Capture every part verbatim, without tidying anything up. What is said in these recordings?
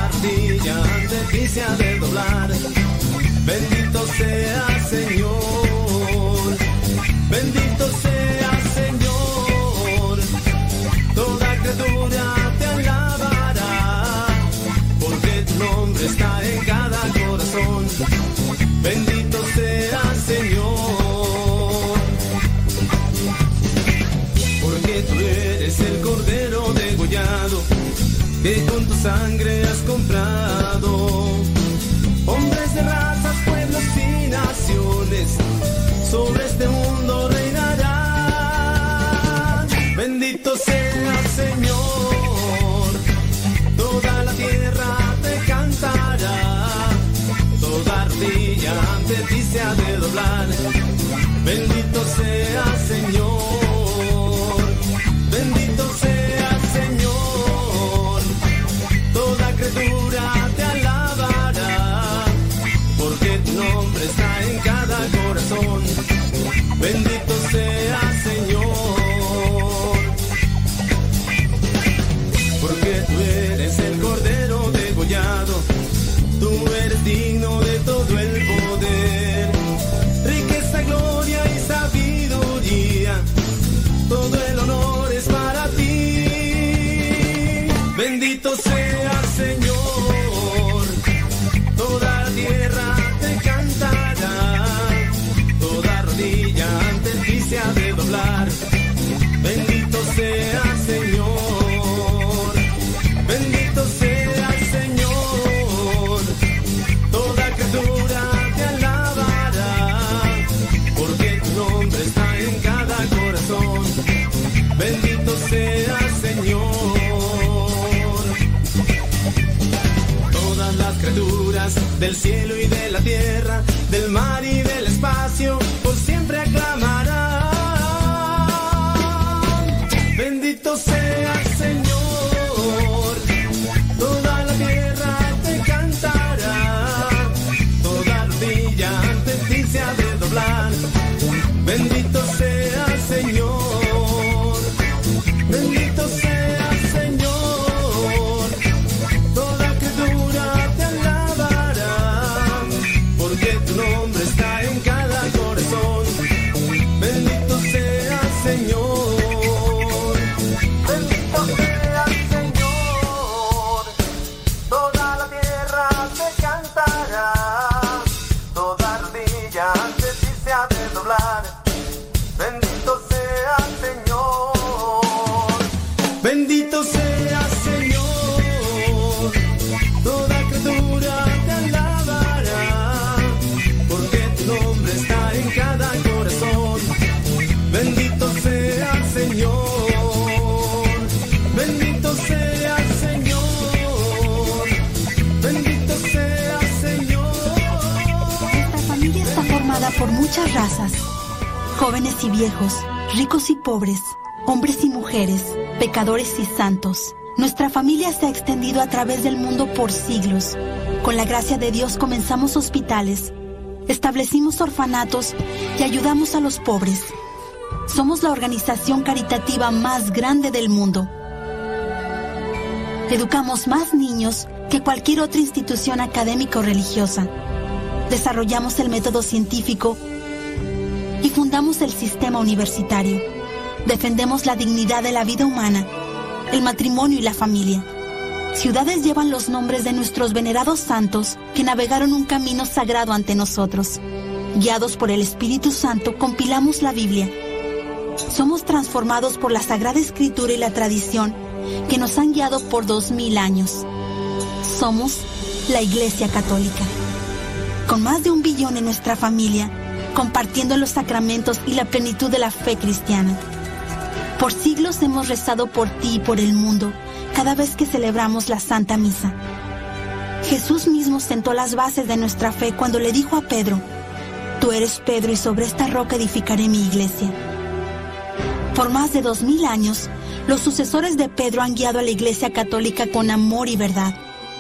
ardilla ante ti se ha de doblar. Bendito sea Señor, bendito sea Señor, toda criatura te alabará, porque tu nombre está en cada corazón. Bendito sea Señor, porque tú eres el Cordero degollado, que con tu sangre has comprado hombres de razas, pueblos y naciones, sobre este mundo reinarán. Bendito sea Señor, toda la tierra te cantará, toda ardilla ante ti se ha de doblar. Bendito sea Señor, bendito sea Señor, toda criatura te alabará, porque tu nombre está en cada corazón. Bendito sea Señor, porque tú eres el Cordero degollado, tú eres digno de todo el poder, riqueza, gloria y sabiduría, todo el honor es para ti. Bendito sea Señor, toda la tierra te cantará, toda rodilla ante ti se ha de doblar. Bendito sea Señor, bendito sea Señor, toda criatura te alabará, porque tu nombre está en cada corazón. Bendito sea Señor, todas las criaturas del cielo y de la tierra, del mar y del espacio, por siempre aclamarán. Bendito sea Señor, toda la tierra te cantará, toda ardilla ante ti se ha de doblar. Bendito sea Señor, bendito sea Señor, toda criatura te alabará, porque tu nombre está en cada corazón. Bendito sea Señor, bendito sea Señor, toda la tierra te cantará, toda ardilla ante ti se ha de doblar. Bendito sea Señor, bendito sea Señor, toda criatura te alabará, porque tu nombre está en cada corazón. Bendito sea Señor, bendito sea Señor, bendito sea Señor. Nuestra familia está formada por muchas razas, jóvenes y viejos, ricos y pobres, hombres y mujeres, pecadores y santos. Nuestra familia se ha extendido a través del mundo por siglos. Con la gracia de Dios comenzamos hospitales, establecimos orfanatos y ayudamos a los pobres. Somos la organización caritativa más grande del mundo. Educamos más niños que cualquier otra institución académica o religiosa. Desarrollamos el método científico y fundamos el sistema universitario. Defendemos la dignidad de la vida humana, el matrimonio y la familia. Ciudades llevan los nombres de nuestros venerados santos que navegaron un camino sagrado ante nosotros. Guiados por el Espíritu Santo, compilamos la Biblia. Somos transformados por la Sagrada Escritura y la tradición que nos han guiado por dos mil años. Somos la Iglesia Católica. Con más de un billón en nuestra familia, compartiendo los sacramentos y la plenitud de la fe cristiana. Por siglos hemos rezado por ti y por el mundo, cada vez que celebramos la Santa Misa. Jesús mismo sentó las bases de nuestra fe cuando le dijo a Pedro: tú eres Pedro y sobre esta roca edificaré mi iglesia. Por más de dos mil años, los sucesores de Pedro han guiado a la Iglesia Católica con amor y verdad.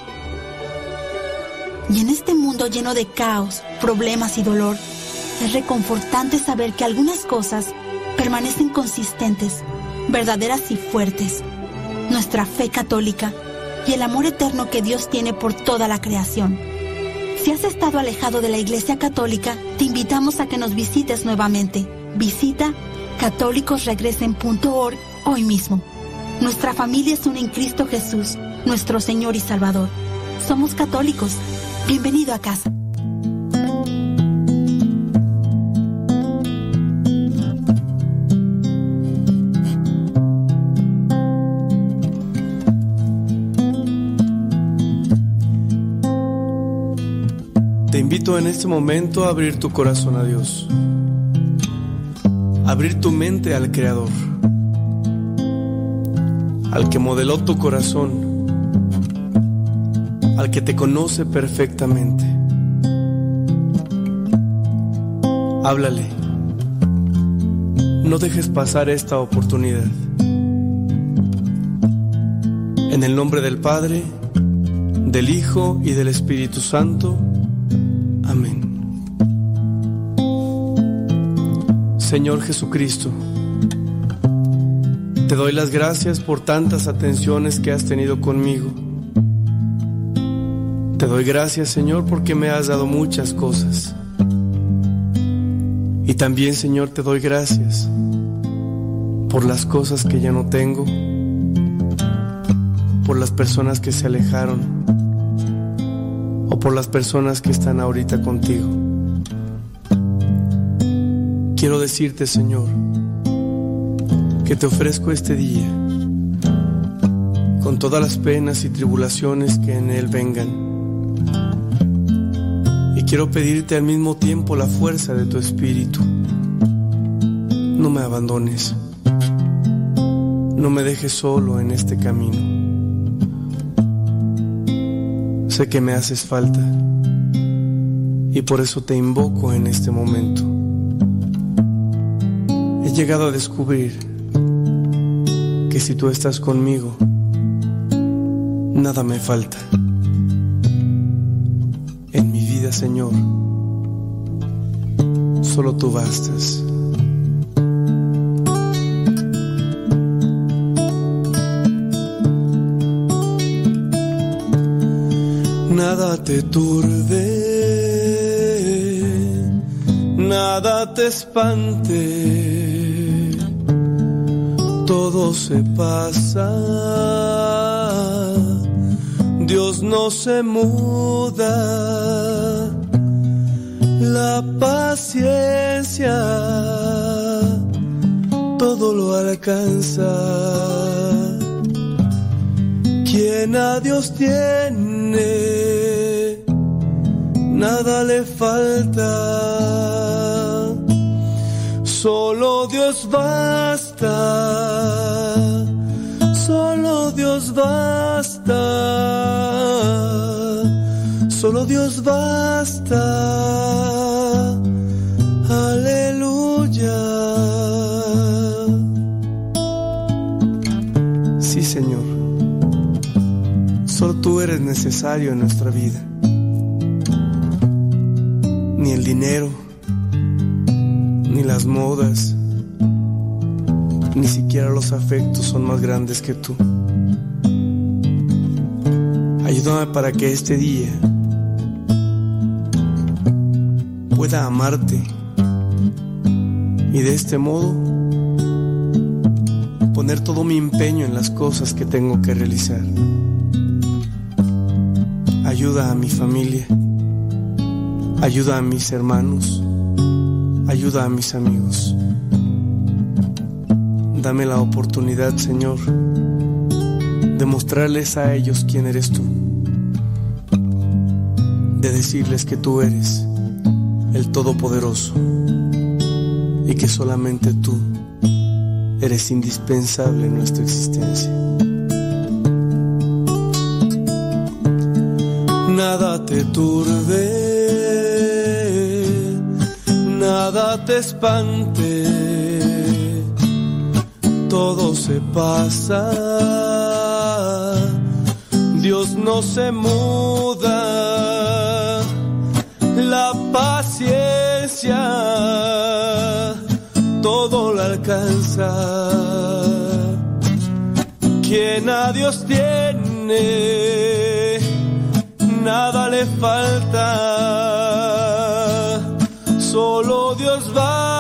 Y en este mundo lleno de caos, problemas y dolor, es reconfortante saber que algunas cosas permanecen consistentes, verdaderas y fuertes. Nuestra fe católica y el amor eterno que Dios tiene por toda la creación. Si has estado alejado de la Iglesia Católica, te invitamos a que nos visites nuevamente. Visita católicos regresen punto org hoy mismo. Nuestra familia es una en Cristo Jesús, nuestro Señor y Salvador. Somos católicos. Bienvenido a casa. Te invito en este momento a abrir tu corazón a Dios, abrir tu mente al Creador, al que modeló tu corazón, al que te conoce perfectamente. Háblale, no dejes pasar esta oportunidad. En el nombre del Padre, del Hijo y del Espíritu Santo. Amén. Señor Jesucristo, te doy las gracias por tantas atenciones que has tenido conmigo. Te doy gracias, Señor, porque me has dado muchas cosas. Y también, Señor, te doy gracias por las cosas que ya no tengo, por las personas que se alejaron, o por las personas que están ahorita contigo. Quiero decirte, Señor, que te ofrezco este día con todas las penas y tribulaciones que en él vengan. Y quiero pedirte al mismo tiempo la fuerza de tu Espíritu. No me abandones, no me dejes solo en este camino. Sé que me haces falta y por eso te invoco en este momento. He llegado a descubrir que si tú estás conmigo, nada me falta. En mi vida, Señor, solo tú bastas. Nada te turbe, nada te espante, todo se pasa, Dios no se muda, la paciencia todo lo alcanza. Quien a Dios tiene, nada le falta, solo Dios basta, solo Dios basta, solo Dios basta, aleluya. Sí, Señor, solo tú eres necesario en nuestra vida. Ni el dinero, ni las modas, ni siquiera los afectos son más grandes que tú. Ayúdame para que este día pueda amarte y de este modo poner todo mi empeño en las cosas que tengo que realizar. Ayuda a mi familia, ayuda a mis hermanos, ayuda a mis amigos. Dame la oportunidad, Señor, de mostrarles a ellos quién eres tú, de decirles que tú eres el Todopoderoso y que solamente tú eres indispensable en nuestra existencia. Nada te turbe, nada te espante, todo se pasa, Dios no se muda, la paciencia todo la alcanza. Quien a Dios tiene, tiene, nada le falta, solo Dios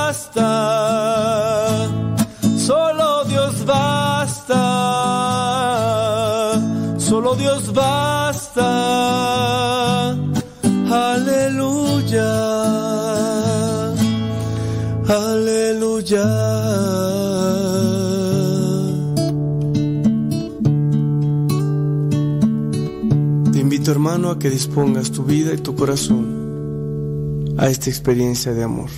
basta, solo Dios basta, solo Dios basta, aleluya, aleluya. Hermano, a que dispongas tu vida y tu corazón a esta experiencia de amor.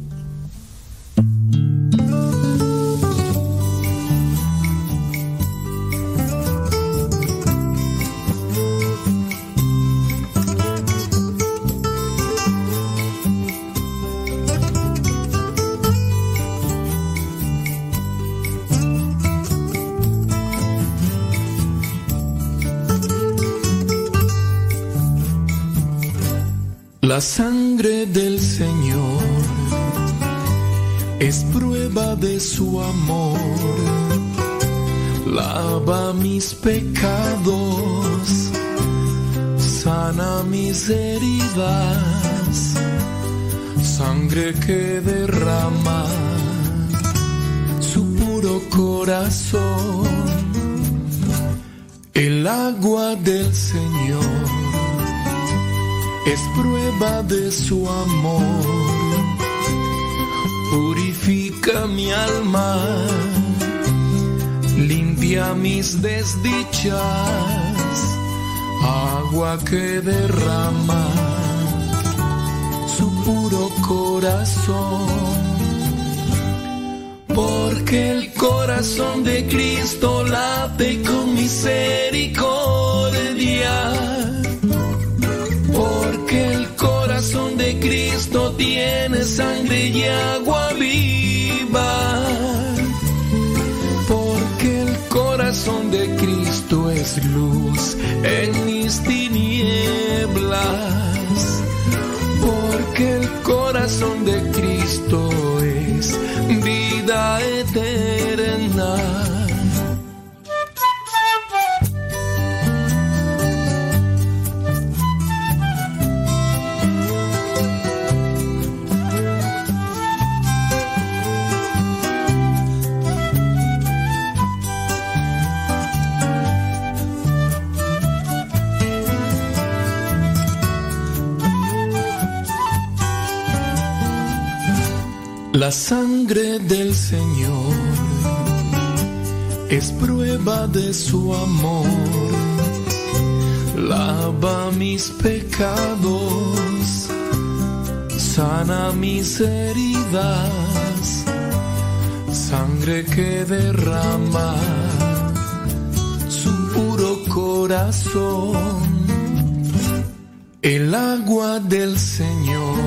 La sangre del Señor es prueba de su amor, lava mis pecados, sana mis heridas, sangre que derrama su puro corazón, el agua del Señor es prueba de su amor, purifica mi alma, limpia mis desdichas, agua que derrama su puro corazón, porque el corazón de Cristo late con misericordia. Porque el corazón de Cristo tiene sangre y agua viva. Porque el corazón de Cristo es luz en mis tinieblas. Porque el corazón de Cristo es vida eterna. La sangre del Señor es prueba de su amor, lava mis pecados, sana mis heridas, sangre que derrama su puro corazón, el agua del Señor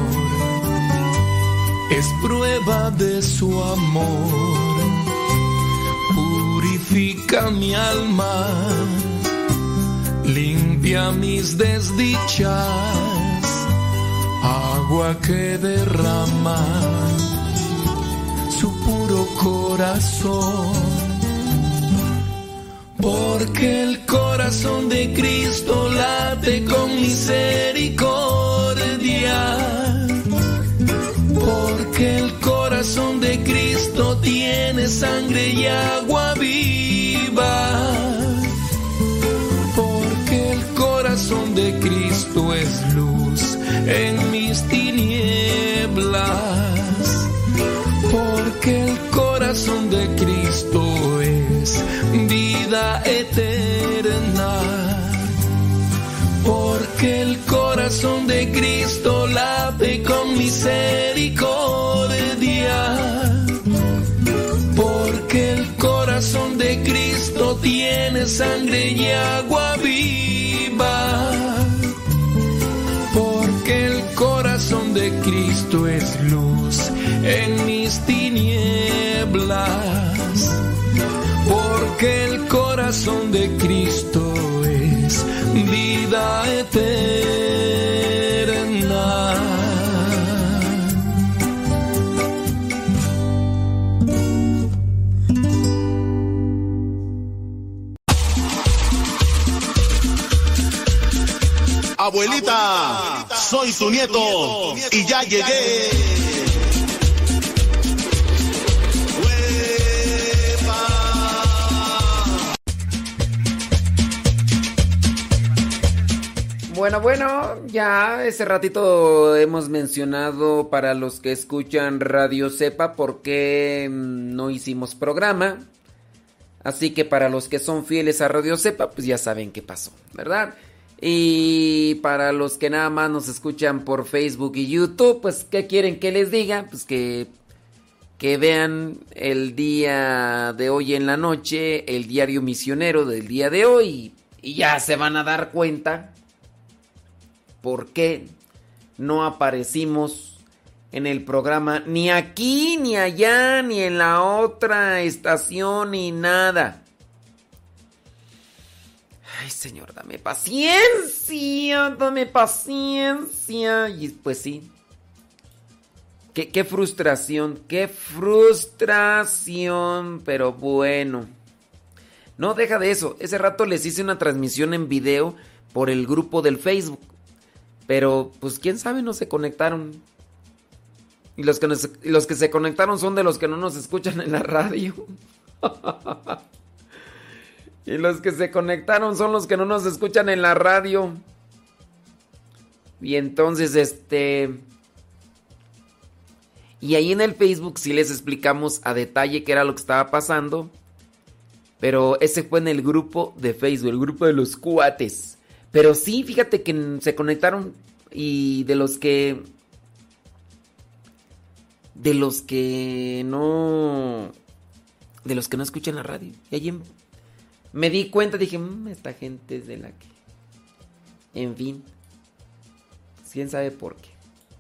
es prueba de su amor, purifica mi alma, limpia mis desdichas, agua que derrama su puro corazón, porque el corazón de Cristo late con misericordia. Porque el corazón de Cristo tiene sangre y agua viva. Porque el corazón de Cristo es luz en mis tinieblas. Porque el corazón de Cristo es vida eterna. Porque el corazón de Cristo late con misericordia. Porque el corazón de Cristo tiene sangre y agua viva. Porque el corazón de Cristo es luz en mis tinieblas. Porque el corazón de Cristo es vida eterna. Abuelita, Abuelita soy, tu, soy nieto, tu nieto y ya y llegué. Ya Bueno, bueno, ya ese ratito hemos mencionado para los que escuchan Radio Cepa por qué no hicimos programa. Así que para los que son fieles a Radio Cepa, pues ya saben qué pasó, ¿verdad? Y para los que nada más nos escuchan por Facebook y YouTube, pues ¿qué quieren que les diga? Pues que, que vean el día de hoy en la noche, el diario misionero del día de hoy, y ya se van a dar cuenta por qué no aparecimos en el programa ni aquí, ni allá, ni en la otra estación, ni nada. Ay, Señor, dame paciencia, dame paciencia. Y pues sí. Qué, qué frustración, qué frustración, pero bueno. No, deja de eso. Ese rato les hice una transmisión en video por el grupo del Facebook. Pero, pues, quién sabe, no se conectaron. Y los que, nos, los que se conectaron son de los que no nos escuchan en la radio. Y los que se conectaron son los que no nos escuchan en la radio. Y entonces, este... Y ahí en el Facebook sí les explicamos a detalle qué era lo que estaba pasando. Pero ese fue en el grupo de Facebook, el grupo de los cuates. Pero sí, fíjate que se conectaron y de los que... De los que no... De los que no escuchan la radio. Y allí me di cuenta, dije, mmm, esta gente es de la que... En fin. ¿Quién sabe por qué?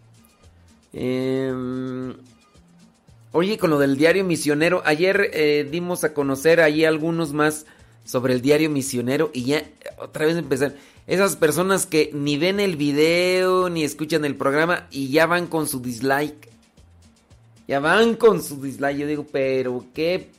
Eh... Oye, con lo del diario misionero, ayer eh, dimos a conocer ahí algunos más sobre el diario misionero y ya otra vez empezaron. Esas personas que ni ven el video ni escuchan el programa y ya van con su dislike. Ya van con su dislike. Yo digo, pero qué...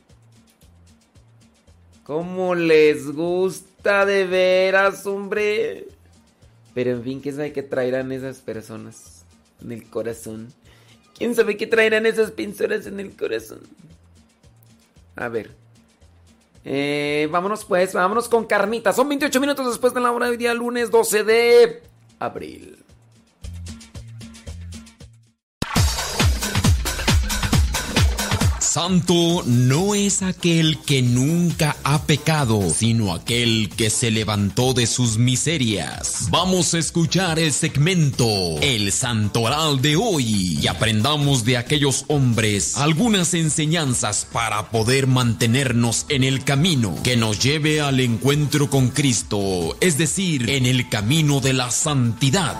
¿Cómo les gusta de veras, hombre? Pero en fin, ¿quién sabe qué traerán esas personas en el corazón? ¿Quién sabe qué traerán esas pinzoras en el corazón? A ver. Eh, vámonos pues, vámonos con carnita. Son veintiocho minutos después de la hora del día lunes doce de abril. Santo no es aquel que nunca ha pecado, sino aquel que se levantó de sus miserias. Vamos a escuchar el segmento El Santoral de hoy y aprendamos de aquellos hombres algunas enseñanzas para poder mantenernos en el camino que nos lleve al encuentro con Cristo, es decir, en el camino de la santidad.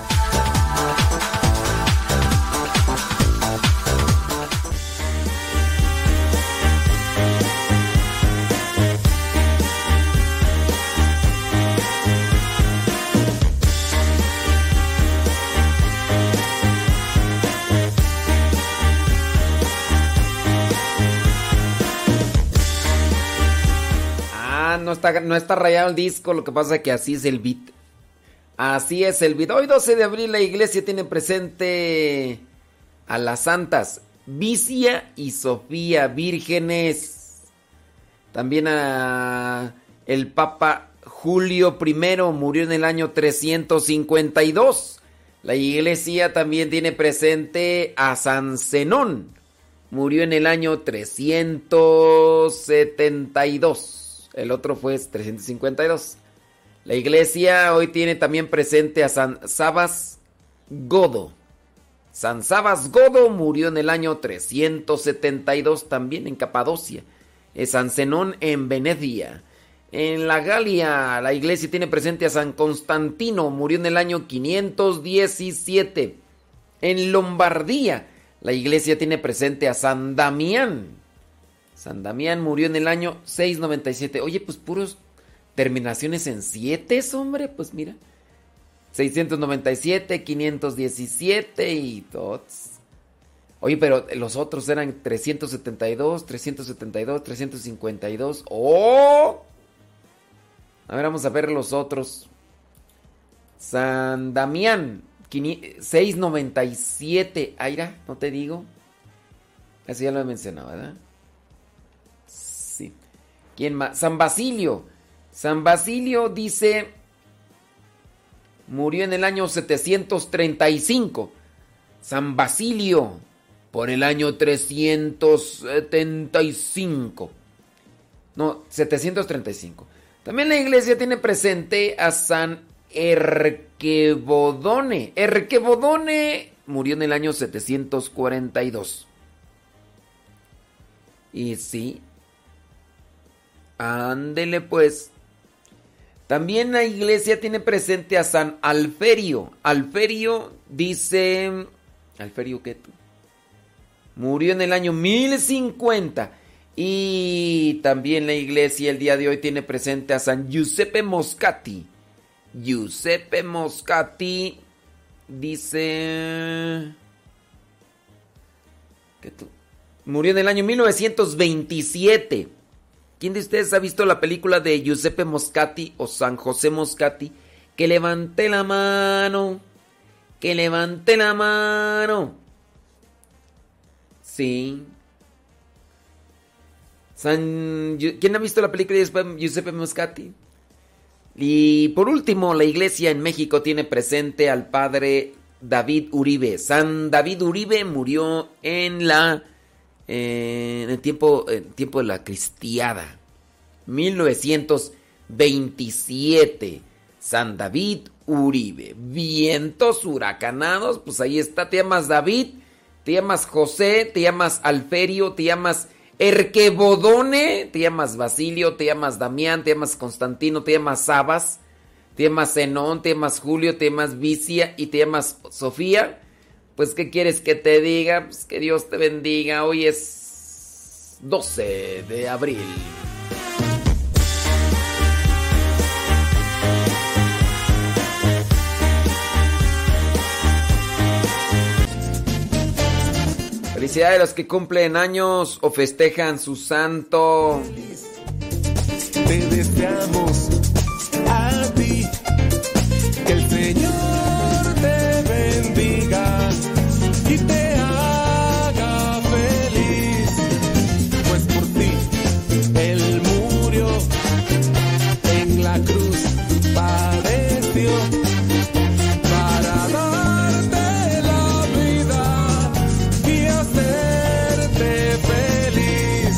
No está, no está rayado el disco, lo que pasa es que así es el beat. Así es el beat. Hoy doce de abril la iglesia tiene presente a las santas Vicia y Sofía, vírgenes. También a el Papa Julio primero, murió en el año trescientos cincuenta y dos. La iglesia también tiene presente a San Zenón, murió en el año trescientos setenta y dos. El otro fue trescientos cincuenta y dos. La iglesia hoy tiene también presente a San Sabas Godo. San Sabas Godo murió en el año trescientos setenta y dos también en Capadocia. Es San Zenón en Venecia. En la Galia la iglesia tiene presente a San Constantino, murió en el año quinientos diecisiete. En Lombardía la iglesia tiene presente a San Damián. San Damián murió en el año seiscientos noventa y siete. Oye, pues puros terminaciones en siete, hombre. Pues mira. seiscientos noventa y siete, quinientos diecisiete y todos. Oye, pero los otros eran trescientos setenta y dos, trescientos setenta y dos, trescientos cincuenta y dos. ¡Oh! A ver, vamos a ver los otros. San Damián, seiscientos noventa y siete. Aira, no te digo. Así ya lo he mencionado, ¿verdad? Sí. ¿Quién más? San Basilio. San Basilio dice, murió en el año setecientos treinta y cinco. San Basilio, por el año trescientos setenta y cinco. No, setecientos treinta y cinco. También la iglesia tiene presente a San Erquebodone. Erquebodone murió en el año setecientos cuarenta y dos. Y sí. Ándele pues. También la iglesia tiene presente a San Alferio. Alferio dice... ¿Alferio qué? Murió en el año mil cincuenta. Y también la iglesia el día de hoy tiene presente a San Giuseppe Moscati. Giuseppe Moscati dice... ¿Qué tú? Murió en el año mil novecientos veintisiete. ¿Quién de ustedes ha visto la película de Giuseppe Moscati o San José Moscati? Que levante la mano. Que levante la mano. Sí. San... ¿Quién ha visto la película de Giuseppe Moscati? Y por último, la iglesia en México tiene presente al padre David Uribe. San David Uribe murió en la... Eh, en el tiempo, en el tiempo de la cristiada. mil novecientos veintisiete. San David Uribe. Vientos huracanados. Pues ahí está. Te llamas David. Te llamas José. Te llamas Alferio. Te llamas Erquebodone. Te llamas Basilio. Te llamas Damián. Te llamas Constantino. Te llamas Sabas. Te llamas Zenón. Te llamas Julio. Te llamas Vicia. Y te llamas Sofía. Pues, ¿qué quieres que te diga? Pues que Dios te bendiga. Hoy es doce de abril. Felicidades a los que cumplen años o festejan su santo. Te deseamos a ti que el Señor te bendiga y te haga feliz, pues por ti Él murió, en la cruz padeció, para darte la vida y hacerte feliz.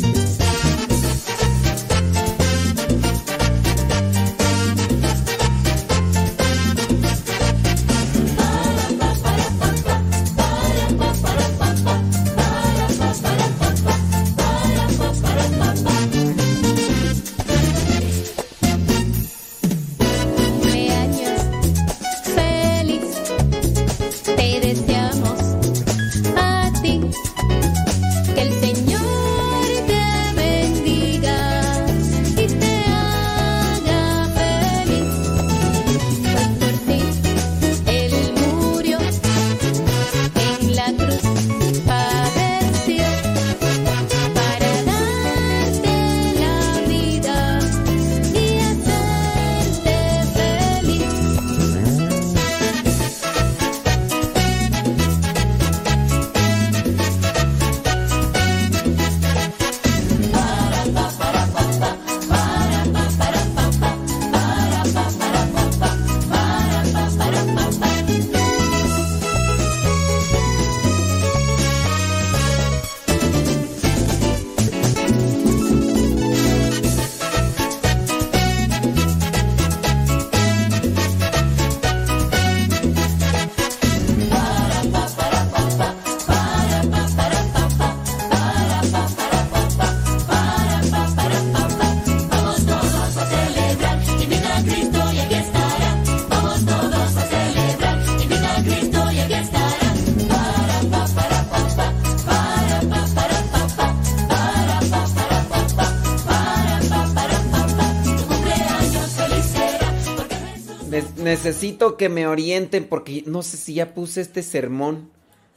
Necesito que me orienten porque no sé si ya puse este sermón.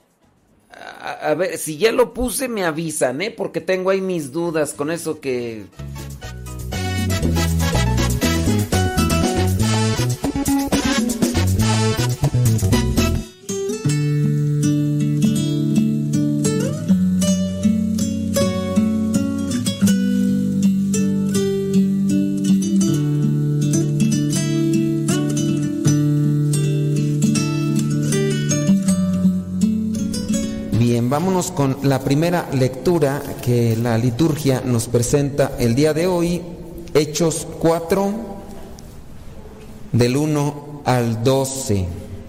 A, a ver, si ya lo puse me avisan, ¿eh? Porque tengo ahí mis dudas con eso que... vámonos con la primera lectura que la liturgia nos presenta el día de hoy, Hechos cuatro, del uno al doce.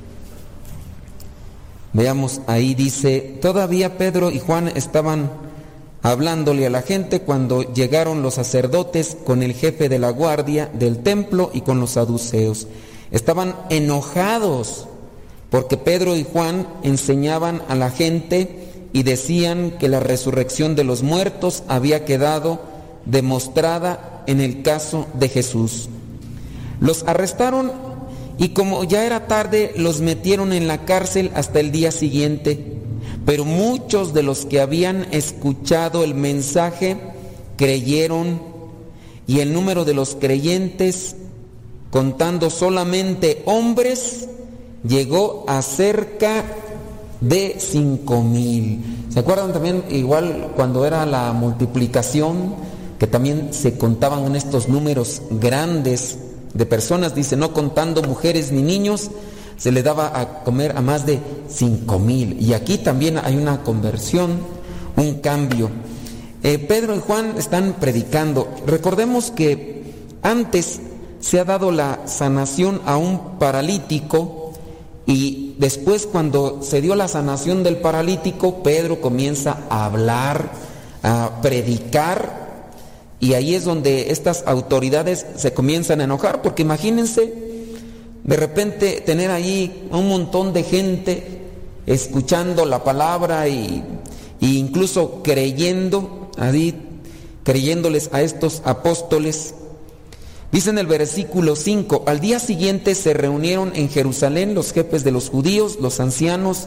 Veamos, ahí dice: todavía Pedro y Juan estaban hablándole a la gente cuando llegaron los sacerdotes con el jefe de la guardia del templo y con los saduceos. Estaban enojados porque Pedro y Juan enseñaban a la gente y decían que la resurrección de los muertos había quedado demostrada en el caso de Jesús. Los arrestaron y como ya era tarde, los metieron en la cárcel hasta el día siguiente. Pero muchos de los que habían escuchado el mensaje creyeron, y el número de los creyentes, contando solamente hombres, llegó a cerca de cinco mil. ¿Se acuerdan también igual cuando era la multiplicación, que también se contaban en estos números grandes de personas? Dice, no contando mujeres ni niños, se le daba a comer a más de cinco mil. Y aquí también hay una conversión, un cambio. Eh, Pedro y Juan están predicando. Recordemos que antes se ha dado la sanación a un paralítico, y después, cuando se dio la sanación del paralítico, Pedro comienza a hablar, a predicar, y ahí es donde estas autoridades se comienzan a enojar, porque imagínense de repente tener ahí un montón de gente escuchando la palabra y, y incluso creyendo, ahí, creyéndoles a estos apóstoles. Dice en el versículo cinco, al día siguiente se reunieron en Jerusalén los jefes de los judíos, los ancianos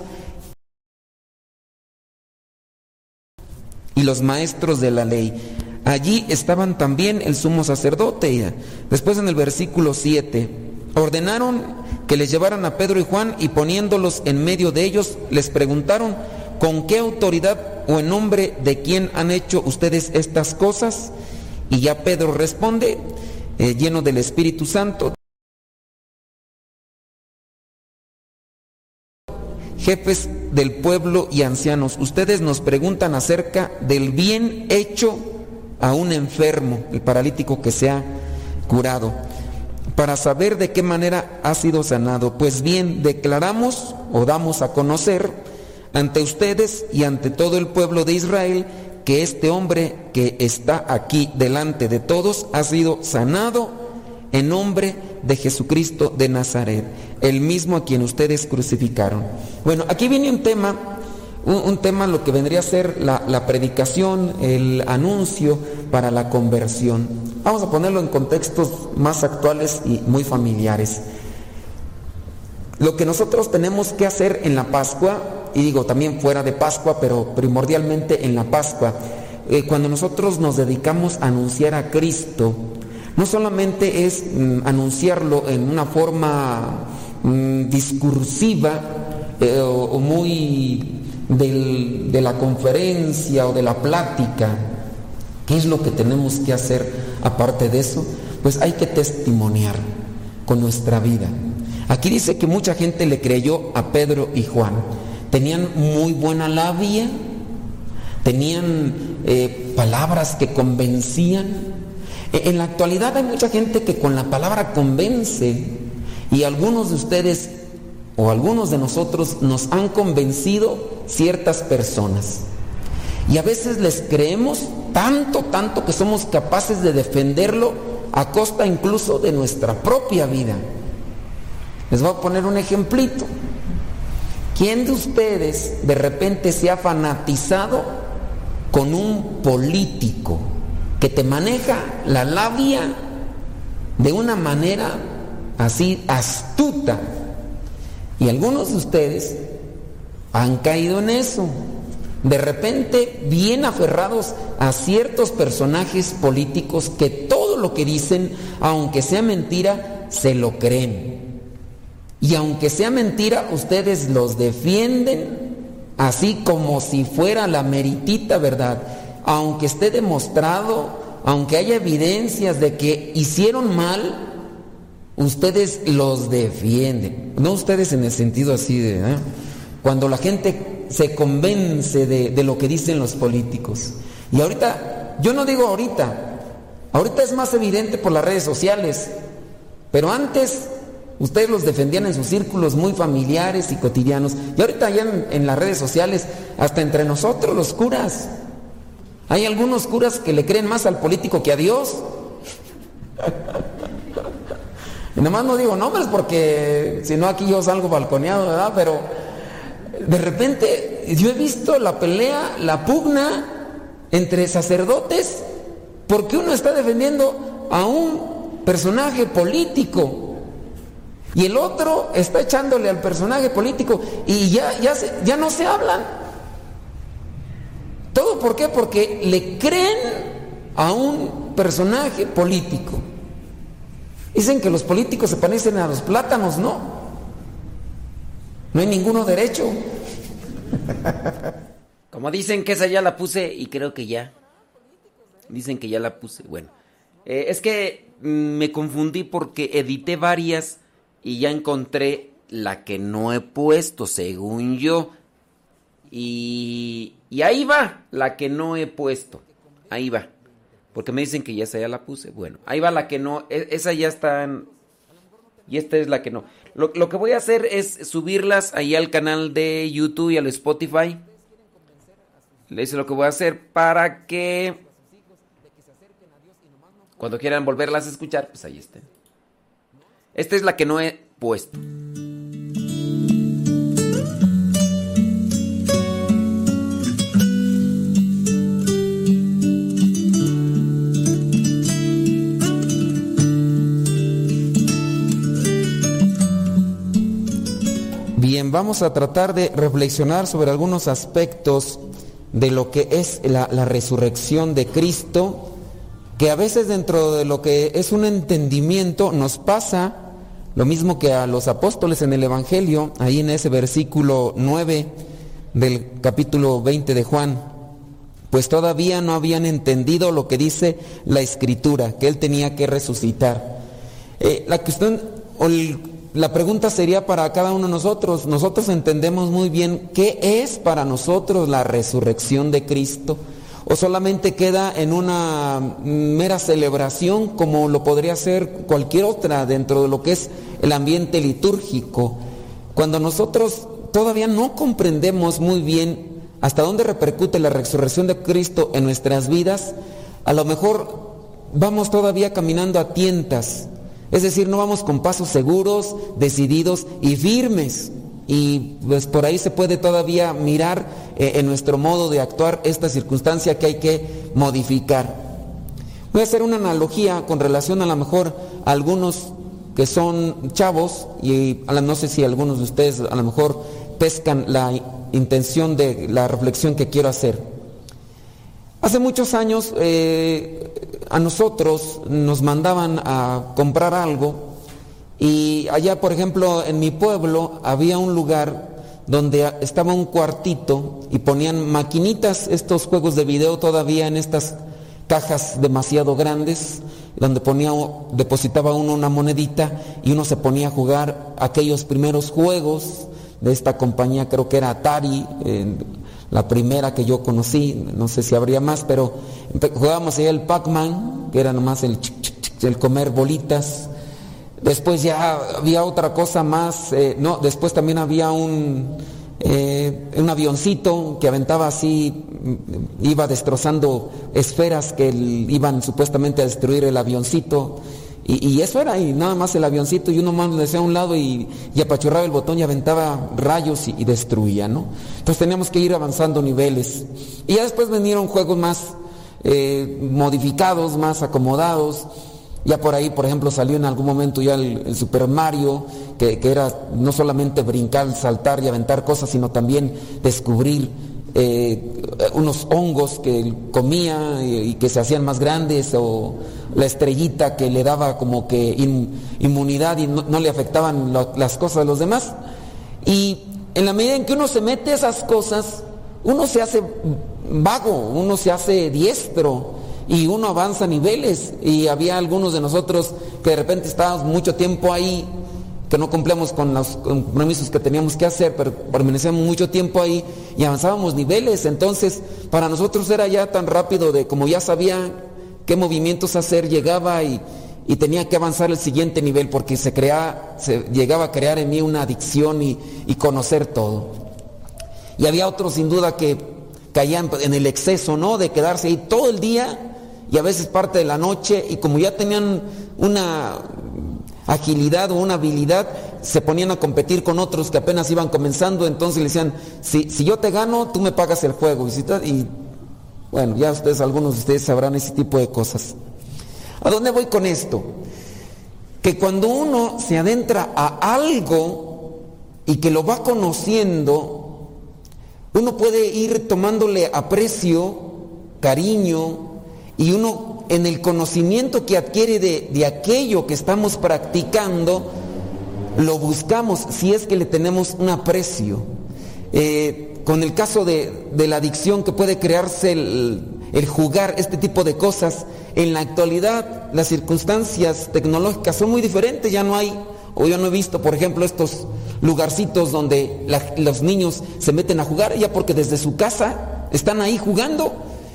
y los maestros de la ley. Allí estaban también el sumo sacerdote. Después en el versículo siete, ordenaron que les llevaran a Pedro y Juan, y poniéndolos en medio de ellos les preguntaron, ¿con qué autoridad o en nombre de quién han hecho ustedes estas cosas? Y ya Pedro responde, Eh, lleno del Espíritu Santo: jefes del pueblo y ancianos, ustedes nos preguntan acerca del bien hecho a un enfermo, el paralítico que se ha curado, para saber de qué manera ha sido sanado. Pues bien, declaramos o damos a conocer ante ustedes y ante todo el pueblo de Israel que este hombre que está aquí delante de todos ha sido sanado en nombre de Jesucristo de Nazaret, el mismo a quien ustedes crucificaron. Bueno, aquí viene un tema, un, un tema lo que vendría a ser la, la predicación, el anuncio para la conversión. Vamos a ponerlo en contextos más actuales y muy familiares. Lo que nosotros tenemos que hacer en la Pascua, y digo también fuera de Pascua, pero primordialmente en la Pascua, eh, cuando nosotros nos dedicamos a anunciar a Cristo, no solamente es mm, anunciarlo en una forma mm, discursiva eh, o, o muy del, de la conferencia o de la plática. ¿Qué es lo que tenemos que hacer aparte de eso? Pues hay que testimoniar con nuestra vida. Aquí dice que mucha gente le creyó a Pedro y Juan. Tenían muy buena labia, tenían eh, palabras que convencían. En la actualidad hay mucha gente que con la palabra convence, y algunos de ustedes o algunos de nosotros nos han convencido ciertas personas. Y a veces les creemos tanto, tanto que somos capaces de defenderlo a costa incluso de nuestra propia vida. Les voy a poner un ejemplito. ¿Quién de ustedes de repente se ha fanatizado con un político que te maneja la labia de una manera así astuta? Y algunos de ustedes han caído en eso. De repente, bien aferrados a ciertos personajes políticos que todo lo que dicen, aunque sea mentira, se lo creen. Y aunque sea mentira, ustedes los defienden así como si fuera la meritita verdad. Aunque esté demostrado, aunque haya evidencias de que hicieron mal, ustedes los defienden. No ustedes en el sentido así de... ¿eh? Cuando la gente se convence de, de lo que dicen los políticos. Y ahorita, yo no digo ahorita, ahorita es más evidente por las redes sociales, pero antes ustedes los defendían en sus círculos muy familiares y cotidianos, y ahorita ya en, en las redes sociales, hasta entre nosotros los curas, hay algunos curas que le creen más al político que a Dios. Y nomás no digo nombres porque si no aquí yo salgo balconeado, ¿verdad? Pero de repente yo he visto la pelea, la pugna entre sacerdotes porque uno está defendiendo a un personaje político y el otro está echándole al personaje político y ya, ya, se, ya no se hablan. ¿Todo por qué? Porque le creen a un personaje político. Dicen que los políticos se parecen a los plátanos, ¿no? No hay ninguno derecho. Como dicen que esa ya la puse y creo que ya. Dicen que ya la puse. Bueno, eh, es que mm, me confundí porque edité varias y ya encontré la que no he puesto, según yo. Y, y ahí va, la que no he puesto. Ahí va. Porque me dicen que ya esa ya la puse. Bueno, ahí va la que no. Esa ya está en, y esta es la que no. Lo, lo que voy a hacer es subirlas ahí al canal de YouTube y al Spotify. Eso es lo que voy a hacer para que cuando quieran volverlas a escuchar, pues ahí estén. Esta es la que no he puesto. Bien, vamos a tratar de reflexionar sobre algunos aspectos de lo que es la, la resurrección de Cristo, que a veces dentro de lo que es un entendimiento nos pasa lo mismo que a los apóstoles en el Evangelio, ahí en ese versículo nueve del capítulo veinte de Juan, pues todavía no habían entendido lo que dice la Escritura, que Él tenía que resucitar. Eh, la cuestión, o el, la pregunta sería para cada uno de nosotros. Nosotros entendemos muy bien qué es para nosotros la resurrección de Cristo, o solamente queda en una mera celebración como lo podría ser cualquier otra dentro de lo que es el ambiente litúrgico. Cuando nosotros todavía no comprendemos muy bien hasta dónde repercute la resurrección de Cristo en nuestras vidas, a lo mejor vamos todavía caminando a tientas. Es decir, no vamos con pasos seguros, decididos y firmes. Y pues por ahí se puede todavía mirar eh, en nuestro modo de actuar esta circunstancia que hay que modificar. Voy a hacer una analogía con relación a lo mejor a algunos que son chavos, y a la, no sé si algunos de ustedes a lo mejor pescan la intención de la reflexión que quiero hacer. Hace muchos años eh, a nosotros nos mandaban a comprar algo. Y allá, por ejemplo, en mi pueblo había un lugar donde estaba un cuartito y ponían maquinitas, estos juegos de video todavía en estas cajas demasiado grandes, donde ponía, depositaba uno una monedita y uno se ponía a jugar aquellos primeros juegos de esta compañía, creo que era Atari, eh, la primera que yo conocí, no sé si habría más, pero jugábamos ahí el Pac-Man, que era nomás el, el comer bolitas. Después ya había otra cosa más, eh, no, después también había un, eh, un avioncito que aventaba así, iba destrozando esferas que el, iban supuestamente a destruir el avioncito, y, y eso era, y nada más el avioncito, y uno más le decía a un lado y, y apachurraba el botón y aventaba rayos y, y destruía, ¿no? Entonces teníamos que ir avanzando niveles. Y ya después vinieron juegos más eh, modificados, más acomodados. Ya por ahí, por ejemplo, salió en algún momento ya el, el Super Mario, que, que era no solamente brincar, saltar y aventar cosas, sino también descubrir eh, unos hongos que comía y, y que se hacían más grandes, o la estrellita que le daba como que in, inmunidad y no, no le afectaban lo, las cosas de los demás. Y en la medida en que uno se mete esas cosas, uno se hace vago, uno se hace diestro, y uno avanza niveles. Y había algunos de nosotros que de repente estábamos mucho tiempo ahí, que no cumplíamos con los compromisos que teníamos que hacer, pero permanecíamos mucho tiempo ahí y avanzábamos niveles. Entonces para nosotros era ya tan rápido, de como ya sabía qué movimientos hacer, llegaba y, y tenía que avanzar el siguiente nivel, porque se crea, se llegaba a crear en mí una adicción y, y conocer todo. Y había otros sin duda que caían en el exceso, ¿no?, de quedarse ahí todo el día y a veces parte de la noche, y como ya tenían una agilidad o una habilidad, se ponían a competir con otros que apenas iban comenzando. Entonces le decían, si, si yo te gano, tú me pagas el juego. Y, si te, y bueno, ya ustedes, algunos de ustedes sabrán ese tipo de cosas. ¿A dónde voy con esto? Que cuando uno se adentra a algo y que lo va conociendo, uno puede ir tomándole aprecio, cariño, y uno en el conocimiento que adquiere de, de aquello que estamos practicando, lo buscamos si es que le tenemos un aprecio. Eh, con el caso de, de la adicción que puede crearse el, el jugar este tipo de cosas, en la actualidad las circunstancias tecnológicas son muy diferentes. Ya no hay, o yo no he visto, por ejemplo, estos lugarcitos donde la, los niños se meten a jugar, ya porque desde su casa están ahí jugando.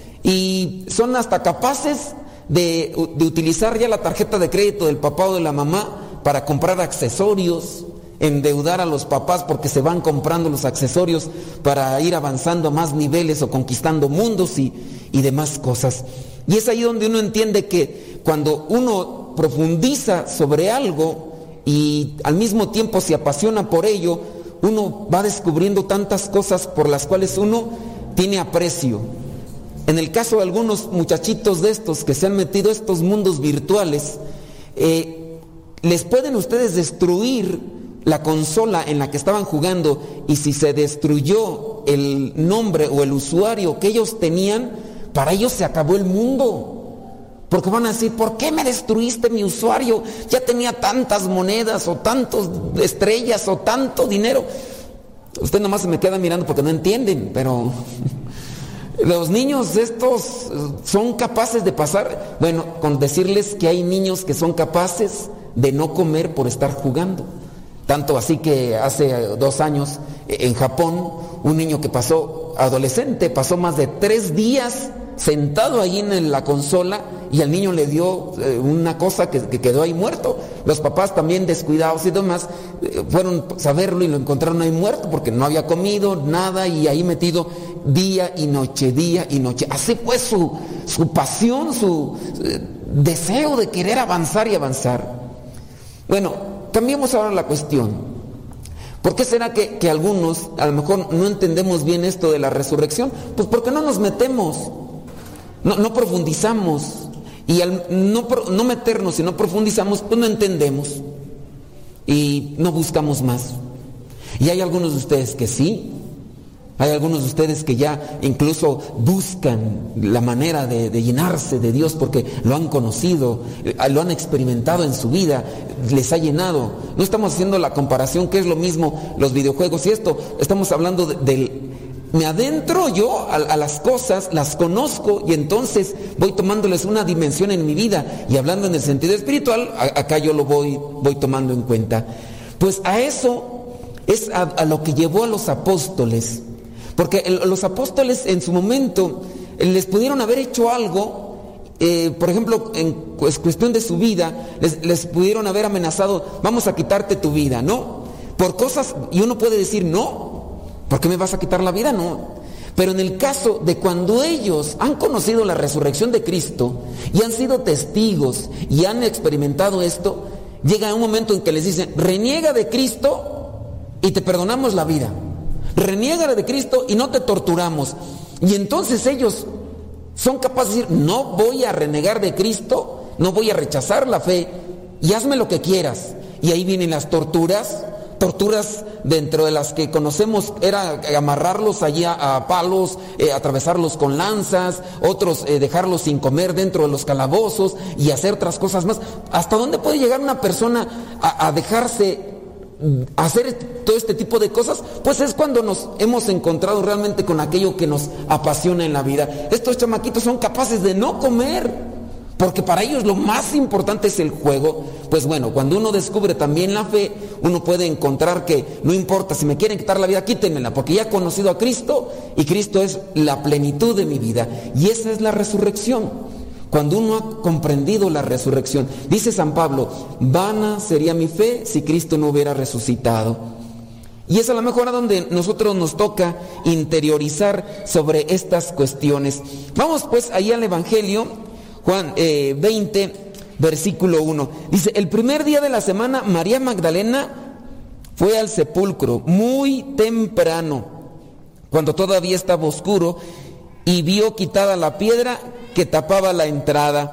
Y son hasta capaces de, de utilizar ya la tarjeta de crédito del papá o de la mamá para comprar accesorios, endeudar a los papás porque se van comprando los accesorios para ir avanzando a más niveles o conquistando mundos y, y demás cosas. Y es ahí donde uno entiende que cuando uno profundiza sobre algo y al mismo tiempo se apasiona por ello, uno va descubriendo tantas cosas por las cuales uno tiene aprecio. En el caso de algunos muchachitos de estos que se han metido a estos mundos virtuales, eh, les pueden ustedes destruir la consola en la que estaban jugando, y si se destruyó el nombre o el usuario que ellos tenían, para ellos se acabó el mundo. Porque van a decir, ¿por qué me destruiste mi usuario? Ya tenía tantas monedas o tantas estrellas o tanto dinero. Usted nomás se me queda mirando porque no entienden, pero... Los niños estos son capaces de pasar, bueno, con decirles que hay niños que son capaces de no comer por estar jugando. Tanto así que hace dos años en Japón, un niño que pasó, adolescente, pasó más de tres días sentado ahí en la consola, y al niño le dio eh, una cosa que, que quedó ahí muerto. Los papás también descuidados y demás eh, fueron a saberlo y lo encontraron ahí muerto porque no había comido nada, y ahí metido día y noche, día y noche. Así fue su, su pasión, su eh, deseo de querer avanzar y avanzar. Bueno, cambiemos ahora la cuestión. ¿Por qué será que, que algunos a lo mejor no entendemos bien esto de la resurrección? Pues porque no nos metemos, no, no profundizamos. Y al no, no meternos y no profundizamos, pues no entendemos y no buscamos más. Y hay algunos de ustedes que sí, hay algunos de ustedes que ya incluso buscan la manera de, de llenarse de Dios porque lo han conocido, lo han experimentado en su vida, les ha llenado. No estamos haciendo la comparación que es lo mismo los videojuegos y esto, estamos hablando de, del... Me adentro yo a, a las cosas, las conozco y entonces voy tomándoles una dimensión en mi vida, y hablando en el sentido espiritual, a, acá yo lo voy, voy tomando en cuenta. Pues a eso es a, a lo que llevó a los apóstoles, porque el, los apóstoles en su momento les pudieron haber hecho algo, eh, por ejemplo, en pues, cuestión de su vida, les, les pudieron haber amenazado, vamos a quitarte tu vida, ¿no? Por cosas, y uno puede decir, no, ¿por qué me vas a quitar la vida? No. Pero en el caso de cuando ellos han conocido la resurrección de Cristo y han sido testigos y han experimentado esto, llega un momento en que les dicen, reniega de Cristo y te perdonamos la vida. Reniega de Cristo y no te torturamos. Y entonces ellos son capaces de decir, no voy a renegar de Cristo, no voy a rechazar la fe y hazme lo que quieras. Y ahí vienen las torturas. Torturas dentro de las que conocemos era amarrarlos allí a, a palos, eh, atravesarlos con lanzas, otros eh, dejarlos sin comer dentro de los calabozos y hacer otras cosas más. ¿Hasta dónde puede llegar una persona a, a dejarse a hacer todo este tipo de cosas? Pues es cuando nos hemos encontrado realmente con aquello que nos apasiona en la vida. Estos chamaquitos son capaces de no comer, porque para ellos lo más importante es el juego, Pues bueno, cuando uno descubre también la fe, uno puede encontrar que no importa, si me quieren quitar la vida, quítenmela, porque ya he conocido a Cristo y Cristo es la plenitud de mi vida. Y esa es la resurrección. Cuando uno ha comprendido la resurrección, dice San Pablo, vana sería mi fe si Cristo no hubiera resucitado. Y es a lo mejor a donde nosotros nos toca interiorizar sobre estas cuestiones. Vamos pues ahí al Evangelio, Juan eh, veinte, versículo uno. Dice, el primer día de la semana, María Magdalena fue al sepulcro muy temprano, cuando todavía estaba oscuro, y vio quitada la piedra que tapaba la entrada.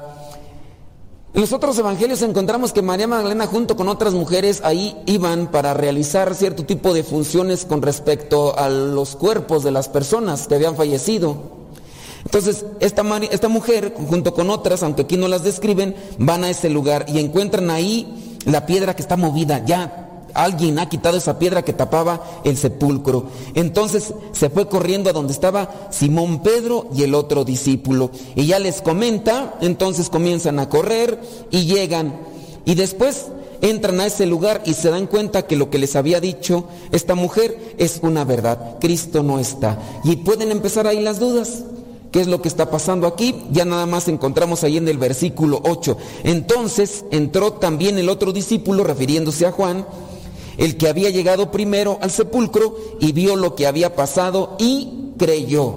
En los otros evangelios encontramos que María Magdalena junto con otras mujeres ahí iban para realizar cierto tipo de funciones con respecto a los cuerpos de las personas que habían fallecido. Entonces esta, esta mujer junto con otras, aunque aquí no las describen, van a ese lugar y encuentran ahí la piedra que está movida. Ya alguien ha quitado esa piedra que tapaba el sepulcro. Entonces se fue corriendo a donde estaba Simón Pedro y el otro discípulo. Y ya les comenta, entonces comienzan a correr y llegan. Y después entran a ese lugar y se dan cuenta que lo que les había dicho esta mujer es una verdad. Cristo no está. Y pueden empezar ahí las dudas. ¿Qué es lo que está pasando aquí? Ya nada más encontramos ahí en el versículo ocho. Entonces entró también el otro discípulo, refiriéndose a Juan, el que había llegado primero al sepulcro, y vio lo que había pasado y creyó.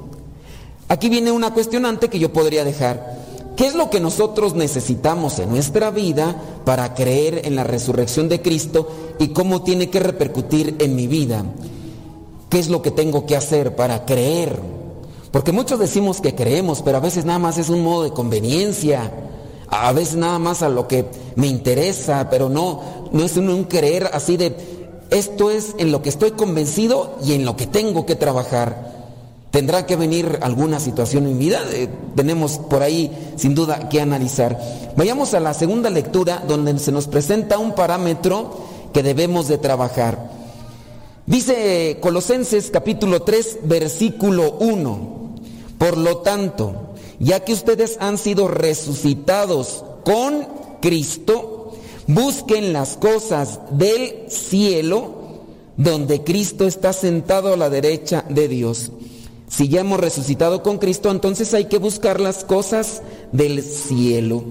Aquí viene una cuestionante que yo podría dejar. ¿Qué es lo que nosotros necesitamos en nuestra vida para creer en la resurrección de Cristo y cómo tiene que repercutir en mi vida? ¿Qué es lo que tengo que hacer para creer? Porque muchos decimos que creemos, pero a veces nada más es un modo de conveniencia. A veces nada más a lo que me interesa, pero no, no es un, un creer así de, esto es en lo que estoy convencido y en lo que tengo que trabajar. ¿Tendrá que venir alguna situación en mi vida? Eh, tenemos por ahí sin duda que analizar. Vayamos a la segunda lectura donde se nos presenta un parámetro que debemos de trabajar. Dice Colosenses capítulo tres, versículo uno. Por lo tanto, ya que ustedes han sido resucitados con Cristo, busquen las cosas del cielo, donde Cristo está sentado a la derecha de Dios. Si ya hemos resucitado con Cristo, entonces hay que buscar las cosas del cielo.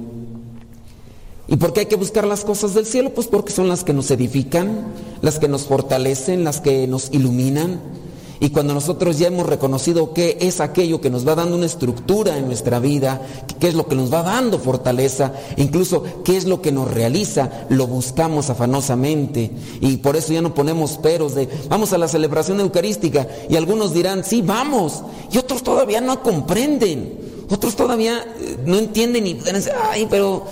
¿Y por qué hay que buscar las cosas del cielo? Pues porque son las que nos edifican, las que nos fortalecen, las que nos iluminan. Y cuando nosotros ya hemos reconocido qué es aquello que nos va dando una estructura en nuestra vida, qué es lo que nos va dando fortaleza, incluso qué es lo que nos realiza, lo buscamos afanosamente. Y por eso ya no ponemos peros de vamos a la celebración eucarística, y algunos dirán sí, vamos, y otros todavía no comprenden, otros todavía no entienden y dicen ay, pero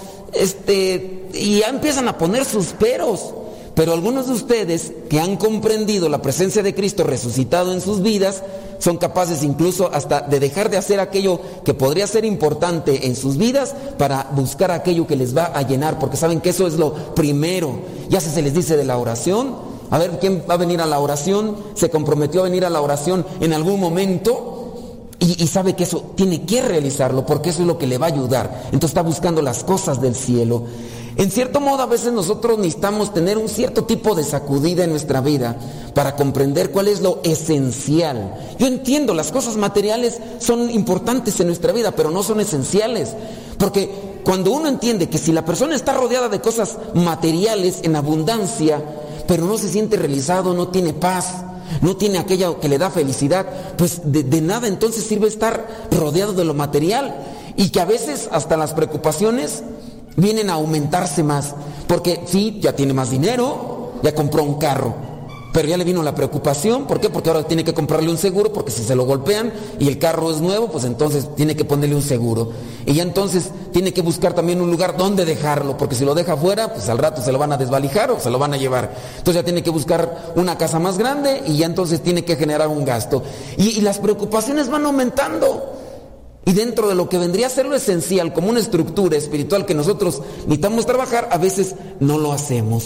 este, y ya empiezan a poner sus peros. Pero algunos de ustedes que han comprendido la presencia de Cristo resucitado en sus vidas, son capaces incluso hasta de dejar de hacer aquello que podría ser importante en sus vidas para buscar aquello que les va a llenar, porque saben que eso es lo primero. Ya se les dice de la oración, a ver quién va a venir a la oración, se comprometió a venir a la oración en algún momento y, y sabe que eso tiene que realizarlo porque eso es lo que le va a ayudar. Entonces está buscando las cosas del cielo. En cierto modo, a veces nosotros necesitamos tener un cierto tipo de sacudida en nuestra vida para comprender cuál es lo esencial. Yo entiendo, las cosas materiales son importantes en nuestra vida, pero no son esenciales. Porque cuando uno entiende que si la persona está rodeada de cosas materiales en abundancia, pero no se siente realizado, no tiene paz, no tiene aquello que le da felicidad, pues de, de nada entonces sirve estar rodeado de lo material. Y que a veces hasta las preocupaciones vienen a aumentarse más, porque sí, ya tiene más dinero, ya compró un carro, pero ya le vino la preocupación. ¿Por qué? Porque ahora tiene que comprarle un seguro, porque si se lo golpean y el carro es nuevo, pues entonces tiene que ponerle un seguro. Y ya entonces tiene que buscar también un lugar donde dejarlo, porque si lo deja afuera, pues al rato se lo van a desvalijar o se lo van a llevar. Entonces ya tiene que buscar una casa más grande y ya entonces tiene que generar un gasto. Y, y las preocupaciones van aumentando. Y dentro de lo que vendría a ser lo esencial, como una estructura espiritual que nosotros necesitamos trabajar, a veces no lo hacemos.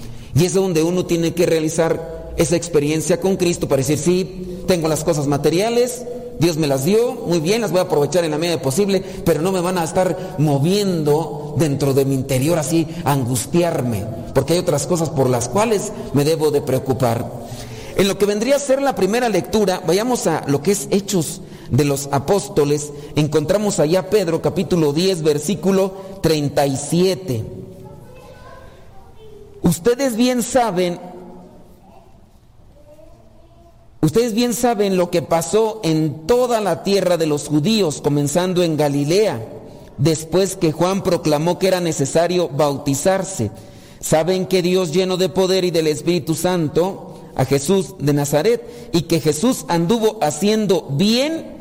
Y es donde uno tiene que realizar esa experiencia con Cristo para decir, sí, tengo las cosas materiales, Dios me las dio, muy bien, las voy a aprovechar en la medida posible, pero no me van a estar moviendo comienzo dentro de mi interior así a angustiarme, porque hay otras cosas por las cuales me debo de preocupar. En lo que vendría a ser la primera lectura, vayamos a lo que es Hechos de los Apóstoles. Encontramos allá Pedro capítulo diez versículo treinta y siete. Ustedes bien saben, ustedes bien saben lo que pasó en toda la tierra de los judíos, comenzando en Galilea, después que Juan proclamó que era necesario bautizarse. Saben que Dios llenó de poder y del Espíritu Santo a Jesús de Nazaret, y que Jesús anduvo haciendo bien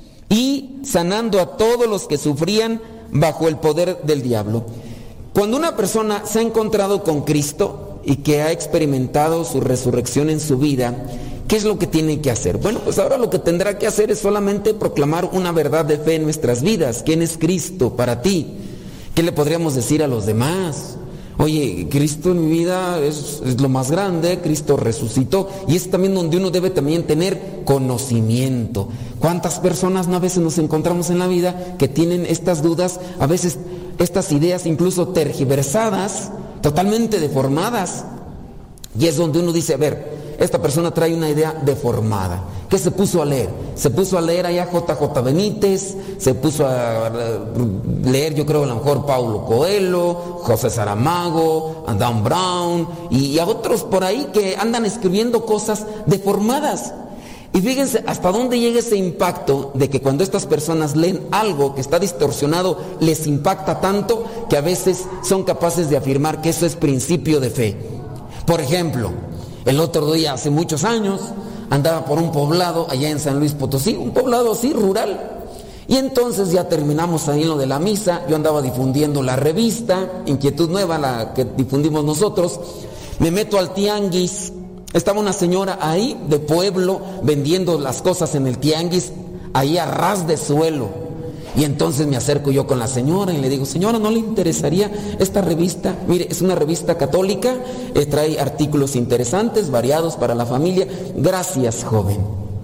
y sanando a todos los que sufrían bajo el poder del diablo. Cuando una persona se ha encontrado con Cristo y que ha experimentado su resurrección en su vida, ¿qué es lo que tiene que hacer? Bueno, pues ahora lo que tendrá que hacer es solamente proclamar una verdad de fe en nuestras vidas. ¿Quién es Cristo para ti? ¿Qué le podríamos decir a los demás? Oye, Cristo en mi vida es, es lo más grande, Cristo resucitó, y es también donde uno debe también tener conocimiento. ¿Cuántas personas no a veces nos encontramos en la vida que tienen estas dudas, a veces estas ideas incluso tergiversadas, totalmente deformadas? Y es donde uno dice, a ver, esta persona trae una idea deformada. ¿Qué se puso a leer? Se puso a leer allá J J Benítez, se puso a leer, yo creo, a lo mejor Paulo Coelho, José Saramago, a Dan Brown y a otros por ahí que andan escribiendo cosas deformadas. Y fíjense hasta dónde llega ese impacto de que cuando estas personas leen algo que está distorsionado, les impacta tanto que a veces son capaces de afirmar que eso es principio de fe. Por ejemplo, el otro día, hace muchos años, andaba por un poblado allá en San Luis Potosí, un poblado así rural. Y entonces ya terminamos ahí en lo de la misa, yo andaba difundiendo la revista Inquietud Nueva, la que difundimos nosotros. Me meto al tianguis, estaba una señora ahí de pueblo vendiendo las cosas en el tianguis, ahí a ras de suelo. Y entonces me acerco yo con la señora y le digo, señora, ¿no le interesaría esta revista? Mire, es una revista católica, eh, trae artículos interesantes, variados para la familia. Gracias, joven.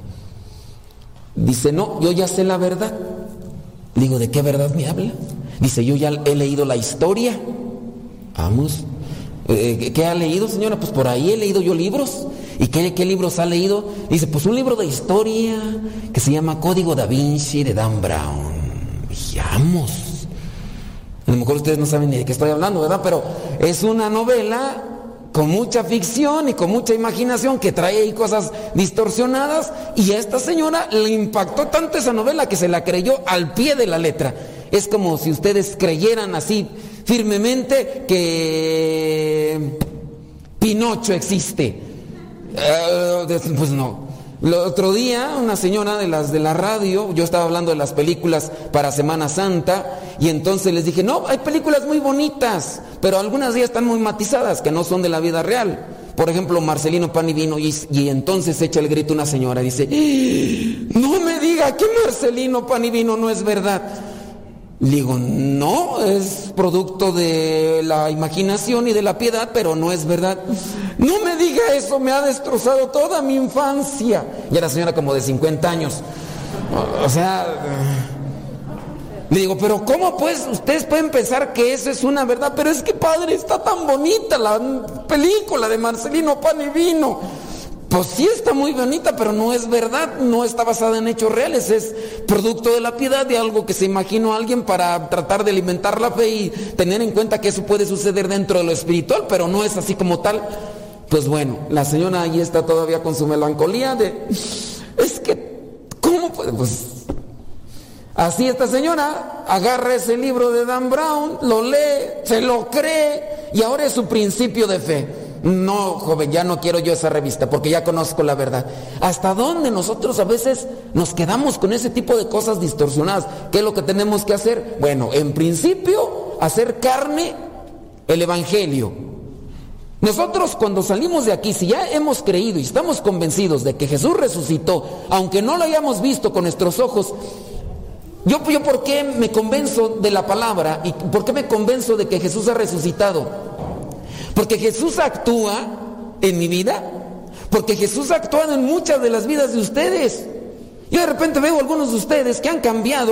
Dice, no, yo ya sé la verdad. Le digo, ¿de qué verdad me habla? Dice, yo ya he leído la historia. Vamos. Eh, ¿Qué ha leído, señora? Pues por ahí he leído yo libros. ¿Y qué, qué libros ha leído? Dice, pues un libro de historia que se llama Código Da Vinci de Dan Brown. Vamos. A lo mejor ustedes no saben ni de qué estoy hablando, ¿verdad? Pero es una novela con mucha ficción y con mucha imaginación que trae ahí cosas distorsionadas, y a esta señora le impactó tanto esa novela que se la creyó al pie de la letra. Es como si ustedes creyeran así firmemente que Pinocho existe. Uh, pues no. El otro día una señora de las de la radio, yo estaba hablando de las películas para Semana Santa, y entonces les dije, no, hay películas muy bonitas, pero algunas ya están muy matizadas, que no son de la vida real. Por ejemplo, Marcelino Pan y Vino, y, y entonces echa el grito una señora, dice, no me diga que Marcelino Pan y Vino no es verdad. Le digo, no, es producto de la imaginación y de la piedad, pero no es verdad. No me diga eso, me ha destrozado toda mi infancia. Y era señora como de cincuenta años. O sea, le digo, pero ¿cómo pues ustedes pueden pensar que eso es una verdad? Pero es que, padre, está tan bonita la película de Marcelino Pan y Vino. Pues sí está muy bonita, pero no es verdad, no está basada en hechos reales, es producto de la piedad, de algo que se imaginó alguien para tratar de alimentar la fe y tener en cuenta que eso puede suceder dentro de lo espiritual, pero no es así como tal. Pues bueno, la señora ahí está todavía con su melancolía de, es que, ¿cómo puede? Pues así esta señora agarra ese libro de Dan Brown, lo lee, se lo cree, y ahora es su principio de fe. No, joven, ya no quiero yo esa revista porque ya conozco la verdad. ¿Hasta dónde nosotros a veces nos quedamos con ese tipo de cosas distorsionadas? ¿Qué es lo que tenemos que hacer? Bueno, en principio, hacer carne el Evangelio. Nosotros cuando salimos de aquí, si ya hemos creído y estamos convencidos de que Jesús resucitó, aunque no lo hayamos visto con nuestros ojos, yo, yo ¿por qué me convenzo de la palabra? ¿Y por qué me convenzo de que Jesús ha resucitado? Porque Jesús actúa en mi vida, porque Jesús ha actuado en muchas de las vidas de ustedes. Yo de repente veo a algunos de ustedes que han cambiado,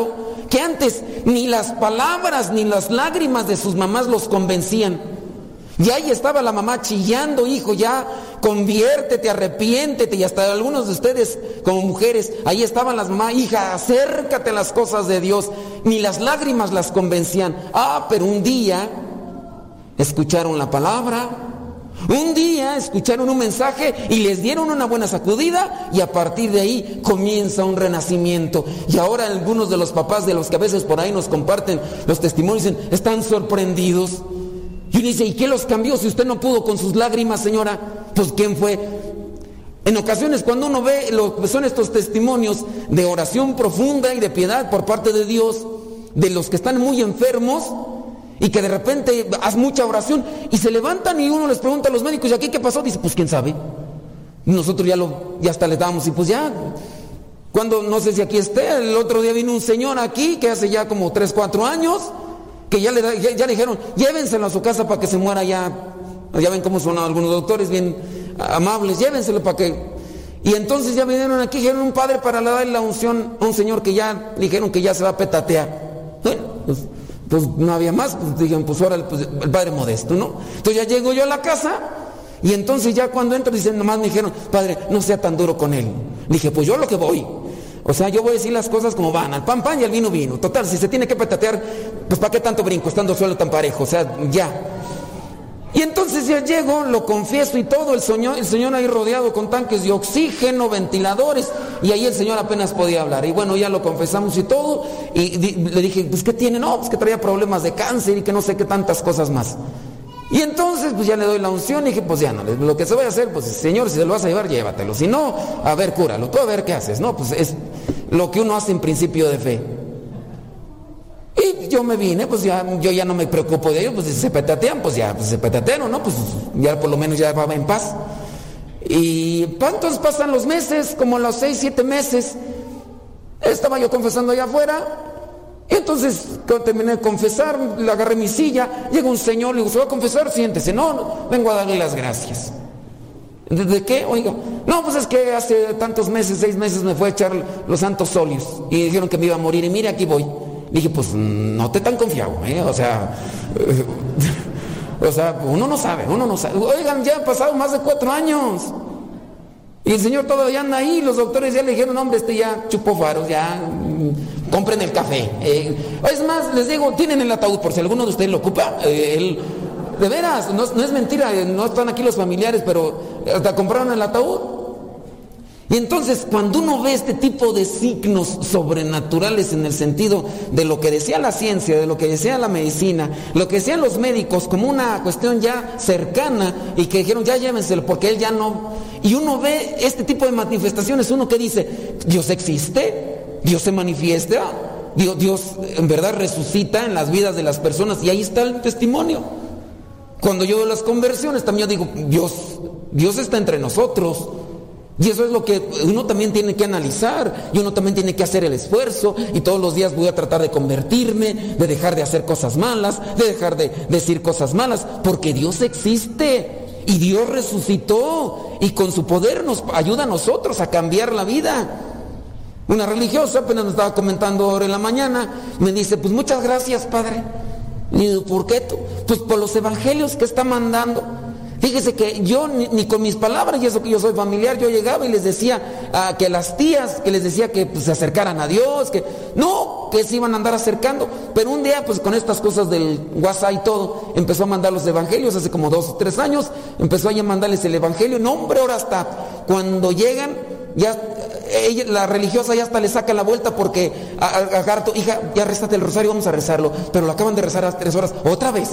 que antes ni las palabras ni las lágrimas de sus mamás los convencían. Y ahí estaba la mamá chillando: hijo, ya conviértete, arrepiéntete. Y hasta algunos de ustedes como mujeres, ahí estaban las mamás: hija, acércate a las cosas de Dios. Ni las lágrimas las convencían. Ah, pero un día escucharon la palabra, un día escucharon un mensaje y les dieron una buena sacudida, y a partir de ahí comienza un renacimiento. Y ahora algunos de los papás, de los que a veces por ahí nos comparten los testimonios, dicen, están sorprendidos. Y uno dice: ¿y qué los cambió si usted no pudo con sus lágrimas, señora? Pues ¿quién fue? En ocasiones, cuando uno ve lo que son estos testimonios de oración profunda y de piedad por parte de Dios, de los que están muy enfermos y que de repente haz mucha oración y se levantan, y uno les pregunta a los médicos: ¿y aquí qué pasó? Dice: pues quién sabe. Nosotros ya lo, ya hasta le damos, y pues ya, cuando, no sé si aquí esté, el otro día vino un señor aquí que hace ya como tres, cuatro años, que ya le, ya, ya le dijeron: llévenselo a su casa para que se muera ya. Ya ven cómo son algunos doctores, bien amables, llévenselo para que... Y entonces ya vinieron aquí, dijeron un padre para darle la unción a un señor que ya le dijeron que ya se va a petatear. Bueno, pues, pues no había más, pues dijeron, pues ahora pues, el padre Modesto, ¿no? Entonces ya llego yo a la casa, y entonces ya cuando entro, dicen, nomás me dijeron: padre, no sea tan duro con él. Dije: pues yo lo que voy. O sea, yo voy a decir las cosas como van, al pan pan y al vino vino. Total, si se tiene que petatear, pues ¿para qué tanto brinco estando suelo tan parejo? O sea, ya. Y entonces ya llego, lo confieso y todo, el señor, el señor ahí rodeado con tanques de oxígeno, ventiladores, y ahí el señor apenas podía hablar. Y bueno, ya lo confesamos y todo, y di, le dije: pues ¿qué tiene? No, pues que traía problemas de cáncer y que no sé qué tantas cosas más. Y entonces pues ya le doy la unción y dije: pues ya no, lo que se vaya a hacer, pues señor, si se lo vas a llevar, llévatelo. Si no, a ver, cúralo, tú a ver qué haces, ¿no? Pues es lo que uno hace en principio de fe. Y yo me vine, pues ya, yo ya no me preocupo de ellos, pues si se petatean, pues ya, pues se petatearon, ¿no? Pues ya por lo menos ya va en paz. Y entonces pasan los meses, como los seis, siete meses, estaba yo confesando allá afuera. Y entonces, cuando terminé de confesar, le agarré mi silla, llega un señor, le digo: ¿se va a confesar? Siéntese. No, no, vengo a darle las gracias. ¿De qué? Oiga, no, pues es que hace tantos meses, seis meses, me fue a echar los santos óleos y dijeron que me iba a morir, y mire, aquí voy. Dije: pues no te tan confiado, ¿eh? O sea, o sea, uno no sabe, uno no sabe. Oigan, ya han pasado más de cuatro años. Y el señor todavía anda ahí, los doctores ya le dijeron: hombre, este ya chupó faros, ya mmm, compren el café. Eh, es más, les digo, tienen el ataúd por si alguno de ustedes lo ocupa. Eh, el, de veras, no, no es mentira, no están aquí los familiares, pero hasta compraron el ataúd. Y entonces, cuando uno ve este tipo de signos sobrenaturales en el sentido de lo que decía la ciencia, de lo que decía la medicina, lo que decían los médicos como una cuestión ya cercana, y que dijeron: ya llévenselo porque él ya no... Y uno ve este tipo de manifestaciones, uno que dice: Dios existe, Dios se manifiesta, Dios, Dios en verdad resucita en las vidas de las personas, y ahí está el testimonio. Cuando yo veo las conversiones, también yo digo: Dios, Dios está entre nosotros. Y eso es lo que uno también tiene que analizar, y uno también tiene que hacer el esfuerzo, y todos los días voy a tratar de convertirme, de dejar de hacer cosas malas, de dejar de decir cosas malas, porque Dios existe, y Dios resucitó, y con su poder nos ayuda a nosotros a cambiar la vida. Una religiosa apenas me estaba comentando ahora en la mañana, me dice: pues muchas gracias, padre. Y digo: ¿por qué tú? Pues por los evangelios que está mandando. Fíjese que yo ni, ni con mis palabras, y eso que yo soy familiar, yo llegaba y les decía a que las tías, que les decía que pues, se acercaran a Dios, que no, que se iban a andar acercando. Pero un día, pues con estas cosas del WhatsApp y todo, empezó a mandar los evangelios, hace como dos o tres años, empezó a mandarles el evangelio. No, hombre, ahora hasta cuando llegan, ya ella, la religiosa ya hasta le saca la vuelta, porque agarra: hija, ya rézate el rosario, vamos a rezarlo. Pero lo acaban de rezar a las tres horas, otra vez.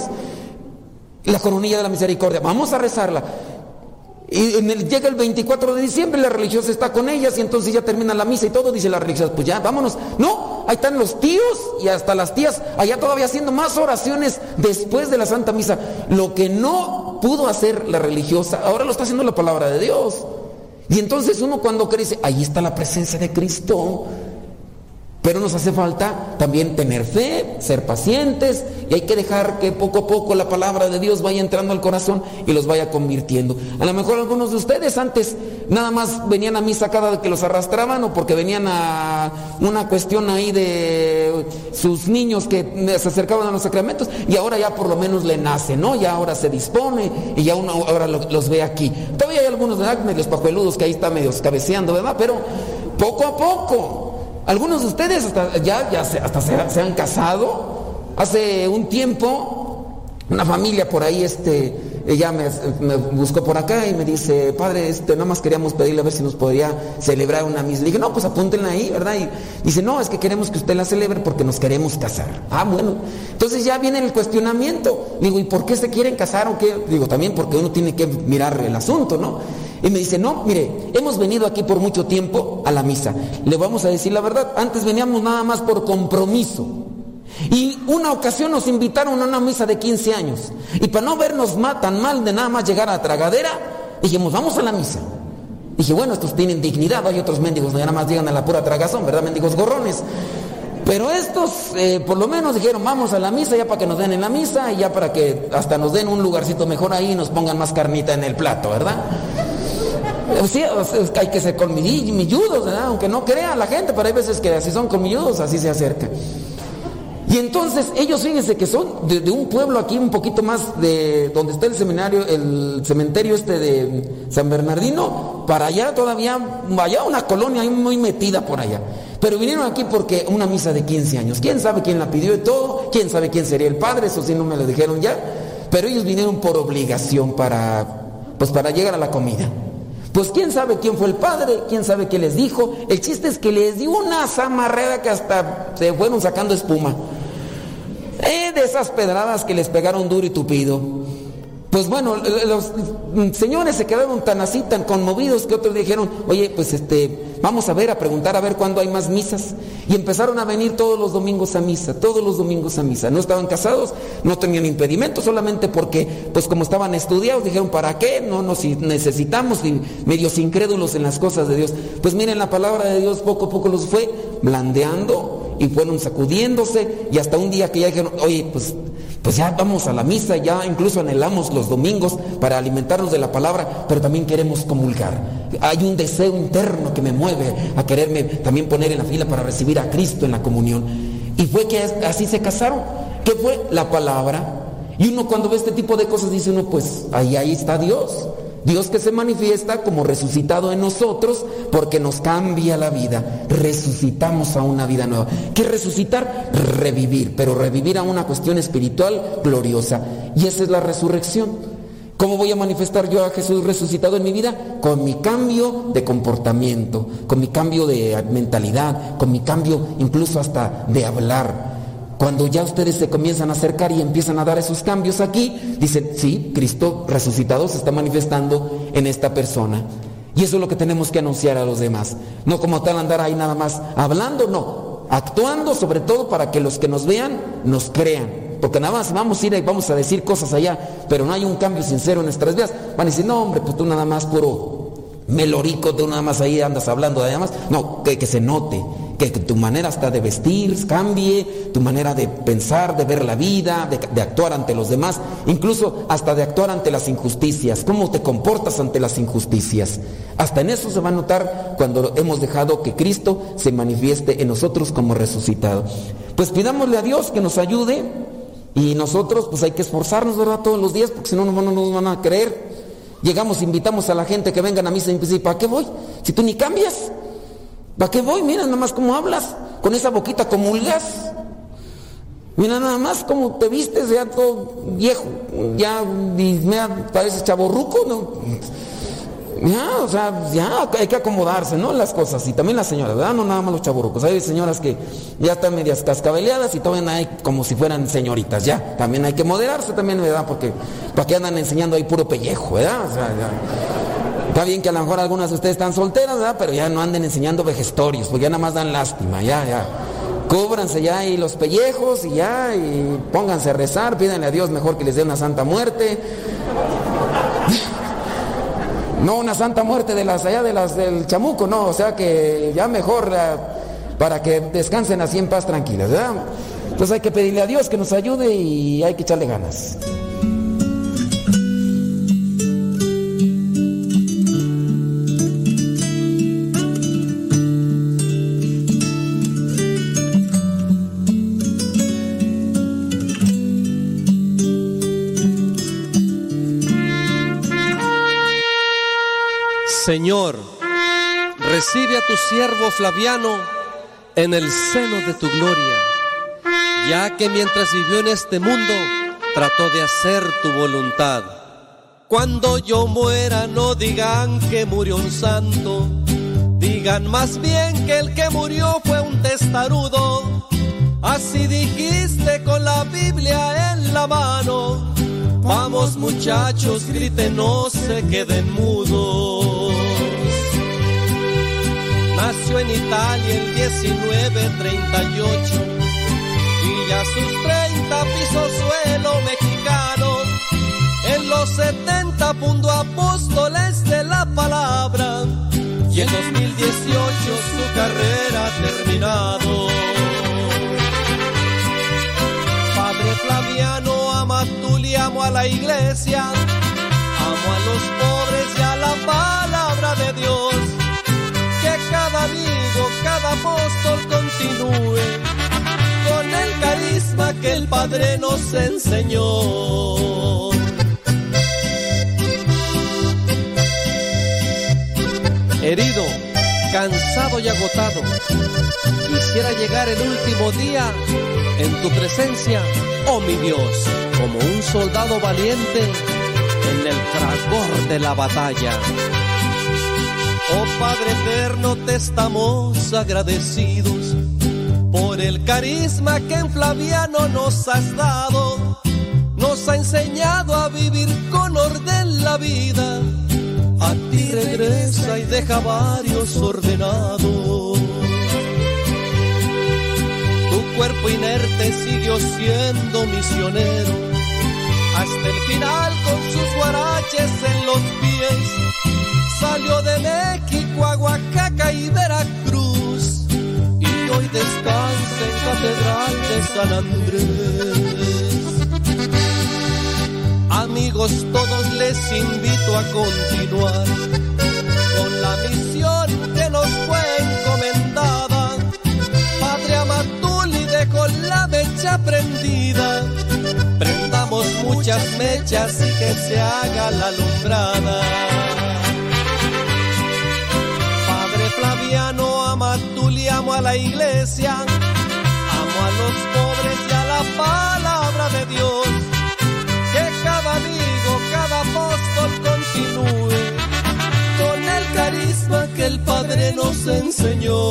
La coronilla de la misericordia, vamos a rezarla. Y en el, llega el veinticuatro de diciembre, la religiosa está con ellas, y entonces ya termina la misa y todo, dice la religiosa: pues ya, vámonos. No, ahí están los tíos y hasta las tías allá todavía haciendo más oraciones después de la Santa Misa. Lo que no pudo hacer la religiosa, ahora lo está haciendo la palabra de Dios. Y entonces uno cuando cree dice: ahí está la presencia de Cristo. Pero nos hace falta también tener fe, ser pacientes, y hay que dejar que poco a poco la palabra de Dios vaya entrando al corazón y los vaya convirtiendo. A lo mejor algunos de ustedes antes nada más venían a misa cada vez que los arrastraban, o porque venían a una cuestión ahí de sus niños que se acercaban a los sacramentos, y ahora ya por lo menos le nace, ¿no? Ya ahora se dispone y ya uno ahora los ve aquí. Todavía hay algunos, ¿verdad?, medios pajueludos que ahí están medios cabeceando, ¿verdad? Pero poco a poco. Algunos de ustedes hasta ya, ya se, hasta se, se han casado. Hace un tiempo, una familia por ahí, este, ella me, me buscó por acá y me dice: padre, este, nada más queríamos pedirle a ver si nos podría celebrar una misa. Le dije: no, pues apúntenla ahí, ¿verdad? Y dice: no, es que queremos que usted la celebre porque nos queremos casar. Ah, bueno. Entonces ya viene el cuestionamiento. Digo: ¿y por qué se quieren casar o qué? Digo: también porque uno tiene que mirar el asunto, ¿no? Y me dice: no, mire, hemos venido aquí por mucho tiempo a la misa. Le vamos a decir la verdad, antes veníamos nada más por compromiso. Y una ocasión nos invitaron a una misa de quince años. Y para no vernos mal, tan mal de nada más llegar a la tragadera, dijimos: vamos a la misa. Dije: bueno, estos tienen dignidad, hay otros mendigos que nada más llegan a la pura tragazón, ¿verdad? Mendigos gorrones. Pero estos, eh, por lo menos dijeron: vamos a la misa, ya para que nos den en la misa, y ya para que hasta nos den un lugarcito mejor ahí y nos pongan más carnita en el plato, ¿verdad? Sí, hay que ser colmilludos, ¿verdad? Aunque no crea la gente, pero hay veces que así son colmilludos, así se acercan. Y entonces ellos, fíjense que son de, de un pueblo aquí un poquito más de donde está el seminario, el cementerio este de San Bernardino, para allá todavía, allá una colonia ahí muy metida por allá. Pero vinieron aquí porque una misa de quince años. ¿Quién sabe quién la pidió y todo? ¿Quién sabe quién sería el padre? Eso sí no me lo dijeron ya. Pero ellos vinieron por obligación para, pues para llegar a la comida. Pues quién sabe quién fue el padre, quién sabe qué les dijo. El chiste es que les dio una zamarrera que hasta se fueron sacando espuma. Eh, de esas pedradas que les pegaron duro y tupido. Pues bueno, los señores se quedaron tan así, tan conmovidos, que otros dijeron: oye, pues este, vamos a ver, a preguntar a ver cuándo hay más misas. Y empezaron a venir todos los domingos a misa, todos los domingos a misa. No estaban casados, no tenían impedimento, solamente porque, pues como estaban estudiados, dijeron: ¿para qué? No nos necesitamos, y medios incrédulos en las cosas de Dios. Pues miren, la palabra de Dios poco a poco los fue blandeando y fueron sacudiéndose, y hasta un día que ya dijeron: oye, pues pues ya vamos a la misa, ya incluso anhelamos los domingos para alimentarnos de la palabra, pero también queremos comulgar. Hay un deseo interno que me mueve a quererme también poner en la fila para recibir a Cristo en la comunión. Y fue que así se casaron. ¿Qué fue? La palabra. Y uno cuando ve este tipo de cosas dice uno: pues ahí, ahí está Dios. Dios que se manifiesta como resucitado en nosotros, porque nos cambia la vida. Resucitamos a una vida nueva. ¿Qué es resucitar? Revivir, pero revivir a una cuestión espiritual gloriosa. Y esa es la resurrección. ¿Cómo voy a manifestar yo a Jesús resucitado en mi vida? Con mi cambio de comportamiento, con mi cambio de mentalidad, con mi cambio incluso hasta de hablar. Cuando ya ustedes se comienzan a acercar y empiezan a dar esos cambios aquí, dicen: sí, Cristo resucitado se está manifestando en esta persona. Y eso es lo que tenemos que anunciar a los demás. No como tal andar ahí nada más hablando, no. Actuando, sobre todo para que los que nos vean nos crean. Porque nada más vamos a ir y vamos a decir cosas allá, pero no hay un cambio sincero en nuestras vidas. Van a decir: no, hombre, pues tú nada más puro melorico, tú nada más ahí andas hablando de más. No, que, que se note. Que tu manera hasta de vestir cambie, tu manera de pensar, de ver la vida, de, de actuar ante los demás, incluso hasta de actuar ante las injusticias. ¿Cómo te comportas ante las injusticias? Hasta en eso se va a notar cuando hemos dejado que Cristo se manifieste en nosotros como resucitado. Pues pidámosle a Dios que nos ayude, y nosotros pues hay que esforzarnos, ¿verdad?, todos los días, porque si no, no, no nos van a creer. Llegamos, invitamos a la gente que vengan a misa y dicen: ¿para qué voy? Si tú ni cambias. ¿Para qué voy? Mira nada más cómo hablas, con esa boquita comulgas. Mira nada más cómo te vistes, ya todo viejo, ya me pareces chavorruco, ¿no? Ya, o sea, ya hay que acomodarse, ¿no? Las cosas, y también las señoras, ¿verdad? No nada más los chavorrucos. Hay señoras que ya están medias cascabeleadas y todavía hay como si fueran señoritas, ya. También hay que moderarse también, ¿verdad? Porque ¿para qué andan enseñando ahí puro pellejo, ¿verdad? O sea, ya. Está bien que a lo mejor algunas de ustedes están solteras, ¿verdad? Pero ya no anden enseñando vejestorios, porque ya nada más dan lástima, ya, ya. Cúbranse ya ahí los pellejos y ya, y pónganse a rezar, pídanle a Dios mejor que les dé una santa muerte. No una santa muerte de las allá de las del chamuco, no, o sea que ya mejor la, para que descansen así en paz tranquilas, ¿verdad? Entonces hay que pedirle a Dios que nos ayude y hay que echarle ganas. Señor, recibe a tu siervo Flaviano en el seno de tu gloria, ya que mientras vivió en este mundo, trató de hacer tu voluntad. Cuando yo muera, no digan que murió un santo, digan más bien que el que murió fue un testarudo. Así dijiste con la Biblia en la mano. Vamos muchachos, griten, no se queden mudos. Nació en Italia el diecinueve treinta y ocho y ya sus treinta pisó suelo mexicano. En los setenta fundó Apóstoles de la Palabra y en dos mil dieciocho su carrera ha terminado. Padre Flaviano, ama tú y amo a la iglesia, amo a los pobres y a la palabra de Dios. Que cada amigo, cada apóstol continúe con el carisma que el Padre nos enseñó. Herido, cansado y agotado, quisiera llegar el último día en tu presencia, oh mi Dios, como un soldado valiente en el fragor de la batalla. Oh Padre eterno, te estamos agradecidos por el carisma que en Flaviano nos has dado. Nos ha enseñado a vivir con orden la vida. A ti regresa y deja varios ordenados. Tu cuerpo inerte siguió siendo misionero hasta el final con sus guaraches en los pies. Salió de México a Oaxaca y Veracruz y hoy descansa en Catedral de San Andrés. Amigos, todos les invito a continuar con la misión que nos fue encomendada. Padre Amatuli dejó la mecha prendida, prendamos muchas mechas y que se haga la alumbrada. Padre Flaviano, ama tú y amo a la iglesia, amo a los pobres y a la palabra de Dios. Que cada amigo, cada apóstol continúe con el carisma que el Padre nos enseñó.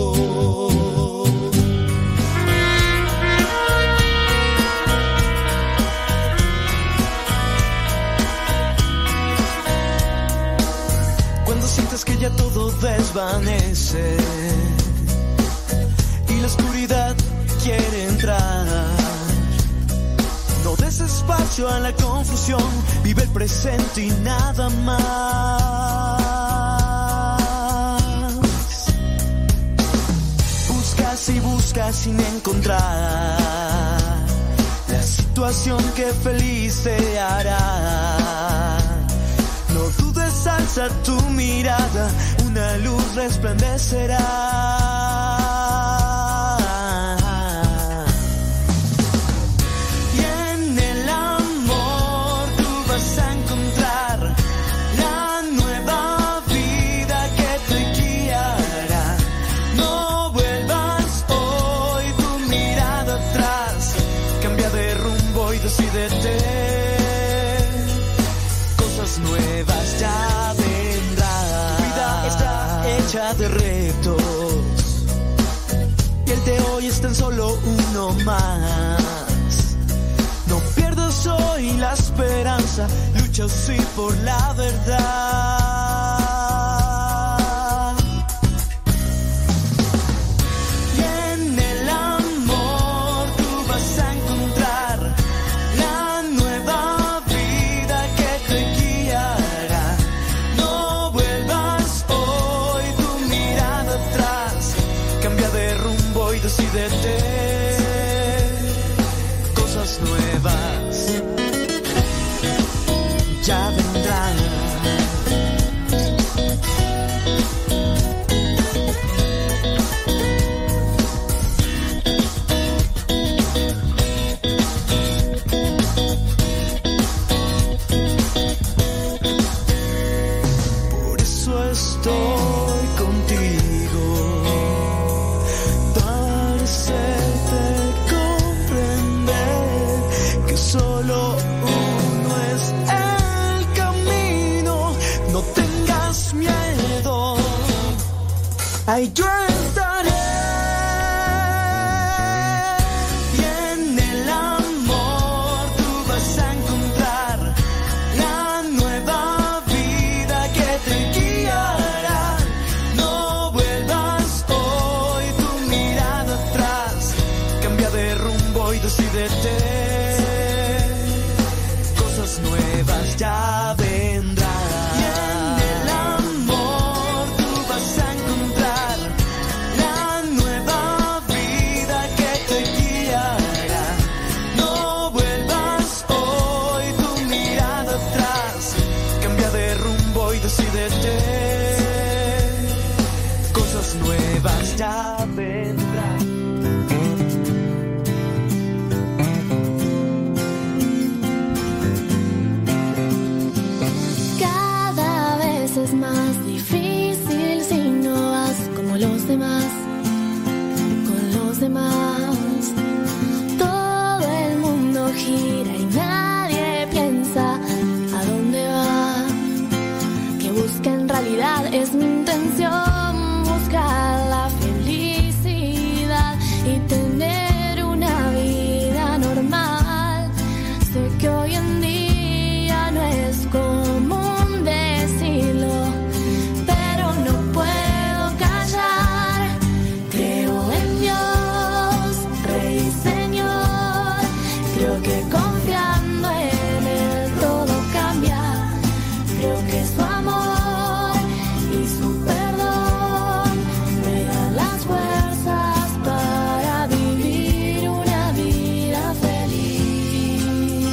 Cuando sientes que ya todo desvanece y la oscuridad quiere entrar, no des espacio a la confusión, vive el presente y nada más. Buscas y buscas sin encontrar la situación que feliz te hará. No dudes, alza tu mirada, una luz resplandecerá. De retos y el de hoy es tan solo uno más. No pierdas hoy la esperanza, lucha sí por la verdad. Y en el amor tú vas a encontrar la nueva vida que te guiará. No vuelvas hoy, cambia de estoy contigo para hacerte comprender que solo uno es el camino. No tengas miedo, ay, yo estaré. Cosas nuevas ya vendrán. Y en el amor tú vas a encontrar la nueva vida que te guiará. No vuelvas hoy tu mirada atrás. Cambia de rumbo y decídete. Cosas nuevas ya vendrán. Es más difícil si no vas como los demás, con los demás. Todo el mundo gira y nadie piensa a dónde va. Que busca en realidad es mi intención, buscar la felicidad y tener una vida normal. Sé que hoy en día no es común decirlo, pero no puedo callar. Creo en Dios, Rey y Señor. Creo que confiando en Él todo cambia. Creo que su amor y su perdón me dan las fuerzas para vivir una vida feliz.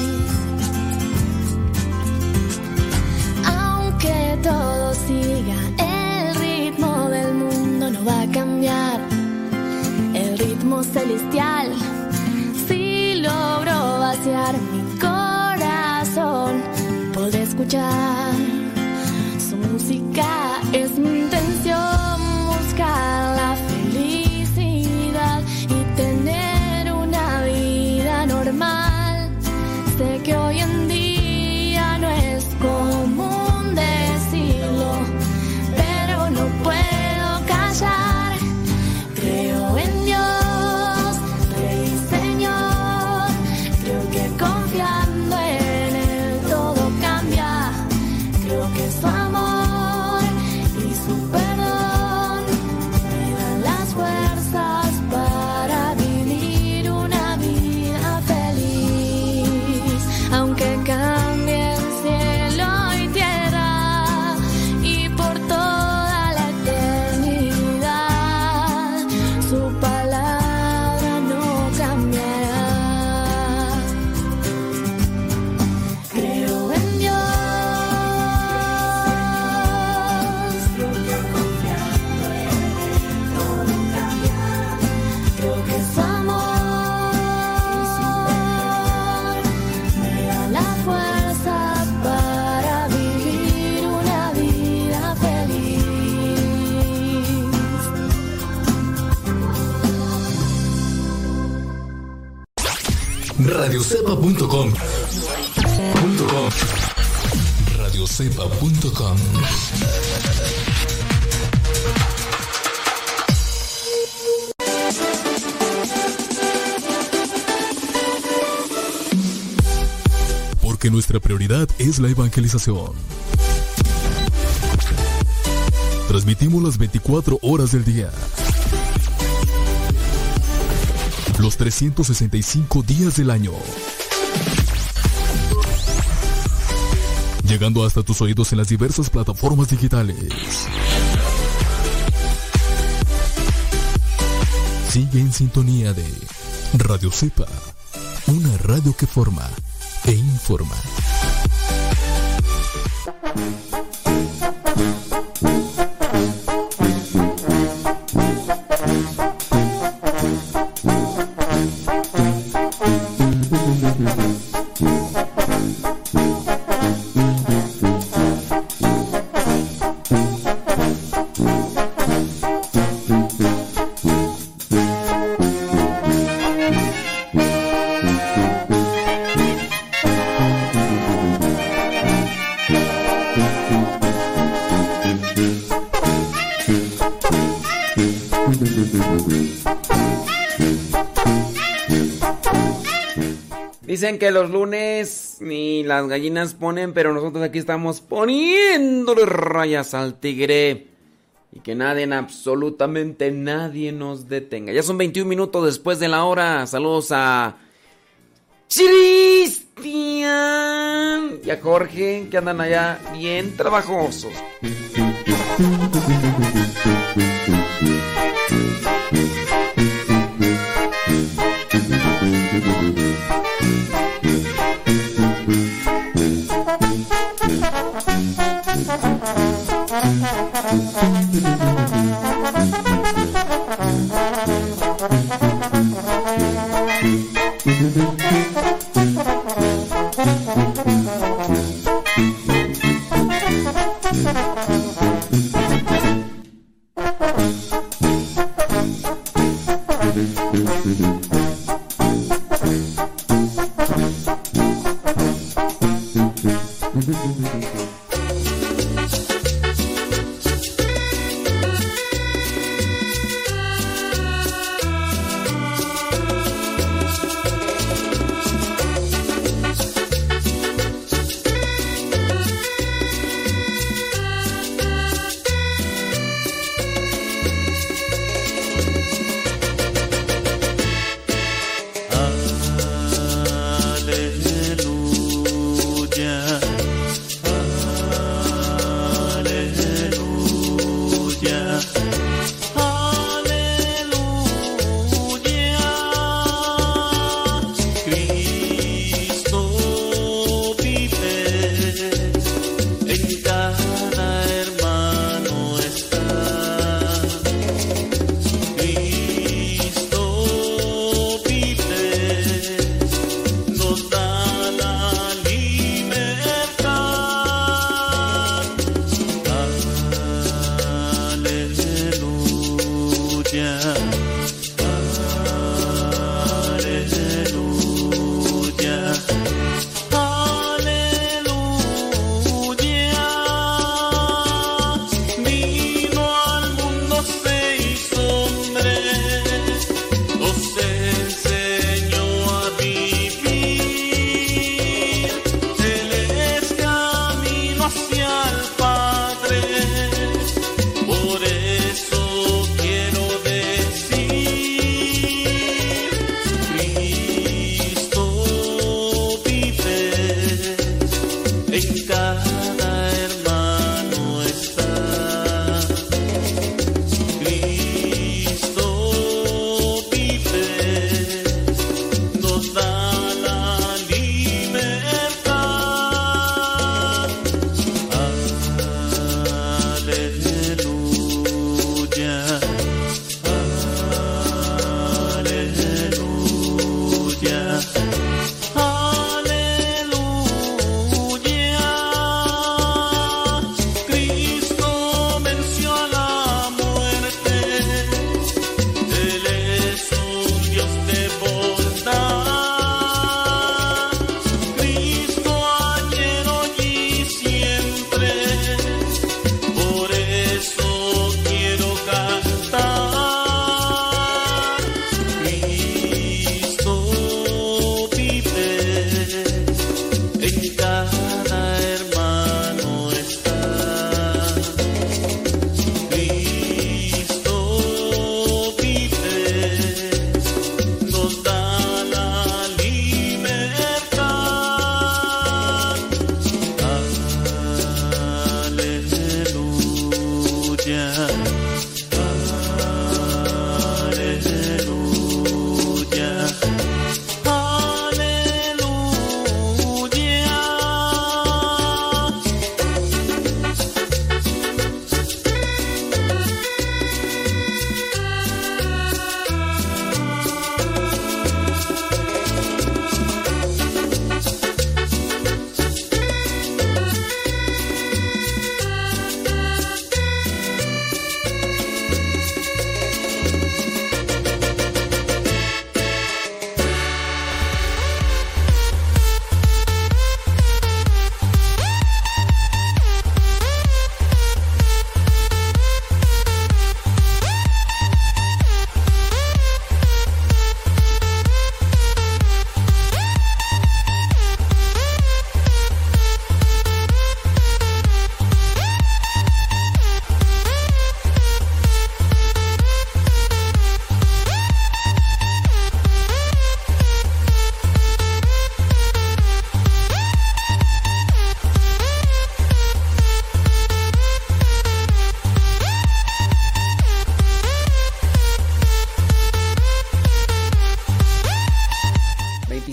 Aunque todo siga, el ritmo del mundo no va a cambiar. El ritmo celestial, si logro vaciar mi corazón, podré escuchar su música. Es mi intención buscar la felicidad y tener una vida normal. Sé que hoy en día no es común decirlo, pero no puedo callar. Creo en Dios, Rey y Señor. Creo que confiando en Él todo cambia. Creo que su amor y su perdón me dan las fuerzas para vivir una vida feliz. Aunque cambie el cielo y tierra y por toda la eternidad, su palabra no cambiará. Creo en Dios, creo que confiando en Él todo cambia. Creo que su amor y su perdón me dan la fuerza para vivir una vida feliz. radiocepa punto com radiocepa punto com Porque nuestra prioridad es la evangelización. Transmitimos las veinticuatro horas del día, los trescientos sesenta y cinco días del año, llegando hasta tus oídos en las diversas plataformas digitales. Sigue en sintonía de Radio Cepa, una radio que forma e informa. Dicen que los lunes ni las gallinas ponen, pero nosotros aquí estamos poniéndole rayas al tigre. Y que nadie, absolutamente nadie nos detenga. Ya son veintiún minutos después de la hora. Saludos a Cristian y a Jorge, que andan allá bien trabajosos.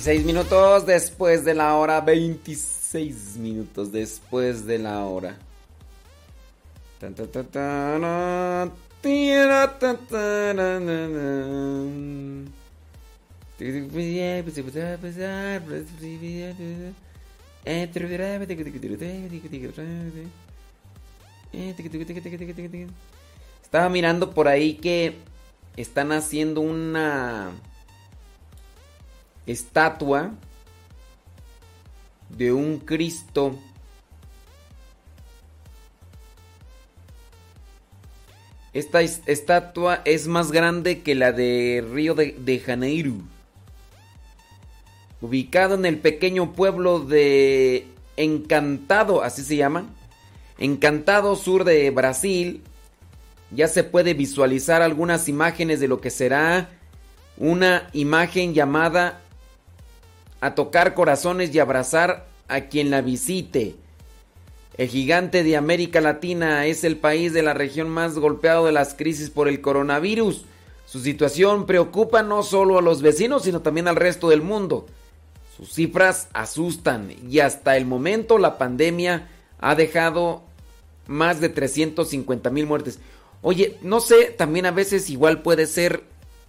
veintiséis minutos después de la hora. veintiséis minutos después de la hora. Tan, tan, tan, tan, tira, tan, tan, tan, tan. Estaba mirando por ahí que están haciendo una estatua de un Cristo Esta es- estatua es más grande que la de Río de, de Janeiro. Ubicado en el pequeño pueblo de Encantado, así se llama. Encantado, sur de Brasil. Ya se puede visualizar algunas imágenes de lo que será una imagen llamada A tocar corazones y abrazar a quien la visite. El gigante de América Latina es el país de la región más golpeado de las crisis por el coronavirus. Su situación preocupa no solo a los vecinos, sino también al resto del mundo. Sus cifras asustan y hasta el momento la pandemia ha dejado más de trescientas cincuenta mil muertes. Oye, no sé, también a veces igual puede ser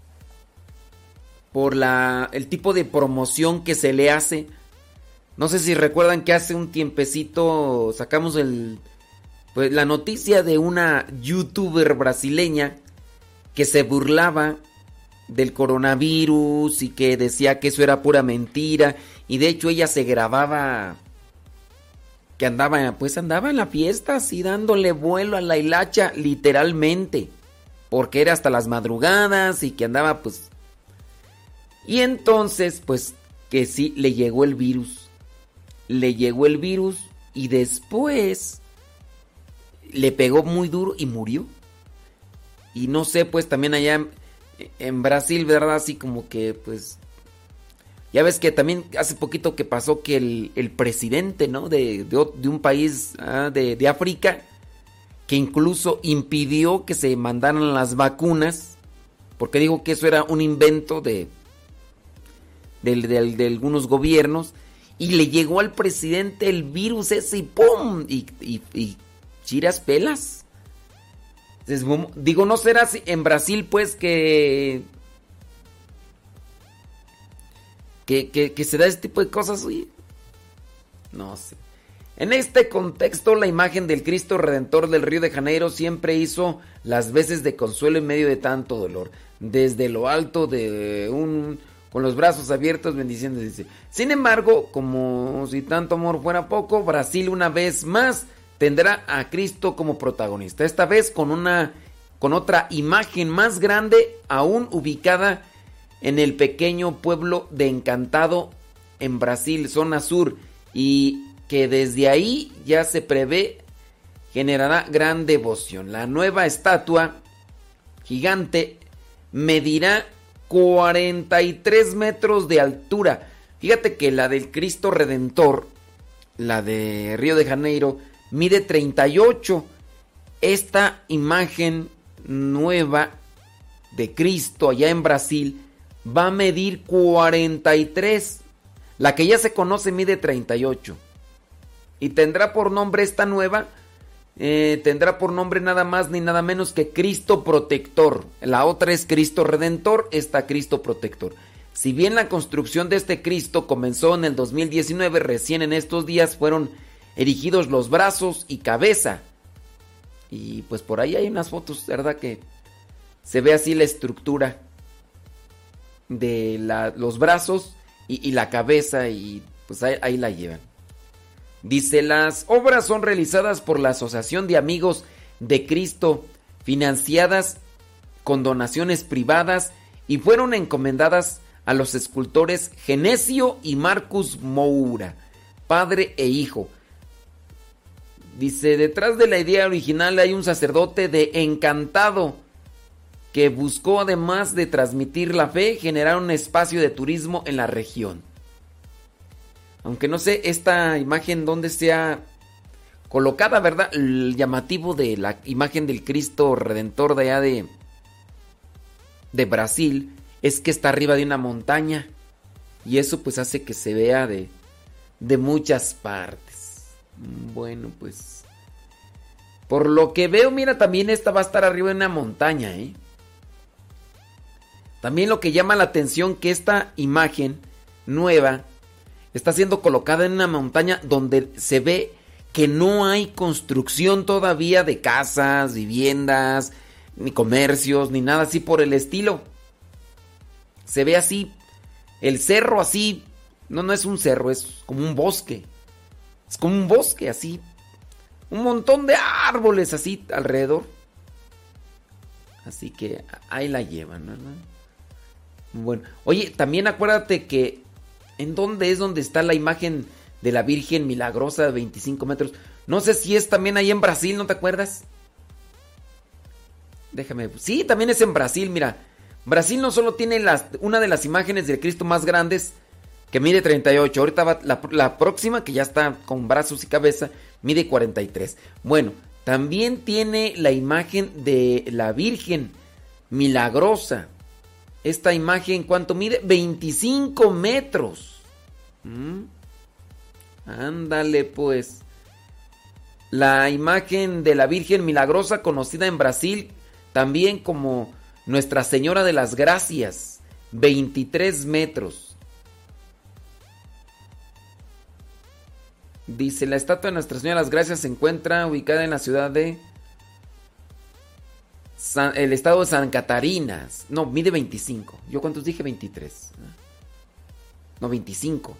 por la, el tipo de promoción que se le hace. No sé si recuerdan que hace un tiempecito sacamos el, pues, la noticia de una youtuber brasileña que se burlaba del coronavirus y que decía que eso era pura mentira. Y de hecho ella se grababa que andaba, pues andaba en la fiesta así dándole vuelo a la hilacha literalmente. Porque era hasta las madrugadas y que andaba pues... Y entonces pues que sí le llegó el virus. Le llegó el virus y después le pegó muy duro y murió. Y no sé, pues también allá en, en Brasil, ¿verdad? Así como que, pues... Ya ves que también hace poquito que pasó que el, el presidente, ¿no? De, de, o- de un país ah, de, de África, que incluso impidió que se mandaran las vacunas, porque dijo que eso era un invento de, de, de, de algunos gobiernos. Y le llegó al presidente el virus ese y ¡pum! Y, y, y chiras pelas. Entonces, mom- digo, ¿no será así en Brasil pues que, que, que, que se da este tipo de cosas? Oye, no sé. En este contexto, la imagen del Cristo Redentor del Río de Janeiro siempre hizo las veces de consuelo en medio de tanto dolor. Desde lo alto de un... con los brazos abiertos bendiciendo, dice. Sin embargo, como si tanto amor fuera poco, Brasil una vez más tendrá a Cristo como protagonista. Esta vez con una, con otra imagen más grande, aún ubicada en el pequeño pueblo de Encantado, en Brasil, zona sur, y que desde ahí ya se prevé generará gran devoción. La nueva estatua gigante medirá cuarenta y tres metros de altura. Fíjate que la del Cristo Redentor, la de Río de Janeiro, mide treinta y ocho. Esta imagen nueva de Cristo allá en Brasil va a medir cuarenta y tres. La que ya se conoce mide treinta y ocho. Y tendrá por nombre esta nueva, eh, tendrá por nombre nada más ni nada menos que Cristo Protector. La otra es Cristo Redentor, esta Cristo Protector. Si bien la construcción de este Cristo comenzó en el dos mil diecinueve, recién en estos días fueron erigidos los brazos y cabeza. Y pues por ahí hay unas fotos, ¿verdad? Que se ve así la estructura de la, los brazos y, y la cabeza, y pues ahí, ahí la llevan. Dice, las obras son realizadas por la Asociación de Amigos de Cristo, financiadas con donaciones privadas y fueron encomendadas a los escultores Genesio y Marcus Moura, padre e hijo. Dice, detrás de la idea original hay un sacerdote de Encantado que buscó, además de transmitir la fe, generar un espacio de turismo en la región. Aunque no sé esta imagen dónde sea colocada, ¿verdad? El llamativo de la imagen del Cristo Redentor de allá de, de Brasil es que está arriba de una montaña. Y eso pues hace que se vea de, de muchas partes. Bueno, pues... Por lo que veo, mira, también esta va a estar arriba en una montaña, ¿eh? También lo que llama la atención que esta imagen nueva está siendo colocada en una montaña donde se ve que no hay construcción todavía de casas, viviendas, ni comercios, ni nada así por el estilo. Se ve así, el cerro así, no, no es un cerro, es como un bosque. Es como un bosque así, un montón de árboles así alrededor. Así que ahí la llevan, ¿no? Bueno, oye, también acuérdate que ¿en dónde es donde está la imagen de la Virgen Milagrosa de veinticinco metros? No sé si es también ahí en Brasil, ¿no te acuerdas? Déjame, sí, también es en Brasil, mira. Brasil no solo tiene las, una de las imágenes del Cristo más grandes, que mide treinta y ocho. Ahorita va la, la próxima, que ya está con brazos y cabeza, mide cuarenta y tres. Bueno, también tiene la imagen de la Virgen Milagrosa. Esta imagen, ¿cuánto mide? veinticinco metros. ¿Mm? Ándale, pues. La imagen de la Virgen Milagrosa, conocida en Brasil también como Nuestra Señora de las Gracias, veintitrés metros. Dice, la estatua de Nuestra Señora de las Gracias se encuentra ubicada en la ciudad de... San, el estado de San Catarinas. No, mide veinticinco. ¿Yo cuántos dije? veintitrés. No, veinticinco.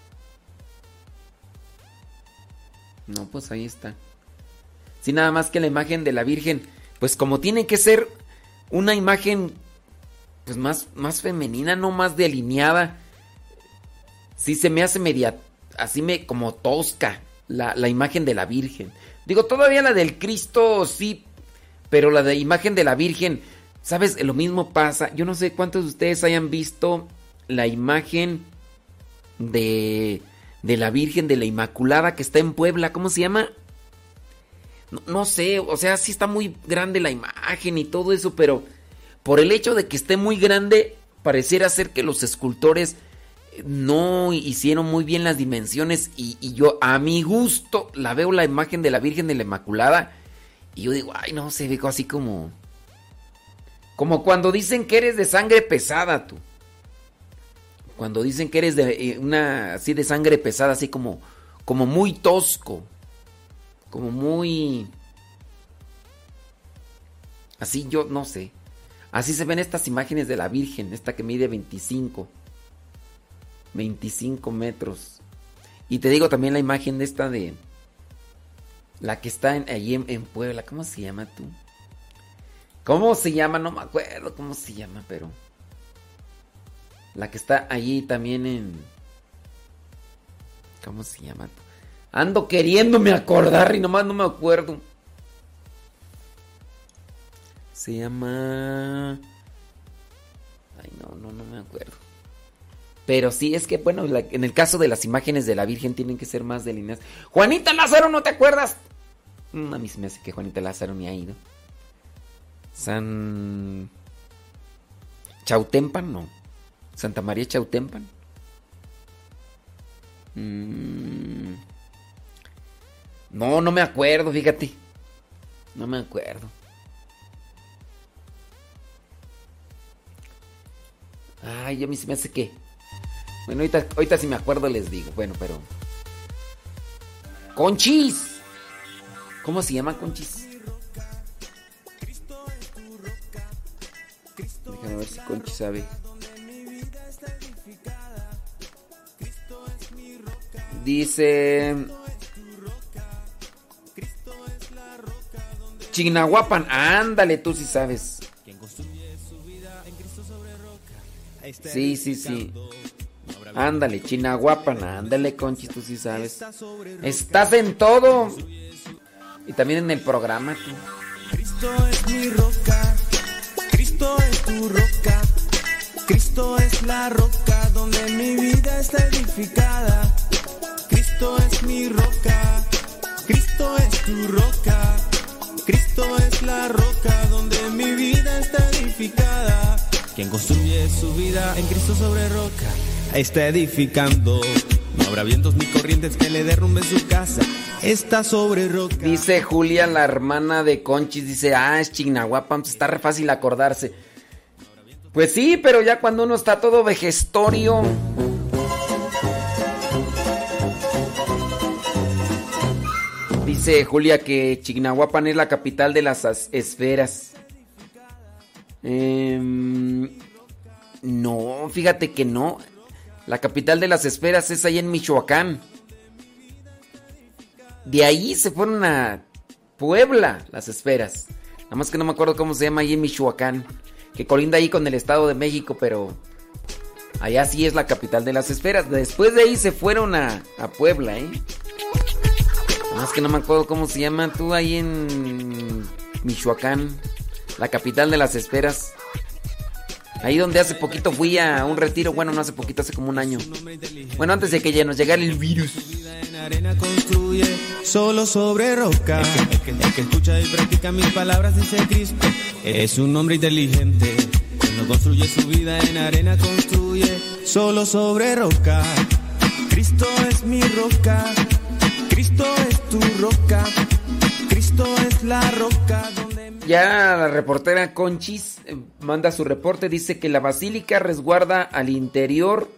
No, pues ahí está. Sí, nada más que la imagen de la Virgen, pues como tiene que ser una imagen pues más, más femenina, no más delineada. Sí se me hace media, así me como tosca la, la imagen de la Virgen. Digo, todavía la del Cristo sí, pero la de imagen de la Virgen, ¿sabes? Lo mismo pasa. Yo no sé cuántos de ustedes hayan visto la imagen de, de la Virgen de la Inmaculada que está en Puebla. ¿Cómo se llama? No, no sé, o sea, sí está muy grande la imagen y todo eso, pero por el hecho de que esté muy grande, pareciera ser que los escultores no hicieron muy bien las dimensiones y, y yo a mi gusto la veo la imagen de la Virgen de la Inmaculada y yo digo, ay no, se ve así como como cuando dicen que eres de sangre pesada tú, cuando dicen que eres de una así de sangre pesada, así como como muy tosco, como muy así, yo no sé, así se ven estas imágenes de la Virgen, esta que mide veinticinco metros. Y te digo también la imagen de esta de la que está en, allí en, en Puebla. ¿Cómo se llama tú? ¿Cómo se llama? No me acuerdo cómo se llama, pero la que está allí también en... ¿Cómo se llama tú? Ando queriéndome acordar y nomás no me acuerdo. Se llama... Ay, no, no, no me acuerdo. Pero sí, es que, bueno, la, en el caso de las imágenes de la Virgen tienen que ser más delineadas. Juanita Lázaro, ¿no te acuerdas? Mm, a mí se me hace que Juanita Lázaro ni ha ido. San... Chautempan, no. Santa María Chautempan. Mm... No, no me acuerdo, fíjate. No me acuerdo. Ay, a mí se me hace que... Bueno, ahorita, ahorita si me acuerdo les digo. Bueno, pero... ¡Conchis! ¿Cómo se llama Conchis? Déjame ver si Conchis sabe. Dice... Chignahuapan. Ándale, tú sí sabes. Sí, sí, sí. Ándale, Chignahuapan, ándale, Conchis, tú sí sabes. Estás en todo. Y también en el programa, tú. Cristo es mi roca, Cristo es tu roca, Cristo es la roca donde mi vida está edificada. Cristo es mi roca, Cristo es tu roca, Cristo es la roca donde mi vida está edificada. Quien construye su vida en Cristo sobre roca, está edificando. No habrá vientos ni corrientes que le derrumben su casa. Está sobre roca. Dice Julia, la hermana de Conchis, dice, ah, es Chignahuapan, pues está re fácil acordarse. Pues sí, pero ya cuando uno está todo vejestorio. Dice Julia que Chignahuapan es la capital de las esferas. Eh, no, fíjate que no. La capital de las esferas es allá en Michoacán. De ahí se fueron a Puebla, las esferas. Nada más que no me acuerdo cómo se llama ahí en Michoacán. Que colinda ahí con el Estado de México, pero allá sí es la capital de las esferas. Después de ahí se fueron a, a Puebla, ¿eh? Nada más que no me acuerdo cómo se llama tú ahí en Michoacán. La capital de las esferas. Ahí donde hace poquito fui a un retiro. Bueno, no hace poquito, hace como un año. Bueno, antes de que ya nos llegara el virus. En arena construye solo sobre roca. El que, el que, el que escucha y practica mis palabras dice Cristo. Es un hombre inteligente. Cuando construye su vida en arena construye solo sobre roca. Cristo es mi roca. Cristo es tu roca. Cristo es la roca donde... Ya la reportera Conchis eh, manda su reporte. Dice que la basílica resguarda al interior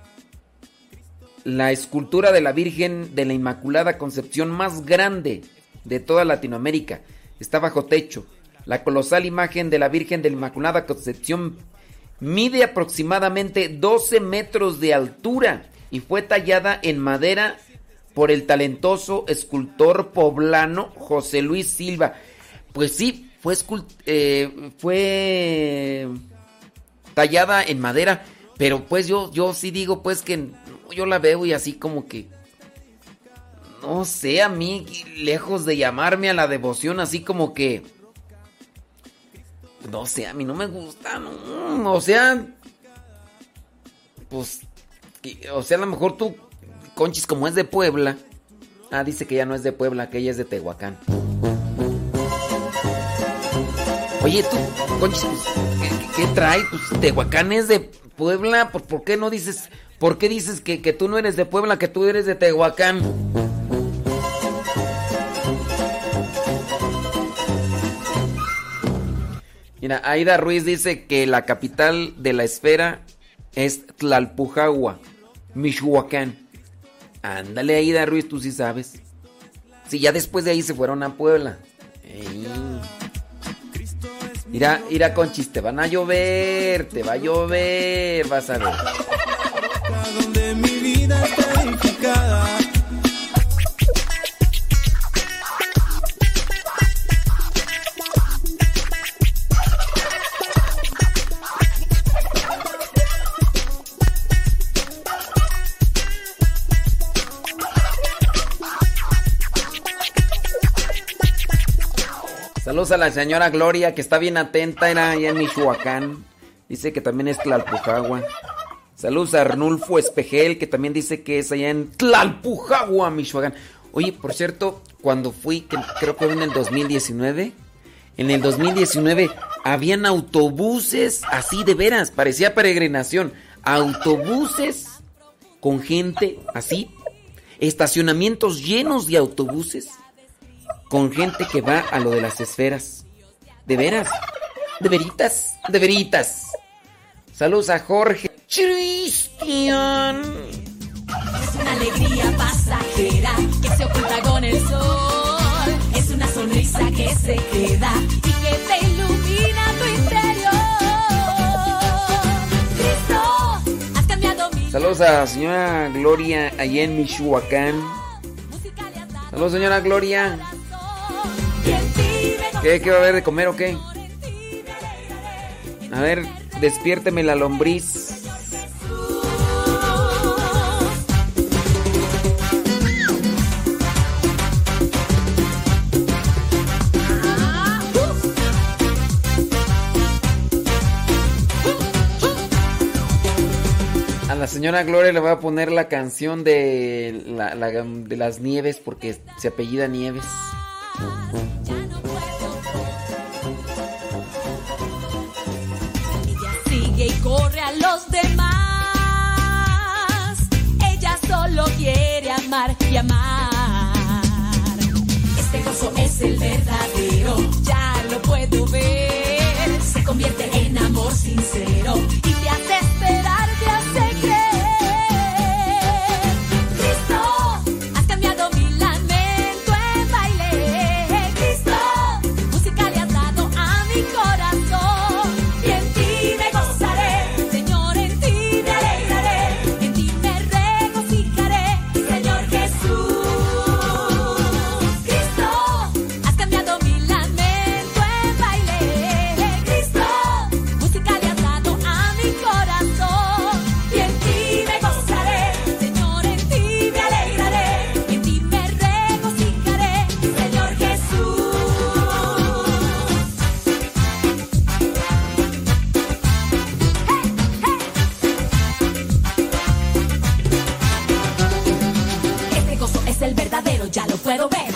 la escultura de la Virgen de la Inmaculada Concepción más grande de toda Latinoamérica. Está bajo techo. La colosal imagen de la Virgen de la Inmaculada Concepción mide aproximadamente doce metros de altura y fue tallada en madera por el talentoso escultor poblano José Luis Silva. Pues sí, fue, escult eh, fue tallada en madera, pero pues yo, yo sí digo pues que yo la veo y así como que, no sé, a mí, lejos de llamarme a la devoción, así como que, no sé, a mí no me gusta, no, o sea, pues, o sea, a lo mejor tú, Conchis, como es de Puebla, ah, dice que ya no es de Puebla, que ella es de Tehuacán. Oye, tú, Conchis, pues, ¿qué, qué trae? Pues Tehuacán es de Puebla, ¿por, por qué no dices, por qué dices que, que tú no eres de Puebla, que tú eres de Tehuacán? Mira, Aida Ruiz dice que la capital de la esfera es Tlalpujagua, Michoacán. Ándale, Aida Ruiz, tú sí sabes. Sí, ya después de ahí se fueron a Puebla. Ey. Mira, mira, Conchis, te van a llover, te va a llover, vas a ver. Donde mi vida está edificada. Saludos a la señora Gloria, que está bien atenta, era allá en Michoacán. Dice que también es Tlalpujagua. Saludos a Arnulfo Espejel, que también dice que es allá en Tlalpujagua, Michoacán. Oye, por cierto, cuando fui, que creo que fue en el dos mil diecinueve, en el dos mil diecinueve habían autobuses así de veras, parecía peregrinación. Autobuses con gente así, estacionamientos llenos de autobuses con gente que va a lo de las esferas. De veras, de veritas, de veritas. Saludos a Jorge Cristian. Es una alegría pasajera que se oculta con el sol. Es una sonrisa que se queda y que te ilumina tu interior. Cristo, has cambiado mi... Saludos a la señora Gloria allá en Michoacán. Saludos, señora Gloria. ¿Qué, qué va a haber de comer o qué? A ver, despiérteme la lombriz. A la señora Gloria le voy a poner la canción de, la, la, de las Nieves porque se apellida Nieves. Ella sigue y corre a los demás. es el verdadero, ya lo puedo ver. Se convierte en amor sincero y te hace esperar, te hace creer. Cristo, has cambiado mi lamento en baile. Cristo, música le has dado a mi corazón y en ti me gozaré, Señor, en ti me alegraré, en ti me regocijaré, Señor Jesús. Cristo, has cambiado mi lamento en baile. Cristo, música le has dado a mi corazón y en ti me gozaré, Señor, en ti me alegraré, en ti me regocijaré, Señor Jesús. Este gozo es el verdadero, ya lo puedo ver.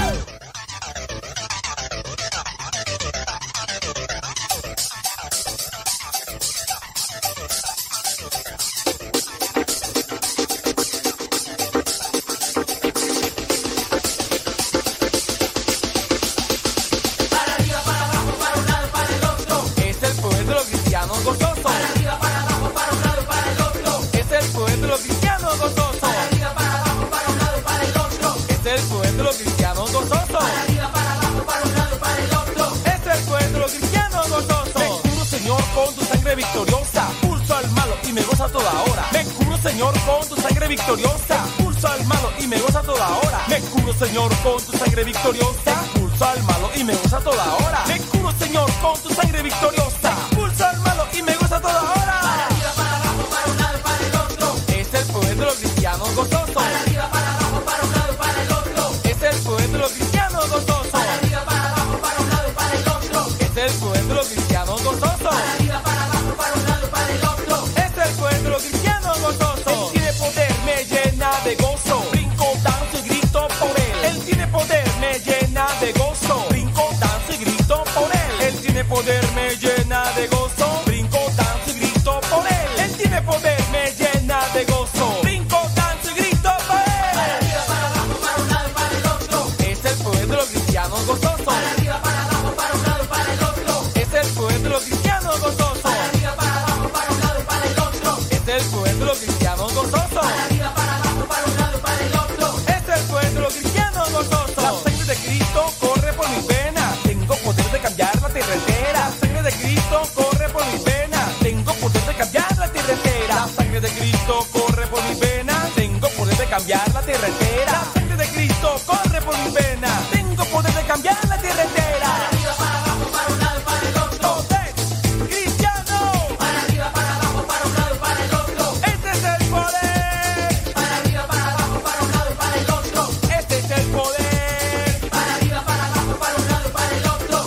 Es el poder de los cristianos gozosos. Para arriba, para abajo, para un lado, para el otro. Es el poder de los cristianos gozosos. Para arriba, para abajo, para un lado, para el otro. Es el poder de los cristianos gozosos. Para arriba, para abajo, para un lado, para el otro. Es el poder de los cristianos gozosos. Me cubro, Señor, con tu sangre victoriosa. Pulso al malo y me goza toda hora. Me cubro, Señor, con tu sangre victoriosa. Pulso al malo y me goza toda hora. Me cubro, Señor, con tu sangre victoriosa. Pulso al malo y me goza toda hora. Me cubro, Señor, con tu sangre victoriosa. Pulso al malo y me goza toda hora. Para arriba, para abajo, para un lado, para el otro. Es el poder de los cristianos gozosos. Para arriba, para abajo, para un lado, para el otro. Es el poder de los cristianos gozosos. Para arriba, para abajo, para un lado, para el otro. Es el poder de los cristianos gozosos. Para arriba, para abajo, para un lado, para el otro. Es el poder de los cristianos gozosos. Él tiene poder, me llena de gozo. Brinco, danzo y grito por él. Él tiene poder, me llena de gozo. Brinco, danzo y grito por él. Él tiene poder, me llena de gozo. Brinco, danzo y grito por él. Él tiene poder, me llena de gozo. Brinco, danzo y grito por él. Para arriba, para abajo, para un lado, para el otro. Es el poder de los cristianos gozosos. Para arriba, para abajo, para un lado, para el otro. Es el poder de los cristianos gozosos. Para arriba, para abajo, para un lado, para el otro. Es el poder de los cristianos gozosos. Para arriba, para abajo, para un lado, para el otro. Es el poder de los cristianos gozosos. La sangre de Cristo corre por mis venas. Tengo poder de cambiar la tierra entera. La sangre de Cristo corre por mis venas. Tengo poder de cambiar la tierra entera. La sangre de Cristo corre por mis venas. Tengo poder de cambiar la tierra entera. La sangre de Cristo corre por mis venas. Tengo poder de cambiar la tierra entera. Para arriba, para abajo, para un lado, para el otro. Poder cristiano. Para arriba, para abajo, para un lado, para el otro. Este es el poder. Para arriba, para abajo, para un lado, para el otro. Este es el poder. Para arriba, para abajo, para un lado, para el otro.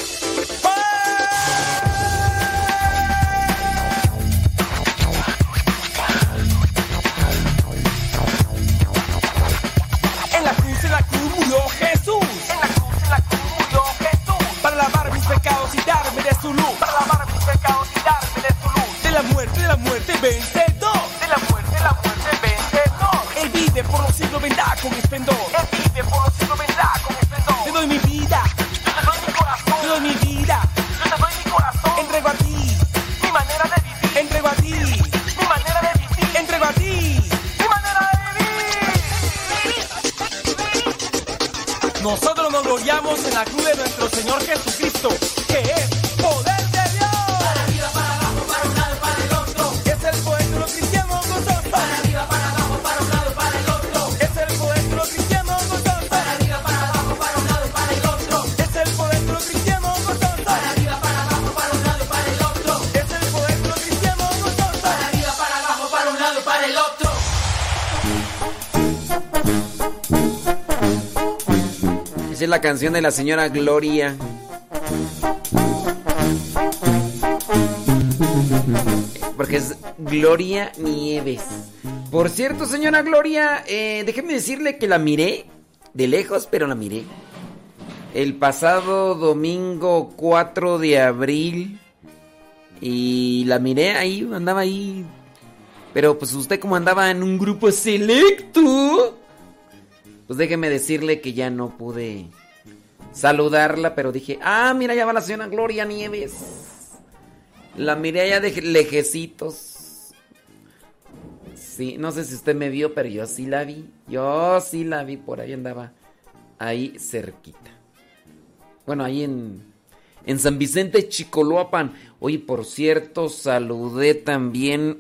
En la cruz, en la cruz murió Jesús. En la cruz, en la cruz murió Jesús. Para lavar mis pecados y darme de su luz. Para lavar mis pecados y darme de su luz. De la muerte, de la muerte vencedor. De la muerte, de la muerte vencedor. Él vive por los siglos, vendrá con esplendor. Él vive por los siglos, vendrá con esplendor. Te doy mi vida, yo te doy mi corazón. Te doy mi vida, yo te doy mi corazón. Entrego a ti, mi manera de vivir. Entrego a ti, mi manera de vivir. Entrego a ti, mi manera de vivir. Nosotros nos gloriamos en la cruz de nuestro Señor Jesucristo, que es poder de Dios. Para arriba, para abajo, para un lado, para el otro. Es el poder de los cristianos gozosos. Para arriba, para abajo, para un lado, para el otro. Es el poder de los cristianos gozosos. Para arriba, para abajo, para un lado, para el otro. Es el poder de los cristianos gozosos. Para arriba, para abajo, para un lado, para el otro. Es el poder de los cristianos gozosos. Para arriba, para abajo, para un lado, para el otro. Esa es la canción de la señora Gloria. Porque es Gloria Nieves. Por cierto, señora Gloria, eh, déjeme decirle que la miré de lejos, pero la miré. El pasado domingo cuatro de abril. Y la miré ahí, andaba ahí. Pero pues usted como andaba en un grupo selecto, pues déjeme decirle que ya no pude saludarla, pero dije, ah, mira, ya va la señora Gloria Nieves. La miré allá de lejecitos. Sí, no sé si usted me vio, pero yo sí la vi. Yo sí la vi, por ahí andaba. Ahí cerquita. Bueno, ahí en, en San Vicente, Chicoloapan. Oye, por cierto, saludé también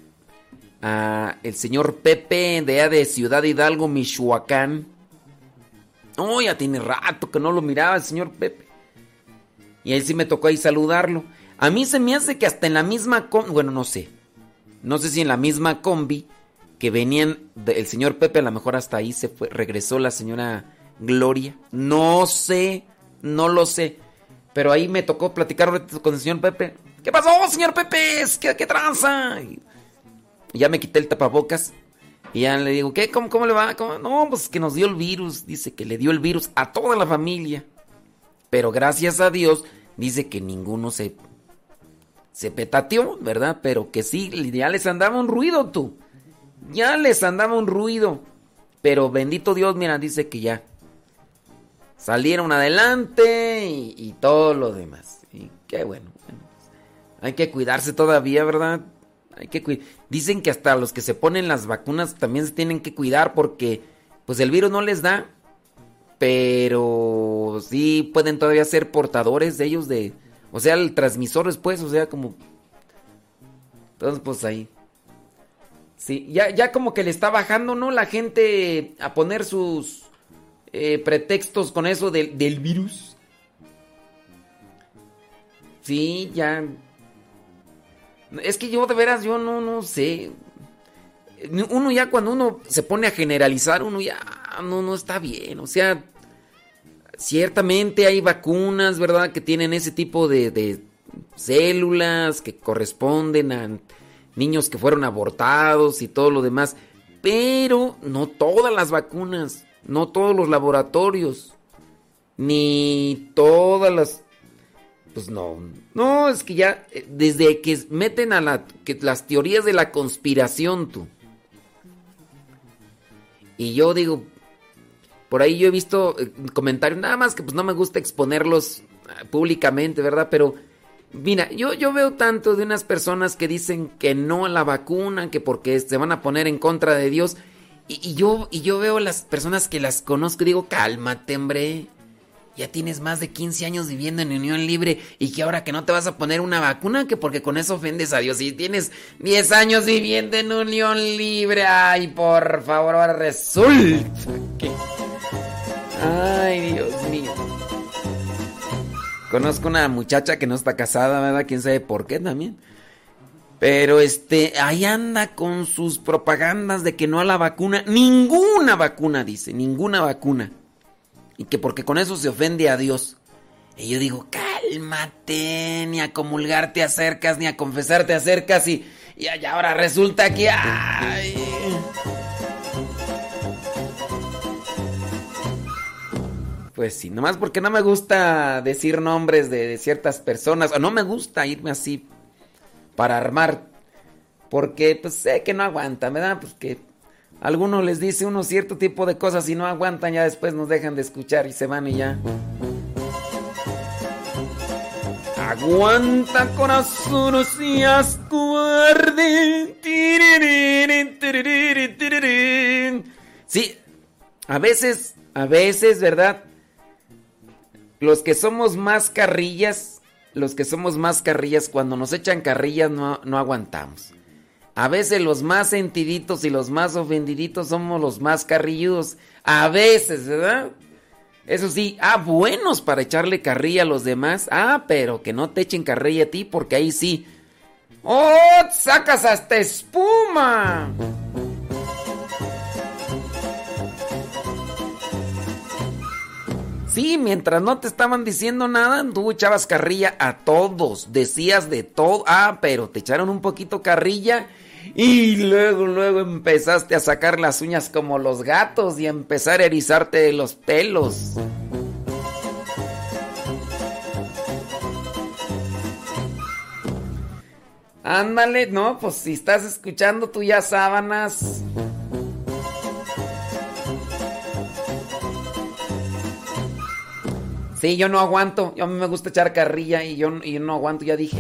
a el señor Pepe de allá de Ciudad Hidalgo, Michoacán. Oh, ya tiene rato que no lo miraba el señor Pepe. Y ahí sí me tocó ahí saludarlo. A mí se me hace que hasta en la misma combi, bueno, no sé. No sé si en la misma combi que venían de, el señor Pepe, a lo mejor hasta ahí se fue, regresó la señora Gloria. No sé, no lo sé. Pero ahí me tocó platicar con el señor Pepe. ¿Qué pasó, señor Pepe? ¿Qué, qué tranza? Y ya me quité el tapabocas. Y ya le digo, ¿qué? ¿Cómo, cómo le va? ¿Cómo? No, pues que nos dio el virus. Dice que le dio el virus a toda la familia. Pero gracias a Dios, dice que ninguno se, se petateó, ¿verdad? Pero que sí, ya les andaba un ruido, tú. Ya les andaba un ruido. Pero bendito Dios, mira, dice que ya salieron adelante y, y todo lo demás. Y qué bueno, bueno. Hay que cuidarse todavía, ¿verdad? Hay que cuidar. Dicen que hasta los que se ponen las vacunas también se tienen que cuidar porque pues el virus no les da, pero sí pueden todavía ser portadores de ellos de, o sea, el transmisor después, o sea, como entonces pues ahí. Sí, ya ya como que le está bajando, ¿no? La gente a poner sus eh, pretextos con eso de, del virus. Sí, ya. Es que yo de veras, yo no, no sé. Uno ya cuando uno se pone a generalizar, uno ya no, no está bien. O sea, ciertamente hay vacunas, ¿verdad? Que tienen ese tipo de, de células que corresponden a niños que fueron abortados y todo lo demás. Pero no todas las vacunas, no todos los laboratorios, ni todas las... Pues no, no, es que ya desde que meten a la, que las teorías de la conspiración, tú. Y yo digo, por ahí yo he visto comentarios, nada más que pues no me gusta exponerlos públicamente, ¿verdad? Pero mira, yo, yo veo tanto de unas personas que dicen que no a la vacuna, que porque se van a poner en contra de Dios. Y, y, yo, y yo veo las personas que las conozco y digo, cálmate, hombre. Ya tienes más de quince años viviendo en unión libre y que ahora que no te vas a poner una vacuna, que porque con eso ofendes a Dios. Y tienes diez años viviendo en unión libre. Ay, por favor, ahora resulta que... Ay, Dios mío. Conozco una muchacha que no está casada, ¿verdad? Quién sabe por qué también. Pero este, ahí anda con sus propagandas de que no a la vacuna. Ninguna vacuna, dice, ninguna vacuna. Y que porque con eso se ofende a Dios. Y yo digo, cálmate, ni a comulgar te acercas, ni a confesar te acercas. Y, y ahora resulta que... ¡Ay! Pues sí, nomás porque no me gusta decir nombres de, de ciertas personas. O no me gusta irme así para armar. Porque pues sé que no aguantan, ¿verdad? Pues que... Algunos les dice uno cierto tipo de cosas y no aguantan, ya después nos dejan de escuchar y se van y ya. Aguanta, corazón, no seas cobarde. Sí, a veces, a veces, ¿verdad? Los que somos más carrillas, los que somos más carrillas, cuando nos echan carrillas no, no aguantamos. A veces los más sentiditos y los más ofendiditos somos los más carrilludos. A veces, ¿verdad? Eso sí, ah, buenos para echarle carrilla a los demás. Ah, pero que no te echen carrilla a ti porque ahí sí. ¡Oh! ¡Sacas hasta espuma! Sí, mientras no te estaban diciendo nada, tú echabas carrilla a todos. Decías de todo. Ah, pero te echaron un poquito carrilla. Y luego, luego empezaste a sacar las uñas como los gatos y a empezar a erizarte los pelos. Ándale, no, pues si estás escuchando tú ya sábanas. Sí, yo no aguanto. Yo, a mí me gusta echar carrilla y yo, y yo no aguanto, ya dije.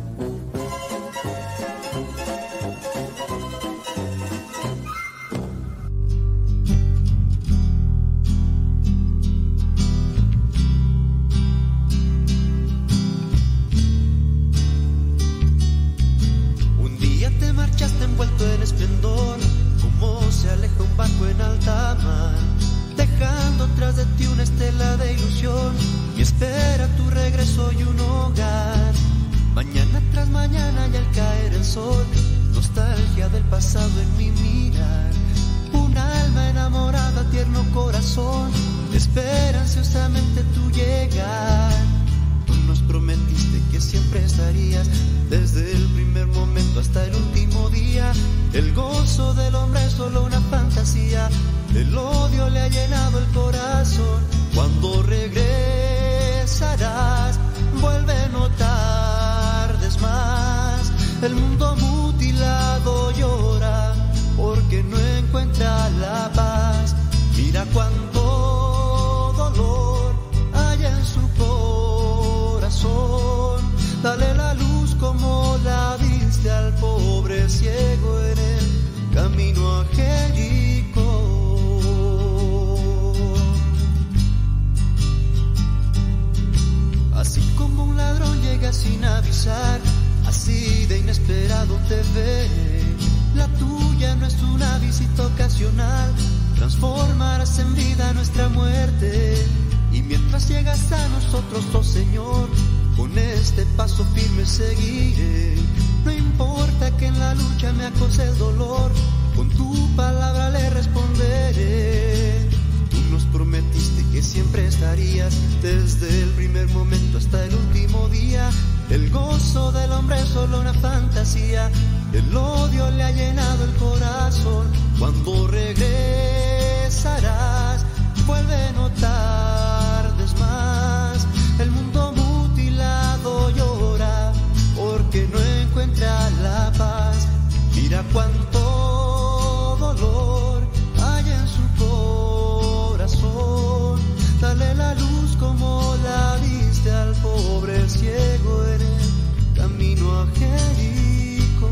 Un día te marchaste envuelto en esplendor, como se aleja un barco en alta mar, dejando tras de ti una estela de ilusión y espera tu regreso y un hogar. Mañana tras mañana y al caer el sol, nostalgia del pasado en mi mirar. Un alma enamorada, tierno corazón, espera ansiosamente tu llegar. Tú nos prometiste que siempre estarías, desde el primer momento hasta el último día. El gozo del hombre es solo una fantasía, el odio le ha llenado el corazón. Cuando regresarás, vuelve, no tardes más. El mundo mutilado llora porque no encuentra la paz. Mira cuánto dolor hay en su corazón. Dale la luz como la diste al pobre ciego en el camino a Jericó. Así como un ladrón llega sin avisar, así de inesperado te ve. La tuya no es una visita ocasional, transformarás en vida nuestra muerte. Y mientras llegas a nosotros, oh Señor, con este paso firme seguiré. No importa que en la lucha me acose el dolor, con tu palabra le responderé. Tú nos prometiste que siempre estarías, desde el primer momento hasta el último día. El gozo del hombre es solo una fantasía, el odio le ha llenado el corazón. Cuando regresarás, vuelve, no tardes más. El mundo mutilado llora porque no encuentra la paz. Mira cuánto dolor hay en su corazón. Dale la luz como la diste al pobre ciego en el camino a Jericó.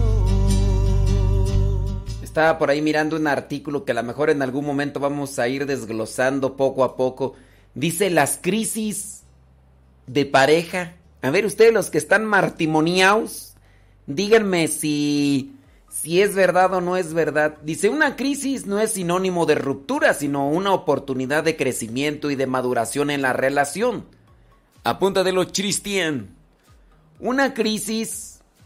Estaba por ahí mirando un artículo que a lo mejor en algún momento vamos a ir desglosando poco a poco. Dice las crisis de pareja. A ver, ustedes los que están matrimoniados, díganme si, si es verdad o no es verdad. Dice, una crisis no es sinónimo de ruptura, sino una oportunidad de crecimiento y de maduración en la relación. Apúntatelo, Cristian. Una crisis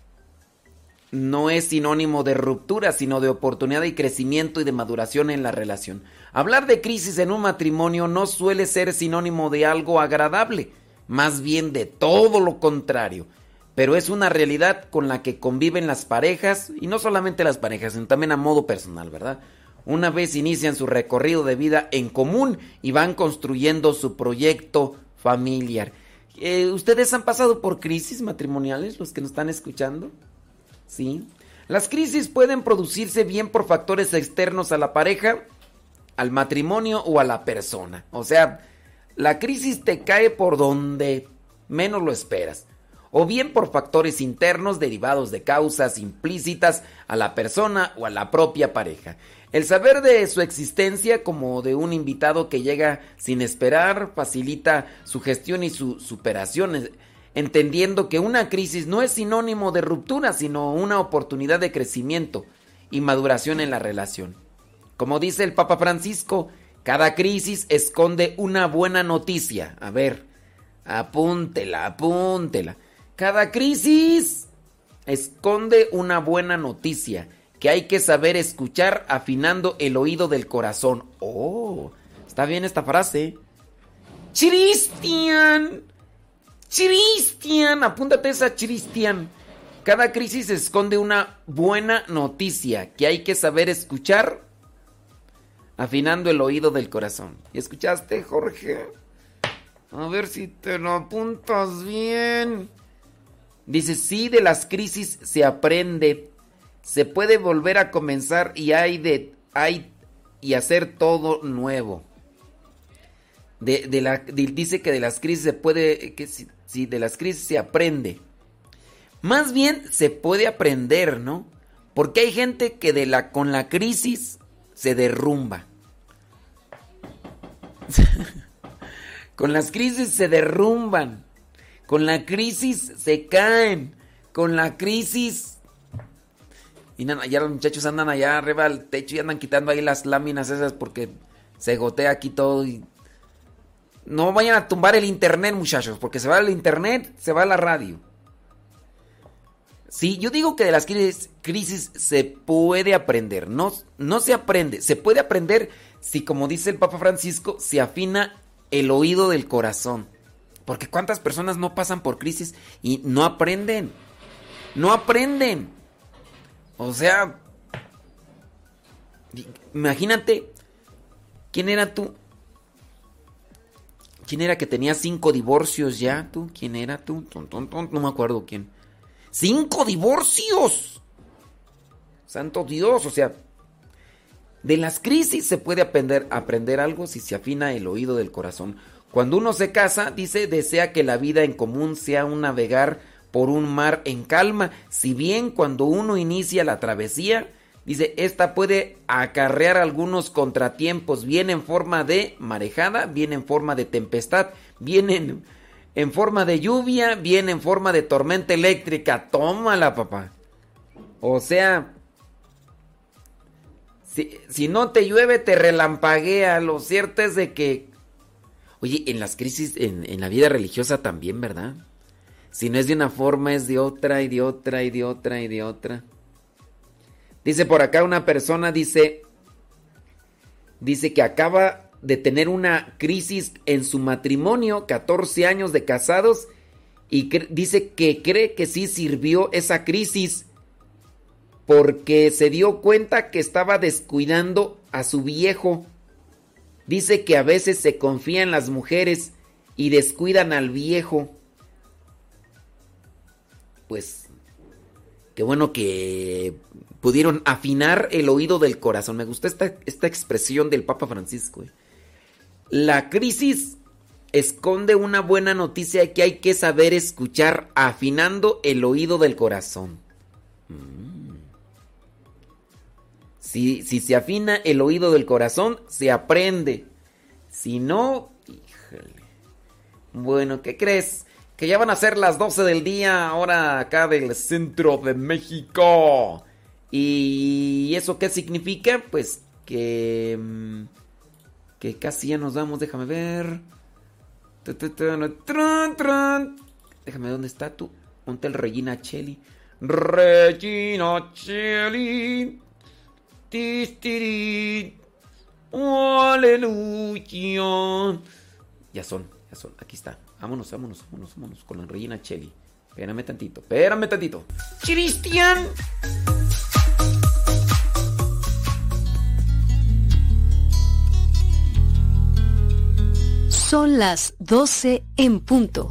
no es sinónimo de ruptura, sino de oportunidad y crecimiento y de maduración en la relación. Hablar de crisis en un matrimonio no suele ser sinónimo de algo agradable, más bien de todo lo contrario. Pero es una realidad con la que conviven las parejas, y no solamente las parejas, sino también a modo personal, ¿verdad? Una vez inician su recorrido de vida en común y van construyendo su proyecto familiar. Eh, ¿Ustedes han pasado por crisis matrimoniales, los que nos están escuchando? Sí. Las crisis pueden producirse bien por factores externos a la pareja, al matrimonio o a la persona. O sea, la crisis te cae por donde menos lo esperas. O bien por factores internos derivados de causas implícitas a la persona o a la propia pareja. El saber de su existencia, como de un invitado que llega sin esperar, facilita su gestión y su superación, entendiendo que una crisis no es sinónimo de ruptura, sino una oportunidad de crecimiento y maduración en la relación. Como dice el Papa Francisco, cada crisis esconde una buena noticia. A ver, apúntela, apúntela. Cada crisis esconde una buena noticia que hay que saber escuchar afinando el oído del corazón. Oh, está bien esta frase. Cristian, Cristian, apúntate esa, Cristian. Cada crisis esconde una buena noticia que hay que saber escuchar afinando el oído del corazón. ¿Y escuchaste, Jorge? A ver si te lo apuntas bien. Dice, sí, de las crisis se aprende, se puede volver a comenzar y hay de hay y hacer todo nuevo. De, de la, de, dice que de las crisis se puede, que si, si de las crisis se aprende. Más bien se puede aprender, ¿no? Porque hay gente que de la, con la crisis se derrumba. Con las crisis se derrumban. Con la crisis se caen. Con la crisis... Y nada, ya los muchachos andan allá arriba del techo y andan quitando ahí las láminas esas porque se gotea aquí todo y... No vayan a tumbar el internet, muchachos, porque se va el internet, se va la radio. Sí, yo digo que de las crisis, crisis se puede aprender, no, no se aprende, se puede aprender si, como dice el Papa Francisco, se afina el oído del corazón. Porque cuántas personas no pasan por crisis y no aprenden, no aprenden. O sea, imagínate, ¿quién era tú? ¿Quién era que tenía cinco divorcios ya? ¿Tú? ¿Quién era tú? Ton, ton, ton, no me acuerdo quién. ¡Cinco divorcios! ¡Santo Dios! O sea, de las crisis se puede aprender, aprender algo si se afina el oído del corazón. Cuando uno se casa, dice, desea que la vida en común sea un navegar por un mar en calma. Si bien cuando uno inicia la travesía, dice, esta puede acarrear algunos contratiempos, bien en forma de marejada, bien en forma de tempestad, bien en, en forma de lluvia, bien en forma de tormenta eléctrica. Tómala, papá. O sea, si, si no te llueve, te relampaguea. Lo cierto es de que, oye, en las crisis, en, en la vida religiosa también, ¿verdad? Si no es de una forma, es de otra, y de otra, y de otra, y de otra. Dice por acá una persona, dice, dice que acaba de tener una crisis en su matrimonio, catorce años de casados, y cre- dice que cree que sí sirvió esa crisis porque se dio cuenta que estaba descuidando a su viejo. Dice que a veces se confía en las mujeres y descuidan al viejo. Pues, qué bueno que pudieron afinar el oído del corazón. Me gustó esta, esta expresión del Papa Francisco. ¿eh? La crisis esconde una buena noticia que hay que saber escuchar afinando el oído del corazón. Mm. Si, si se afina el oído del corazón, se aprende. Si no, híjole. Bueno, ¿qué crees? Que ya van a ser las doce del día, ahora acá del centro de México. ¿Y eso qué significa? Pues que... Que casi ya nos vamos, déjame ver. Déjame ver dónde está tú. Ponte el Regina Cheli. Regina Cheli. Tistiri. Aleluya. Ya son, ya son. Aquí está. Vámonos, vámonos, vámonos, vámonos con la Regina Cheli. Espérame tantito, espérame tantito. Cristian. Son las doce en punto.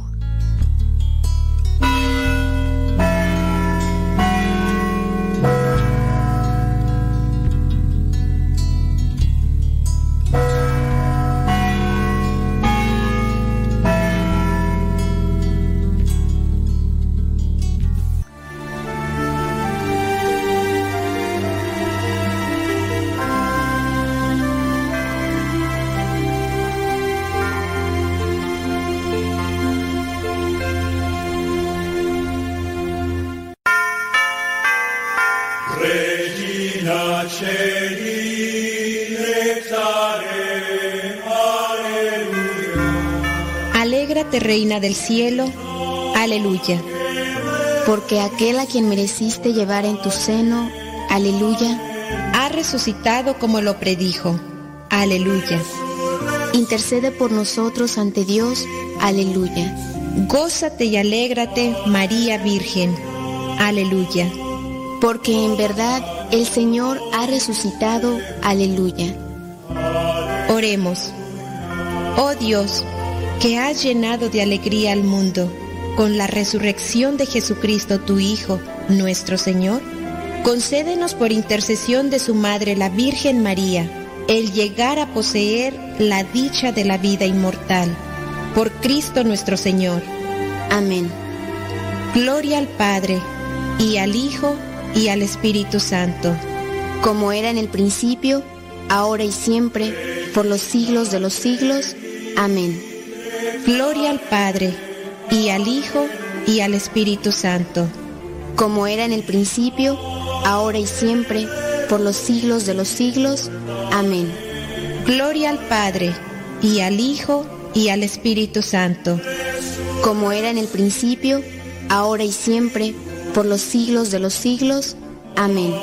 Alégrate, Reina del cielo, aleluya. Porque aquel a quien mereciste llevar en tu seno, aleluya, ha resucitado como lo predijo, aleluya. Intercede por nosotros ante Dios, aleluya. Gózate y alégrate, María Virgen, aleluya. Porque en verdad el Señor ha resucitado, aleluya. Oremos. Oh Dios, que has llenado de alegría al mundo con la resurrección de Jesucristo tu Hijo, nuestro Señor, concédenos por intercesión de su Madre la Virgen María, el llegar a poseer la dicha de la vida inmortal. Por Cristo nuestro Señor. Amén. Gloria al Padre, y al Hijo, y al Espíritu Santo. Como era en el principio, ahora y siempre, por los siglos de los siglos. Amén. Gloria al Padre, y al Hijo, y al Espíritu Santo. Como era en el principio, ahora y siempre, por los siglos de los siglos. Amén. Gloria al Padre, y al Hijo, y al Espíritu Santo. Como era en el principio, ahora y siempre, por los siglos de los siglos. Amén.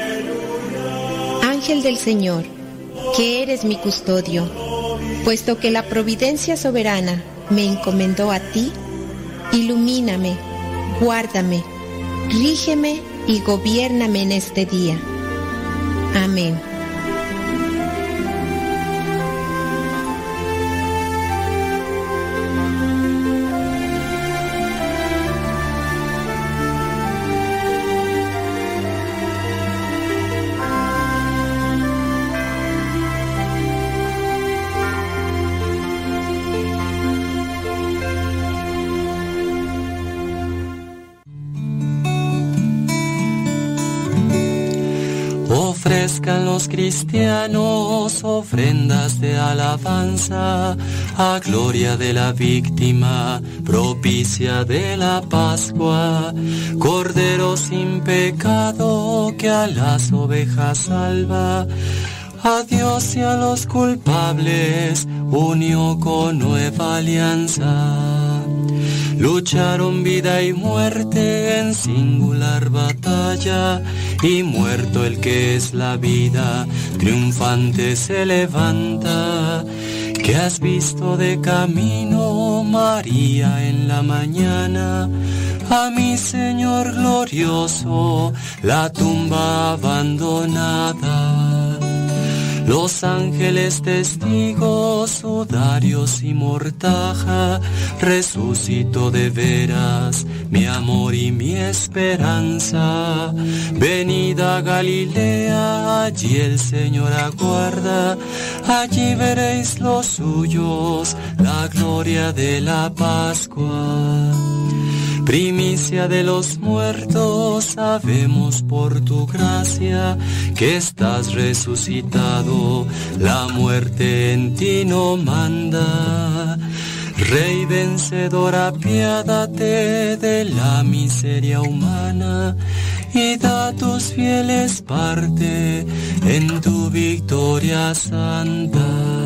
Ángel del Señor, que eres mi custodio, puesto que la providencia soberana me encomendó a ti, ilumíname, guárdame, rígeme y gobiérname en este día. Amén. Ofrezcan los cristianos ofrendas de alabanza a gloria de la víctima propicia de la Pascua, Cordero sin pecado que a las ovejas salva, a Dios y a los culpables unió con nueva alianza. Lucharon vida y muerte en singular batalla, y muerto el que es la vida, triunfante se levanta. ¿Qué has visto de camino, María, en la mañana? A mi Señor glorioso, la tumba abandonada. Los ángeles testigos, sudarios y mortaja, resucitó de veras mi amor y mi esperanza. Venid a Galilea, allí el Señor aguarda, allí veréis los suyos, la gloria de la Pascua. Primicia de los muertos, sabemos por tu gracia que estás resucitado, la muerte en ti no manda. Rey vencedor, apiádate de la miseria humana y da a tus fieles parte en tu victoria santa.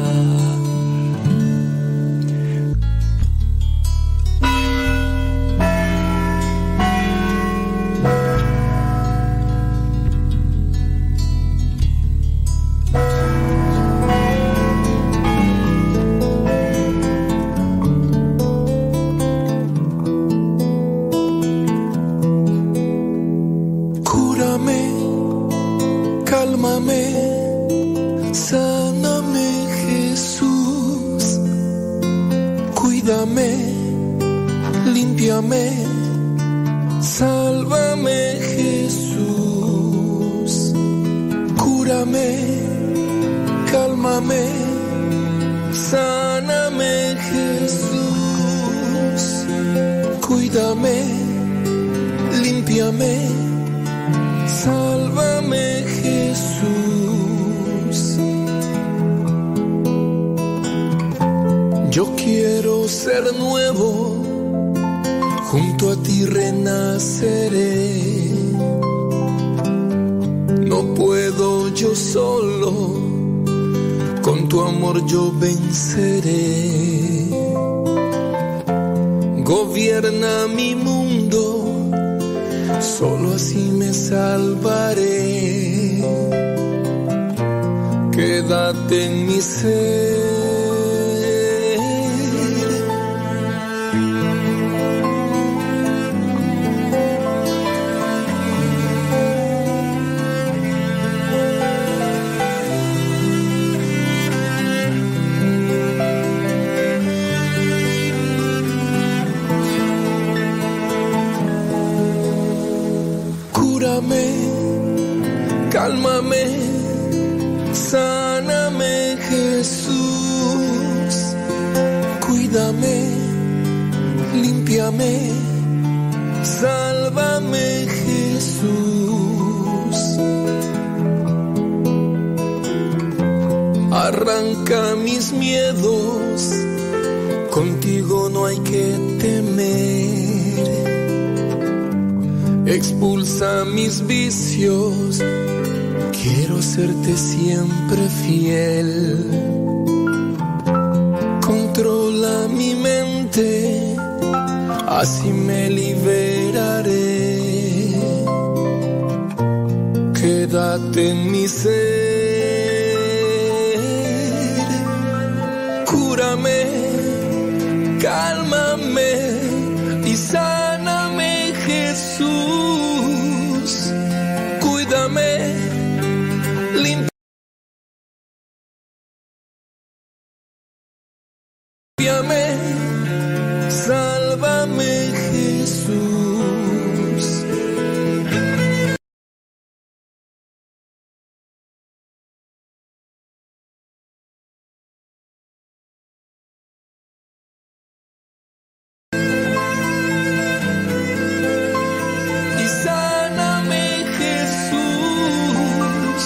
Sálvame, Jesús. Cúrame, cálmame, sáname, Jesús. Cuídame, límpiame, sálvame, Jesús. Yo quiero ser nuevo, junto a ti renaceré. No puedo yo solo, con tu amor yo venceré. Gobierna mi mundo, solo así me salvaré. Quédate en mi ser. Cálmame, sáname, Jesús, cuídame, límpiame, sálvame, Jesús. Arranca mis miedos, contigo no hay que temer. Expulsa mis vicios, quiero serte siempre fiel. Controla mi mente, así me liberaré. Quédate en mi ser, cúrame, cálmame y sáname, Jesús. Cuídame, límpiame, sálvame, Jesús. Y sáname, Jesús.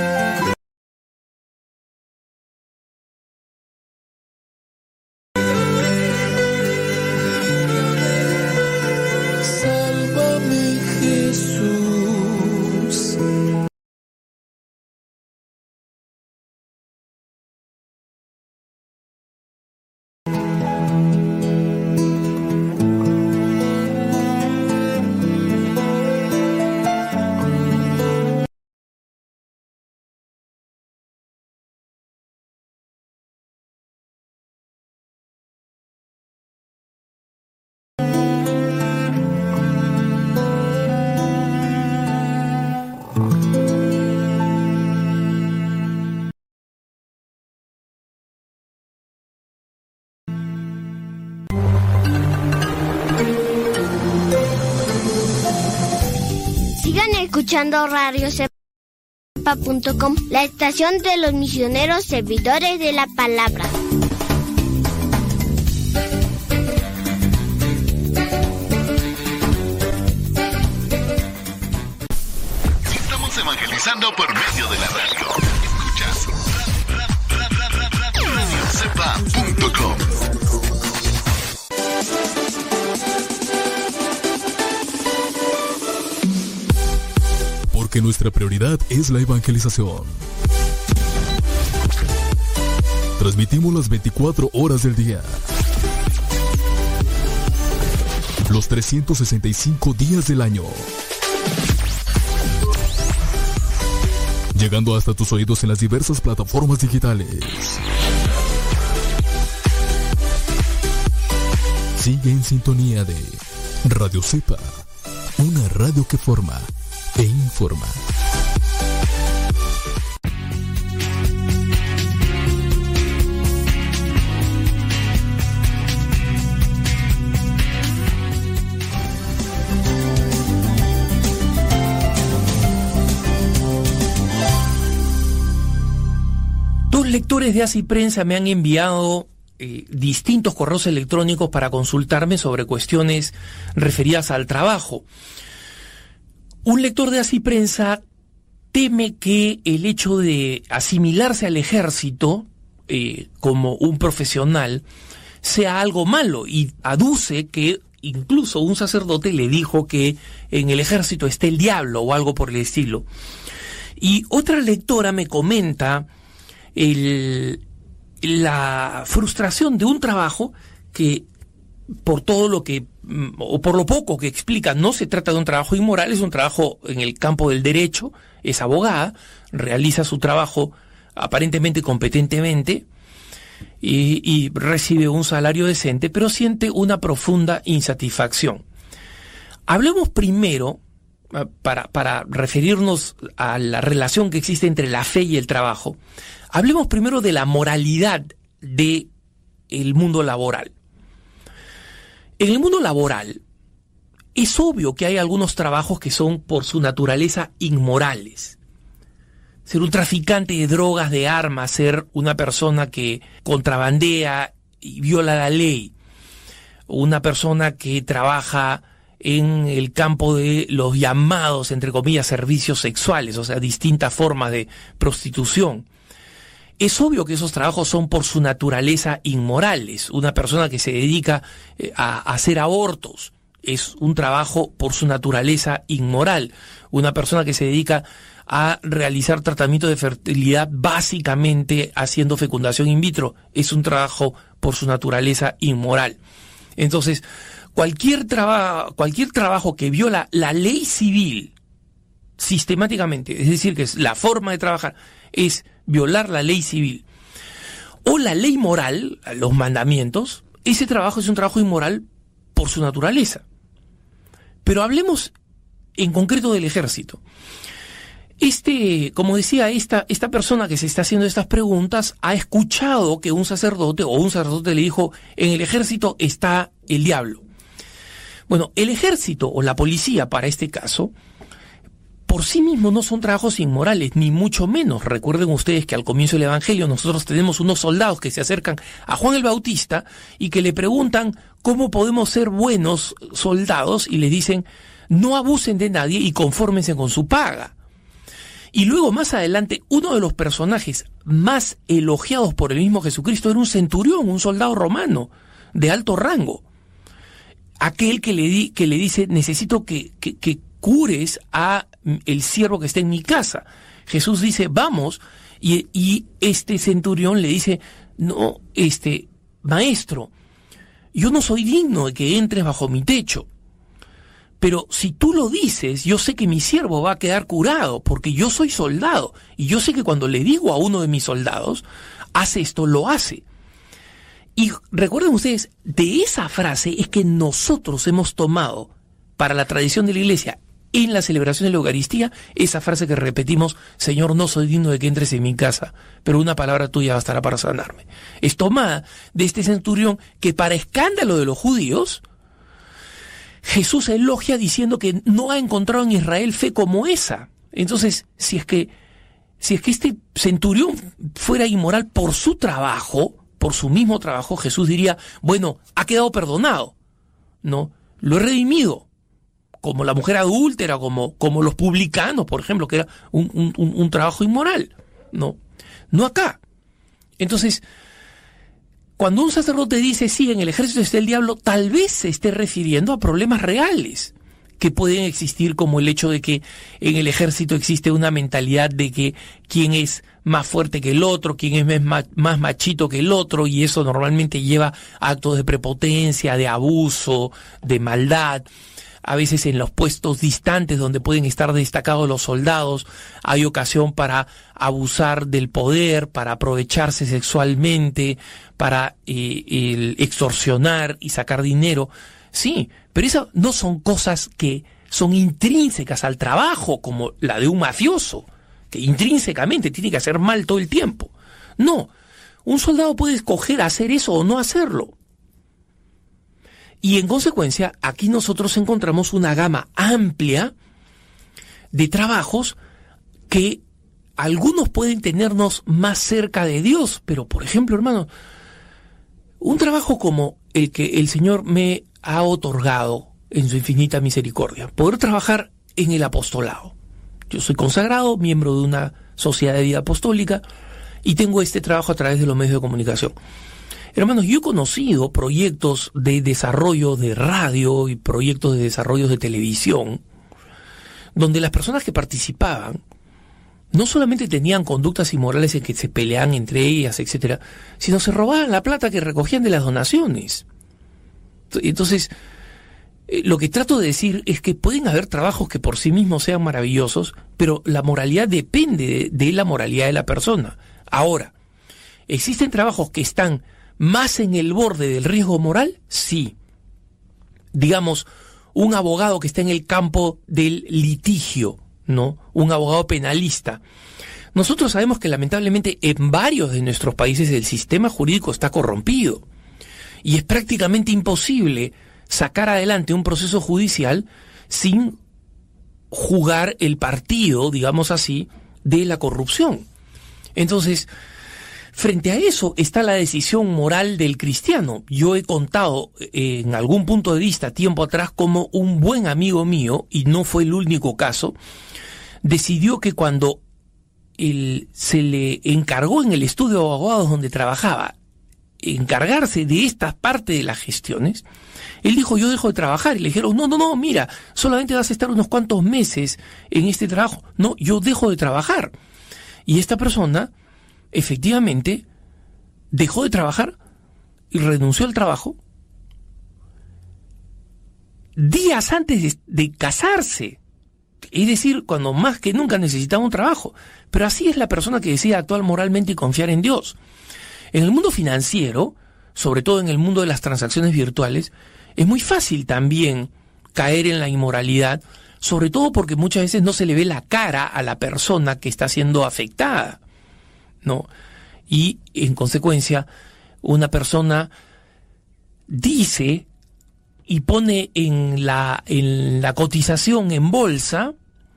Sálvame, Jesús. Sigan escuchando radio sepa punto com, la estación de los misioneros servidores de la palabra. Estamos evangelizando por medio de la radio. Escuchas radio sepa punto com. Porque nuestra prioridad es la evangelización. Transmitimos las veinticuatro horas del día, los trescientos sesenta y cinco días del año, llegando hasta tus oídos en las diversas plataformas digitales. Sigue en sintonía de Radio Sepa, una radio que forma e informa. Dos lectores de Así Prensa me han enviado eh, distintos correos electrónicos para consultarme sobre cuestiones referidas al trabajo. Un lector de Así Prensa teme que el hecho de asimilarse al ejército eh, como un profesional sea algo malo y aduce que incluso un sacerdote le dijo que en el ejército está el diablo o algo por el estilo. Y otra lectora me comenta el, la frustración de un trabajo que, por todo lo que, o por lo poco que explica, no se trata de un trabajo inmoral, es un trabajo en el campo del derecho, es abogada, realiza su trabajo aparentemente competentemente y, y recibe un salario decente, pero siente una profunda insatisfacción. Hablemos primero, para, para referirnos a la relación que existe entre la fe y el trabajo, hablemos primero de la moralidad del mundo laboral. En el mundo laboral, es obvio que hay algunos trabajos que son por su naturaleza inmorales. ser un traficante de drogas, de armas, ser una persona que contrabandea y viola la ley, una persona que trabaja en el campo de los llamados, entre comillas, servicios sexuales, o sea, distintas formas de prostitución. Es obvio que esos trabajos son por su naturaleza inmorales. Una persona que se dedica a hacer abortos es un trabajo por su naturaleza inmoral. Una persona que se dedica a realizar tratamiento de fertilidad básicamente haciendo fecundación in vitro es un trabajo por su naturaleza inmoral. Entonces, cualquier, traba, cualquier trabajo que viola la ley civil sistemáticamente, es decir, que es la forma de trabajar, es violar la ley civil o la ley moral, los mandamientos, ese trabajo es un trabajo inmoral por su naturaleza. Pero hablemos en concreto del ejército. Este, como decía, esta, esta persona que se está haciendo estas preguntas ha escuchado que un sacerdote o un sacerdote le dijo, en el ejército está el diablo. Bueno, el ejército o la policía, para este caso, por sí mismos no son trabajos inmorales, ni mucho menos. Recuerden ustedes que al comienzo del Evangelio nosotros tenemos unos soldados que se acercan a Juan el Bautista y que le preguntan cómo podemos ser buenos soldados y le dicen, no abusen de nadie y confórmense con su paga. Y luego más adelante, uno de los personajes más elogiados por el mismo Jesucristo era un centurión, un soldado romano de alto rango. Aquel que le, di, que le dice, necesito que, que, que cures a el siervo que está en mi casa. Jesús dice, vamos, y, y este centurión le dice, no, este, maestro, yo no soy digno de que entres bajo mi techo, pero si tú lo dices, yo sé que mi siervo va a quedar curado, porque yo soy soldado, y yo sé que cuando le digo a uno de mis soldados, hace esto, lo hace. Y recuerden ustedes, de esa frase es que nosotros hemos tomado para la tradición de la Iglesia en la celebración de la Eucaristía, esa frase que repetimos, Señor, no soy digno de que entres en mi casa, pero una palabra tuya bastará para sanarme. Es tomada de este centurión que, para escándalo de los judíos, Jesús elogia diciendo que no ha encontrado en Israel fe como esa. Entonces, si es que, si es que este centurión fuera inmoral por su trabajo, por su mismo trabajo, Jesús diría, bueno, ha quedado perdonado, ¿no? Lo he redimido. Como la mujer adúltera, como, como los publicanos, por ejemplo, que era un, un, un trabajo inmoral. No, no acá. Entonces, cuando un sacerdote dice, sí, en el ejército está el diablo, tal vez se esté refiriendo a problemas reales que pueden existir, como el hecho de que en el ejército existe una mentalidad de que quién es más fuerte que el otro, quién es más, más machito que el otro, y eso normalmente lleva a actos de prepotencia, de abuso, de maldad. A veces en los puestos distantes donde pueden estar destacados los soldados, hay ocasión para abusar del poder, para aprovecharse sexualmente, para eh, el extorsionar y sacar dinero. Sí, pero esas no son cosas que son intrínsecas al trabajo, como la de un mafioso, que intrínsecamente tiene que hacer mal todo el tiempo. No, un soldado puede escoger hacer eso o no hacerlo. Y en consecuencia, aquí nosotros encontramos una gama amplia de trabajos que algunos pueden tenernos más cerca de Dios, pero por ejemplo, hermano, un trabajo como el que el Señor me ha otorgado en su infinita misericordia, poder trabajar en el apostolado. Yo soy consagrado, miembro de una sociedad de vida apostólica, y tengo este trabajo a través de los medios de comunicación. Hermanos, yo he conocido proyectos de desarrollo de radio y proyectos de desarrollo de televisión, donde las personas que participaban no solamente tenían conductas inmorales en que se peleaban entre ellas, etcétera, sino se robaban la plata que recogían de las donaciones. Entonces, lo que trato de decir es que pueden haber trabajos que por sí mismos sean maravillosos, pero la moralidad depende de, de la moralidad de la persona. Ahora, ¿existen trabajos que están más en el borde del riesgo moral? Sí. Digamos, un abogado que está en el campo del litigio, ¿no? Un abogado penalista. Nosotros sabemos que lamentablemente en varios de nuestros países el sistema jurídico está corrompido y es prácticamente imposible sacar adelante un proceso judicial sin jugar el partido, digamos así, de la corrupción. Entonces, frente a eso está la decisión moral del cristiano. Yo he contado eh, en algún punto de vista tiempo atrás como un buen amigo mío, y no fue el único caso, decidió que cuando él se le encargó en el estudio de abogados donde trabajaba encargarse de esta parte de las gestiones, él dijo: yo dejo de trabajar. Y le dijeron: no, no, no, mira, solamente vas a estar unos cuantos meses en este trabajo. No, yo dejo de trabajar. Y esta persona efectivamente dejó de trabajar y renunció al trabajo días antes de, de casarse. Es decir, cuando más que nunca necesitaba un trabajo. Pero así es la persona que decide actuar moralmente y confiar en Dios. En el mundo financiero, sobre todo en el mundo de las transacciones virtuales, es muy fácil también caer en la inmoralidad, sobre todo porque muchas veces no se le ve la cara a la persona que está siendo afectada, ¿no? Y, en consecuencia, una persona dice y pone en la, en la cotización en bolsa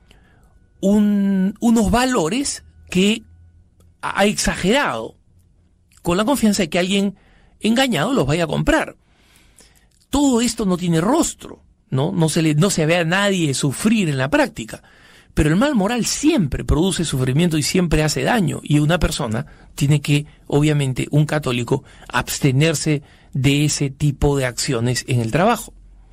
un, unos valores que ha exagerado, con la confianza de que alguien engañado los vaya a comprar. Todo esto no tiene rostro, ¿no? No se le, no se ve a nadie sufrir en la práctica. Pero el mal moral siempre produce sufrimiento y siempre hace daño. Y una persona tiene que, obviamente, un católico, abstenerse de ese tipo de acciones en el trabajo.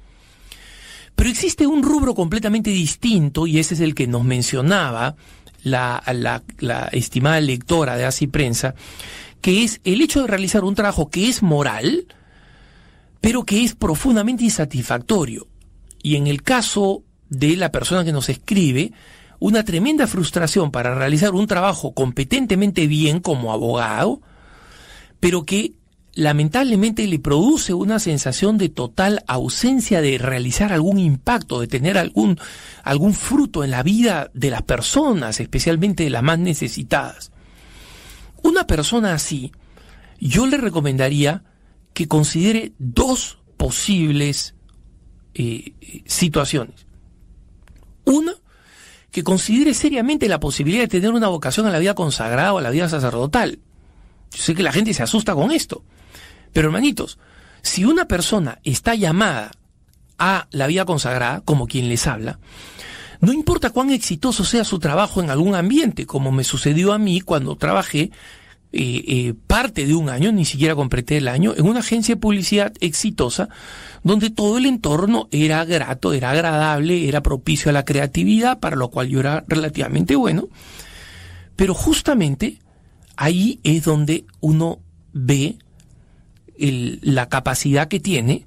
Pero existe un rubro completamente distinto, y ese es el que nos mencionaba la, la, la estimada lectora de Así Prensa, que es el hecho de realizar un trabajo que es moral, pero que es profundamente insatisfactorio. Y en el caso de la persona que nos escribe, una tremenda frustración para realizar un trabajo competentemente bien como abogado, pero que lamentablemente le produce una sensación de total ausencia de realizar algún impacto, de tener algún, algún fruto en la vida de las personas, especialmente de las más necesitadas. Una persona así, yo le recomendaría que considere dos posibles eh, situaciones. Una, que considere seriamente la posibilidad de tener una vocación a la vida consagrada o a la vida sacerdotal. Yo sé que la gente se asusta con esto, pero hermanitos, si una persona está llamada a la vida consagrada, como quien les habla, no importa cuán exitoso sea su trabajo en algún ambiente, como me sucedió a mí cuando trabajé eh, eh, parte de un año, ni siquiera completé el año, en una agencia de publicidad exitosa, donde todo el entorno era grato, era agradable, era propicio a la creatividad, para lo cual yo era relativamente bueno, pero justamente ahí es donde uno ve el, la capacidad que tiene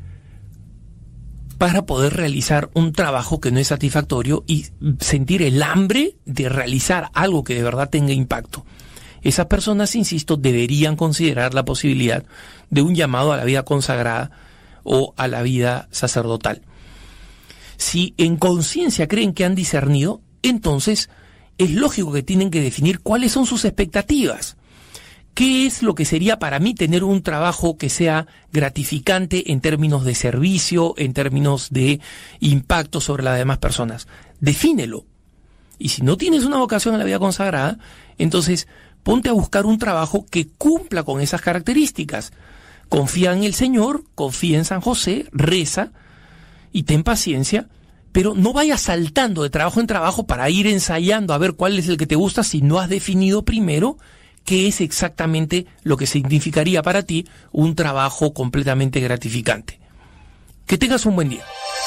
para poder realizar un trabajo que no es satisfactorio y sentir el hambre de realizar algo que de verdad tenga impacto. Esas personas, insisto, deberían considerar la posibilidad de un llamado a la vida consagrada o a la vida sacerdotal. Si en conciencia creen que han discernido, entonces es lógico que tienen que definir cuáles son sus expectativas. ¿Qué es lo que sería para mí tener un trabajo que sea gratificante en términos de servicio, en términos de impacto sobre las demás personas? Defínelo. Y si no tienes una vocación a la vida consagrada, entonces ponte a buscar un trabajo que cumpla con esas características. Confía en el Señor, confía en San José, reza y ten paciencia, pero no vayas saltando de trabajo en trabajo para ir ensayando a ver cuál es el que te gusta si no has definido primero qué es exactamente lo que significaría para ti un trabajo completamente gratificante. Que tengas un buen día.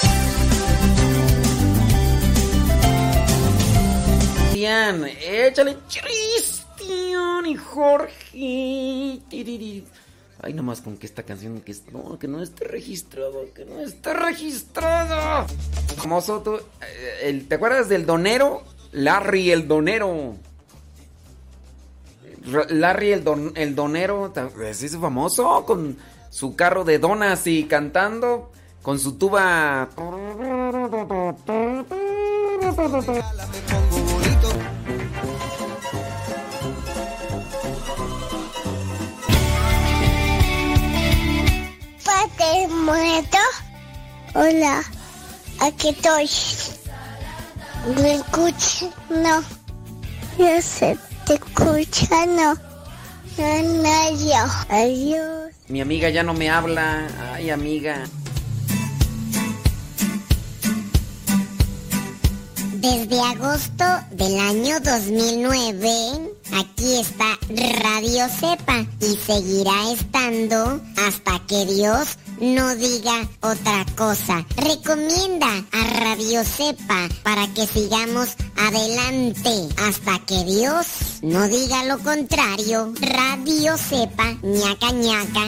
Cristian, échale Cristian y Jorge. Ay, nomás con que esta canción que es, no, que no esté registrado, que no esté registrado. Famoso, tú, el, ¿te acuerdas del donero? Larry el donero. Larry el, don, el donero, es ese famoso, con su carro de donas y cantando con su tuba. ¿Padre muerto? Hola, aquí estoy. ¿Me escuchas? No. Yo se te escucha, no. No, no, yo. Adiós. Mi amiga ya no me habla. Ay, amiga. Desde agosto del año dos mil nueve, aquí está Radio Cepa y seguirá estando hasta que Dios no diga otra cosa. Recomienda a Radio Cepa para que sigamos adelante hasta que Dios no diga lo contrario. Radio Cepa, ñaca ñaca.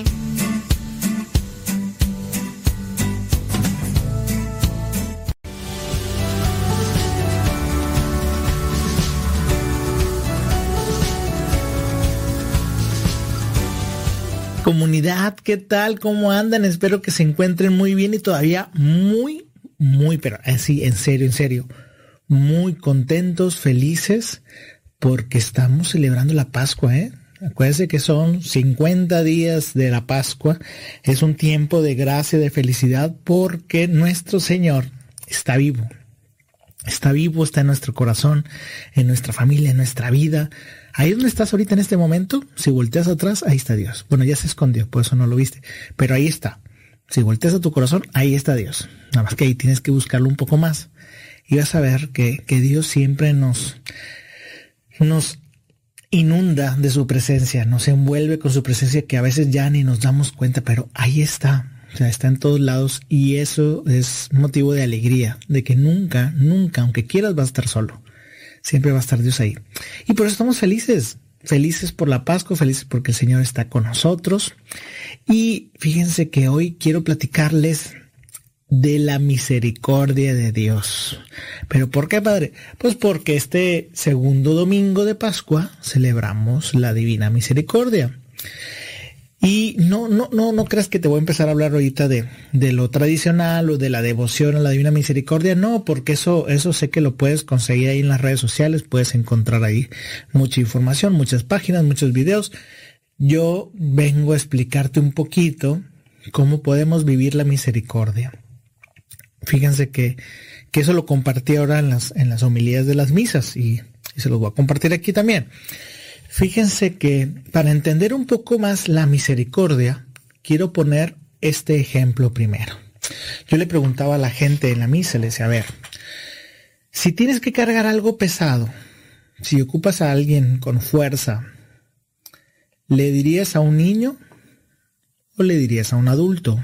Comunidad, ¿qué tal? ¿Cómo andan? Espero que se encuentren muy bien y todavía muy, muy, pero así, en serio, en serio, muy contentos, felices, porque estamos celebrando la Pascua, ¿eh? Acuérdense que son cincuenta días de la Pascua. Es un tiempo de gracia, de felicidad, porque nuestro Señor está vivo. Está vivo, está en nuestro corazón, en nuestra familia, en nuestra vida. Ahí donde estás ahorita en este momento, si volteas atrás, ahí está Dios. Bueno, ya se escondió, por eso no lo viste, pero ahí está. Si volteas a tu corazón, ahí está Dios. Nada más que ahí tienes que buscarlo un poco más. Y vas a ver que, que Dios siempre nos, nos inunda de su presencia, nos envuelve con su presencia que a veces ya ni nos damos cuenta, pero ahí está. O sea, está en todos lados y eso es motivo de alegría, de que nunca, nunca, aunque quieras, vas a estar solo. Siempre va a estar Dios ahí. Y por eso estamos felices, felices por la Pascua, felices porque el Señor está con nosotros. Y fíjense que hoy quiero platicarles de la misericordia de Dios. ¿Pero por qué, padre? Pues porque este segundo domingo de Pascua celebramos la Divina Misericordia. Y no, no, no, no creas que te voy a empezar a hablar ahorita de, de lo tradicional o de la devoción a la Divina Misericordia. No, porque eso, eso sé que lo puedes conseguir ahí en las redes sociales. Puedes encontrar ahí mucha información, muchas páginas, muchos videos. Yo vengo a explicarte un poquito cómo podemos vivir la misericordia. Fíjense que, que eso lo compartí ahora en las, en las homilías de las misas y, y se los voy a compartir aquí también. Fíjense que para entender un poco más la misericordia, quiero poner este ejemplo primero. Yo le preguntaba a la gente en la misa, le decía, a ver, si tienes que cargar algo pesado, si ocupas a alguien con fuerza, ¿le dirías a un niño o le dirías a un adulto?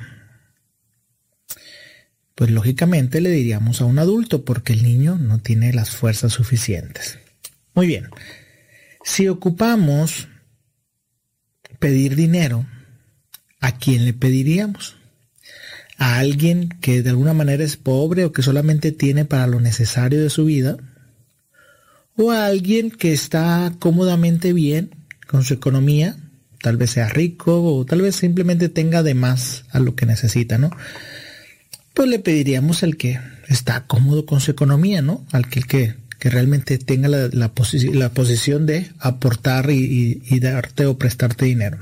Pues lógicamente le diríamos a un adulto porque el niño no tiene las fuerzas suficientes. Muy bien. Si ocupamos pedir dinero, ¿a quién le pediríamos? ¿A alguien que de alguna manera es pobre o que solamente tiene para lo necesario de su vida? ¿O a alguien que está cómodamente bien con su economía? Tal vez sea rico o tal vez simplemente tenga de más a lo que necesita, ¿no? Pues le pediríamos al que está cómodo con su economía, ¿no? Al que el que... que realmente tenga la, la, posi- la posición de aportar y, y, y darte o prestarte dinero.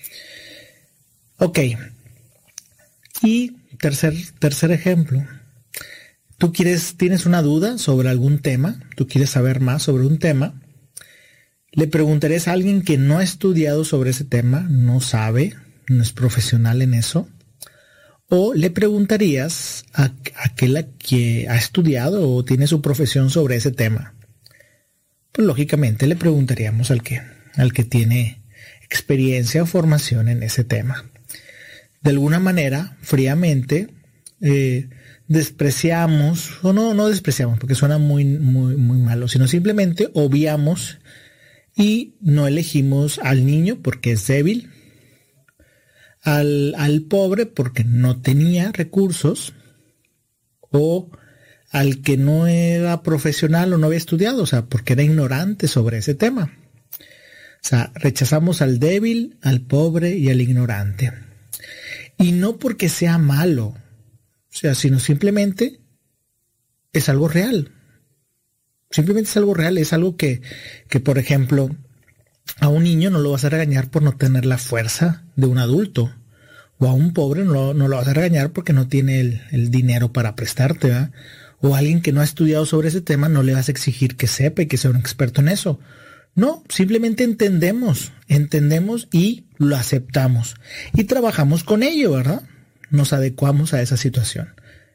Ok. Y tercer, tercer ejemplo. Tú quieres, tienes una duda sobre algún tema, tú quieres saber más sobre un tema, le preguntarías a alguien que no ha estudiado sobre ese tema, no sabe, no es profesional en eso, o le preguntarías a, a aquel que ha estudiado o tiene su profesión sobre ese tema. Pues lógicamente le preguntaríamos al que, al que tiene experiencia o formación en ese tema. De alguna manera, fríamente, eh, despreciamos, o no, no despreciamos, porque suena muy, muy, muy malo, sino simplemente obviamos y no elegimos al niño porque es débil, Al, al pobre porque no tenía recursos o al que no era profesional o no había estudiado, o sea, porque era ignorante sobre ese tema. O sea, rechazamos al débil, al pobre y al ignorante. Y no porque sea malo, o sea, sino simplemente es algo real. Simplemente es algo real, es algo que, que por ejemplo, a un niño no lo vas a regañar por no tener la fuerza de un adulto. O a un pobre no, no lo vas a regañar porque no tiene el, el dinero para prestarte, ¿verdad? o alguien que no ha estudiado sobre ese tema, no le vas a exigir que sepa y que sea un experto en eso. No, simplemente entendemos, entendemos y lo aceptamos. Y trabajamos con ello, ¿verdad? Nos adecuamos a esa situación.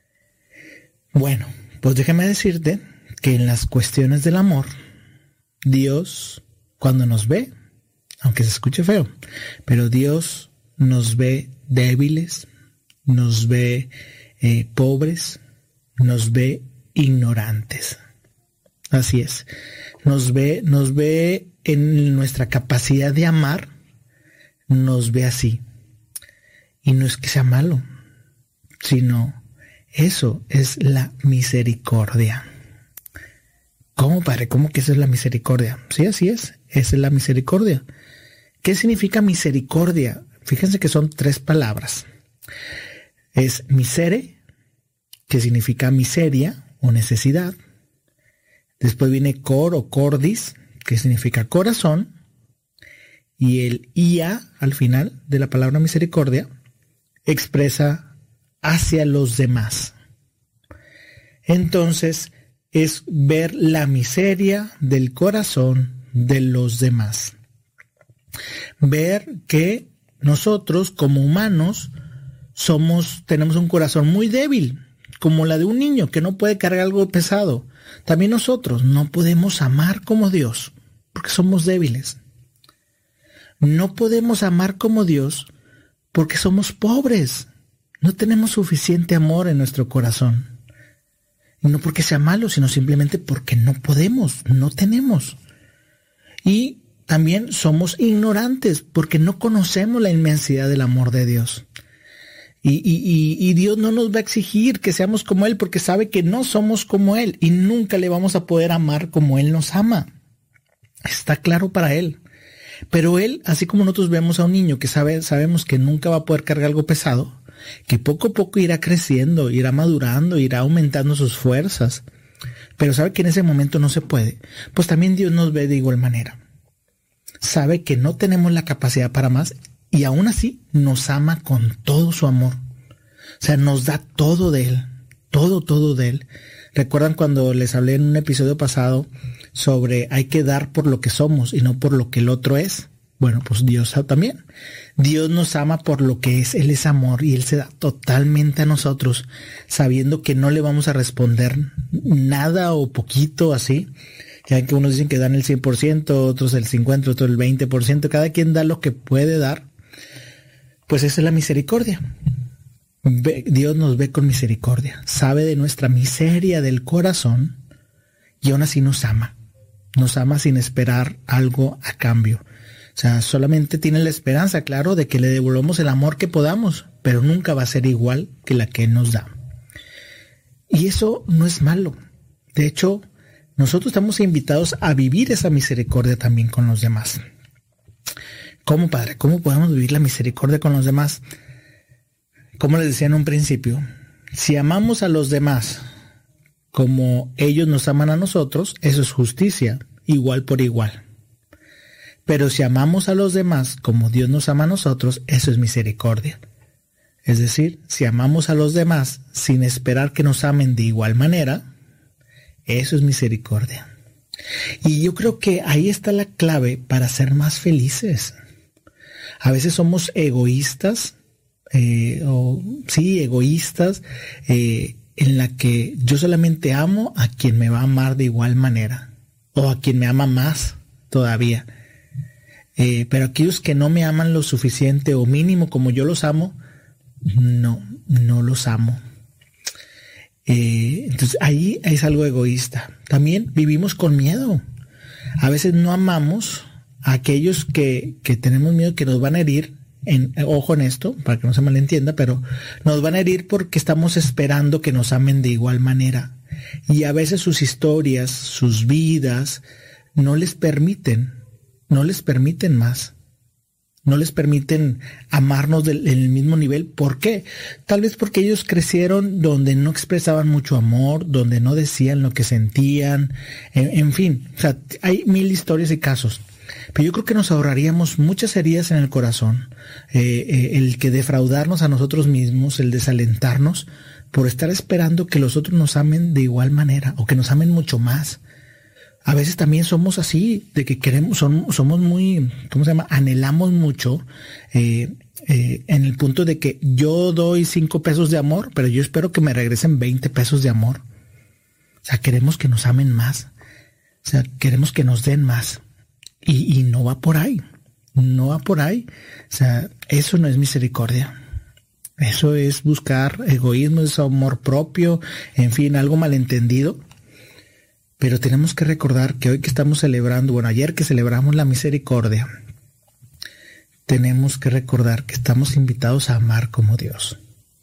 Bueno, pues déjame decirte que en las cuestiones del amor, Dios, cuando nos ve, aunque se escuche feo, pero Dios nos ve débiles, nos ve eh, pobres, nos ve ignorantes. Así es. Nos ve, nos ve en nuestra capacidad de amar, nos ve así. Y no es que sea malo, sino eso es la misericordia. ¿Cómo, padre? ¿Cómo que eso es la misericordia? Sí, así es. Esa es la misericordia. ¿Qué significa misericordia? Fíjense que son tres palabras. Es misere, que significa miseria o necesidad. Después viene cor o cordis, que significa corazón. Y el ia, al final de la palabra misericordia, expresa hacia los demás. Entonces, es ver la miseria del corazón de los demás. Ver que nosotros, como humanos, somos, tenemos un corazón muy débil, como la de un niño que no puede cargar algo pesado. También nosotros no podemos amar como Dios, porque somos débiles. No podemos amar como Dios porque somos pobres. No tenemos suficiente amor en nuestro corazón. Y no porque sea malo, sino simplemente porque no podemos, no tenemos. Y también somos ignorantes porque no conocemos la inmensidad del amor de Dios. Y, y, y, y Dios no nos va a exigir que seamos como Él porque sabe que no somos como Él y nunca le vamos a poder amar como Él nos ama. Está claro para Él. Pero Él, así como nosotros vemos a un niño que sabe, sabemos que nunca va a poder cargar algo pesado, que poco a poco irá creciendo, irá madurando, irá aumentando sus fuerzas, pero sabe que en ese momento no se puede, pues también Dios nos ve de igual manera. Sabe que no tenemos la capacidad para más y aún así nos ama con todo su amor. O sea, nos da todo de Él, todo, todo de Él. ¿Recuerdan cuando les hablé en un episodio pasado sobre hay que dar por lo que somos y no por lo que el otro es? Bueno, pues Dios también. Dios nos ama por lo que es. Él es amor y Él se da totalmente a nosotros, sabiendo que no le vamos a responder nada o poquito así. Ya que unos dicen que dan el cien por ciento, otros el cincuenta por ciento, otros el veinte por ciento. Cada quien da lo que puede dar. Pues esa es la misericordia. Dios nos ve con misericordia. Sabe de nuestra miseria del corazón y aún así nos ama. Nos ama sin esperar algo a cambio. O sea, solamente tiene la esperanza, claro, de que le devolvamos el amor que podamos, pero nunca va a ser igual que la que Él nos da. Y eso no es malo. De hecho, nosotros estamos invitados a vivir esa misericordia también con los demás. ¿Cómo, Padre? ¿Cómo podemos vivir la misericordia con los demás? Como les decía en un principio, si amamos a los demás como ellos nos aman a nosotros, eso es justicia, igual por igual. Pero si amamos a los demás como Dios nos ama a nosotros, eso es misericordia. Es decir, si amamos a los demás sin esperar que nos amen de igual manera, eso es misericordia. Y yo creo que ahí está la clave para ser más felices. A veces somos egoístas, eh, o sí, egoístas, eh, en la que yo solamente amo a quien me va a amar de igual manera, o a quien me ama más todavía. Eh, pero aquellos que no me aman lo suficiente o mínimo como yo los amo, no, no los amo. Eh, entonces ahí es algo egoísta. También vivimos con miedo. A veces no amamos a aquellos que, que tenemos miedo que nos van a herir. En, ojo en esto, para que no se malentienda, pero nos van a herir porque estamos esperando que nos amen de igual manera. Y a veces sus historias, sus vidas, no les permiten No les permiten más. No les permiten amarnos del, en el mismo nivel. ¿Por qué? Tal vez porque ellos crecieron donde no expresaban mucho amor, donde no decían lo que sentían. En, en fin, o sea, hay mil historias y casos. Pero yo creo que nos ahorraríamos muchas heridas en el corazón. Eh, eh, el que defraudarnos a nosotros mismos, el desalentarnos, por estar esperando que los otros nos amen de igual manera o que nos amen mucho más. A veces también somos así, de que queremos, son, somos muy, ¿cómo se llama? Anhelamos mucho eh, eh, en el punto de que yo doy cinco pesos de amor, pero yo espero que me regresen veinte pesos de amor. O sea, queremos que nos amen más. O sea, queremos que nos den más. Y, y no va por ahí. No va por ahí. O sea, eso no es misericordia. Eso es buscar egoísmo, es amor propio, en fin, algo malentendido. Pero tenemos que recordar que hoy que estamos celebrando, bueno, ayer que celebramos la misericordia, tenemos que recordar que estamos invitados a amar como Dios.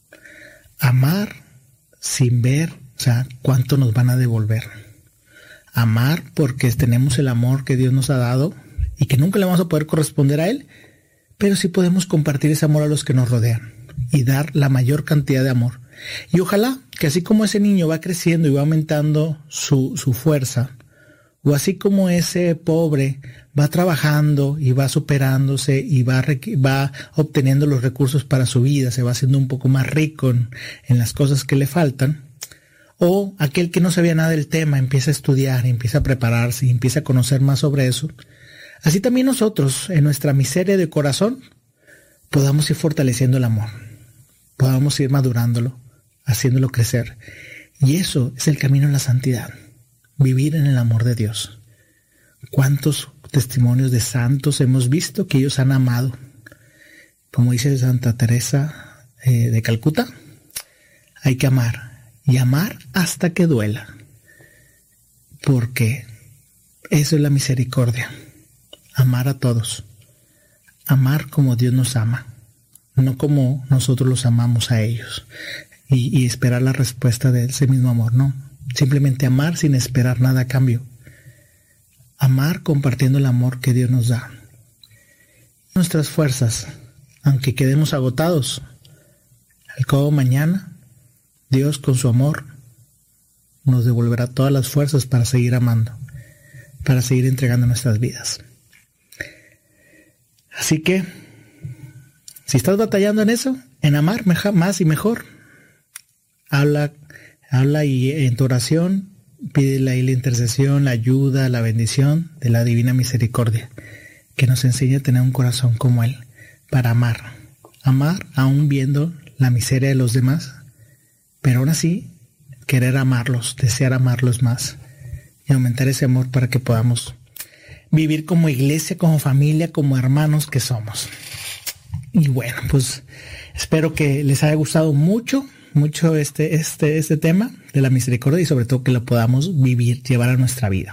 Amar sin ver, o sea, cuánto nos van a devolver. Amar porque tenemos el amor que Dios nos ha dado y que nunca le vamos a poder corresponder a Él, pero sí podemos compartir ese amor a los que nos rodean y dar la mayor cantidad de amor. Y ojalá que así como ese niño va creciendo y va aumentando su, su fuerza, o así como ese pobre va trabajando y va superándose y va, va obteniendo los recursos para su vida, se va haciendo un poco más rico en, en las cosas que le faltan, o aquel que no sabía nada del tema empieza a estudiar, empieza a prepararse y empieza a conocer más sobre eso, así también nosotros en nuestra miseria de corazón podamos ir fortaleciendo el amor, podamos ir madurándolo, haciéndolo crecer. Y eso es el camino a la santidad, vivir en el amor de Dios. ¿Cuántos testimonios de santos hemos visto que ellos han amado? Como dice Santa Teresa eh, de Calcuta, hay que amar, y amar hasta que duela, porque eso es la misericordia, amar a todos, amar como Dios nos ama, no como nosotros los amamos a ellos. Y, y esperar la respuesta de ese mismo amor, no. Simplemente amar sin esperar nada a cambio. Amar compartiendo el amor que Dios nos da. Nuestras fuerzas, aunque quedemos agotados, al cabo mañana, Dios con su amor nos devolverá todas las fuerzas para seguir amando, para seguir entregando nuestras vidas. Así que, si estás batallando en eso, en amar más y mejor, Habla, habla y en tu oración pídele ahí la intercesión, la ayuda, la bendición de la divina misericordia, que nos enseñe a tener un corazón como Él, para amar, amar aún viendo la miseria de los demás, pero aún así querer amarlos, desear amarlos más y aumentar ese amor para que podamos vivir como iglesia, como familia, como hermanos que somos. Y bueno, pues espero que les haya gustado mucho. mucho este, este, este tema de la misericordia y sobre todo que lo podamos vivir, llevar a nuestra vida.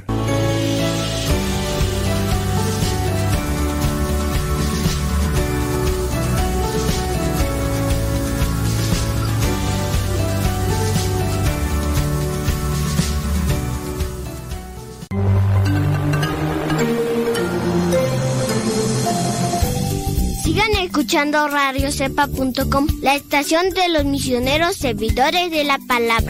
Escuchando radio cepa punto com, la estación de los misioneros servidores de la palabra.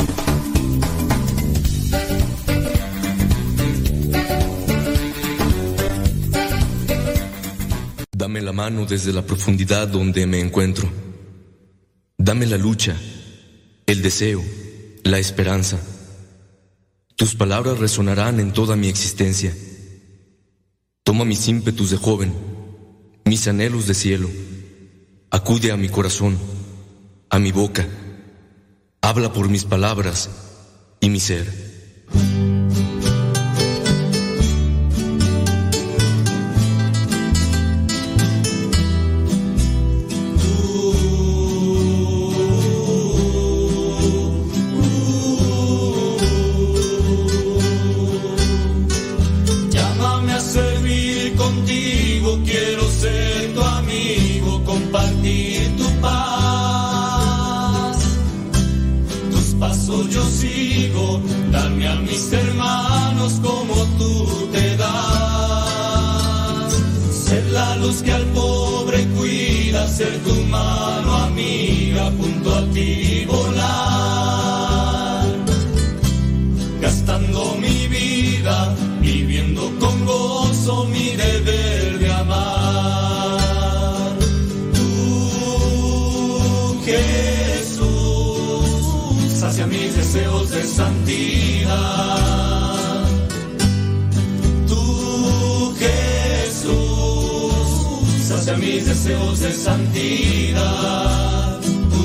Dame la mano desde la profundidad donde me encuentro. Dame la lucha, el deseo, la esperanza. Tus palabras resonarán en toda mi existencia. Toma mis ímpetus de joven, mis anhelos de cielo, acude a mi corazón, a mi boca, habla por mis palabras y mi ser. Llámame a servir contigo, quiero ser tu amigo, compartir tu paz. Tus pasos yo sigo, darme a mis hermanos como tú te das. Ser la luz que al pobre cuida, ser tu mano amiga, junto a ti volar. Gastando mi vida, viviendo con gozo mi deber de amar. Tú, Jesús, mis deseos de santidad. Uh,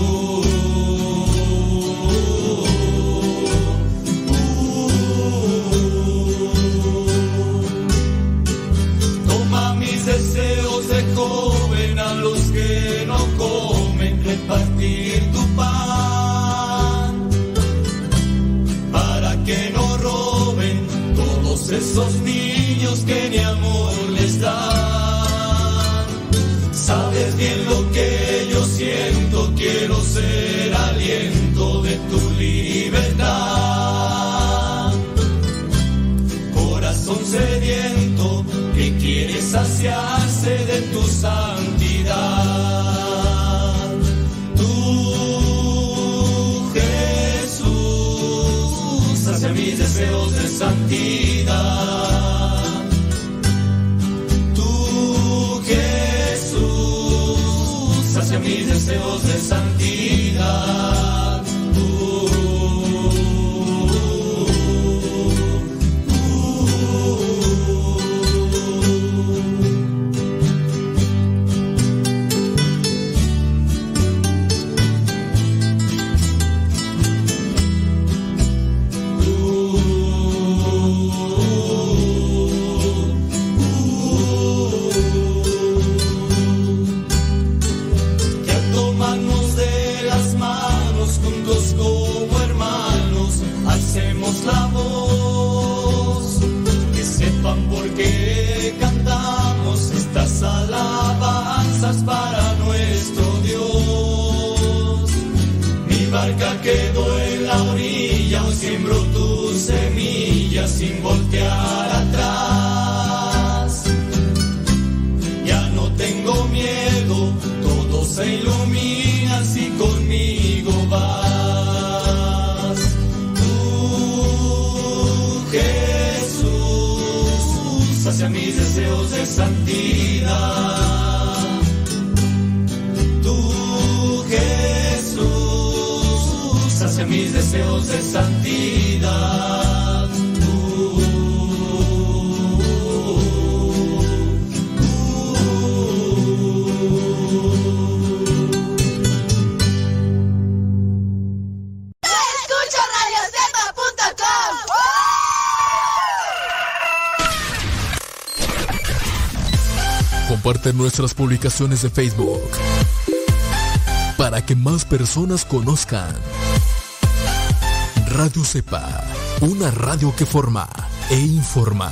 uh, Toma mis deseos de joven, a los que no comen, repartir tu pan, para que no roben todos esos niños que ni amor les dan. Sabes bien lo que yo siento, quiero ser aliento de tu libertad. Corazón sediento que quiere saciarse de tu santidad. Tú, Jesús, sacia mis deseos de santidad. Tú, Jesús, sacia mis deseos de santidad. La voz, que sepan por qué cantamos estas alabanzas para nuestro Dios. Mi barca quedó en la orilla, hoy siembro tus semillas sin voltear atrás. Ya no tengo miedo, todo se ilumina si conmigo vas. Hacia mis deseos de santidad. Tú, Jesús, hacia mis deseos de santidad. Tú, Escucha radio cepa punto com. Comparte nuestras publicaciones de Facebook para que más personas conozcan Radio Cepa, una radio que forma e informa.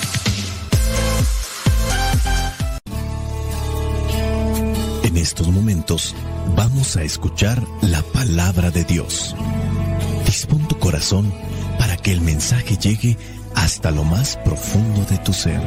En estos momentos vamos a escuchar la palabra de Dios. Dispón tu corazón para que el mensaje llegue hasta lo más profundo de tu ser.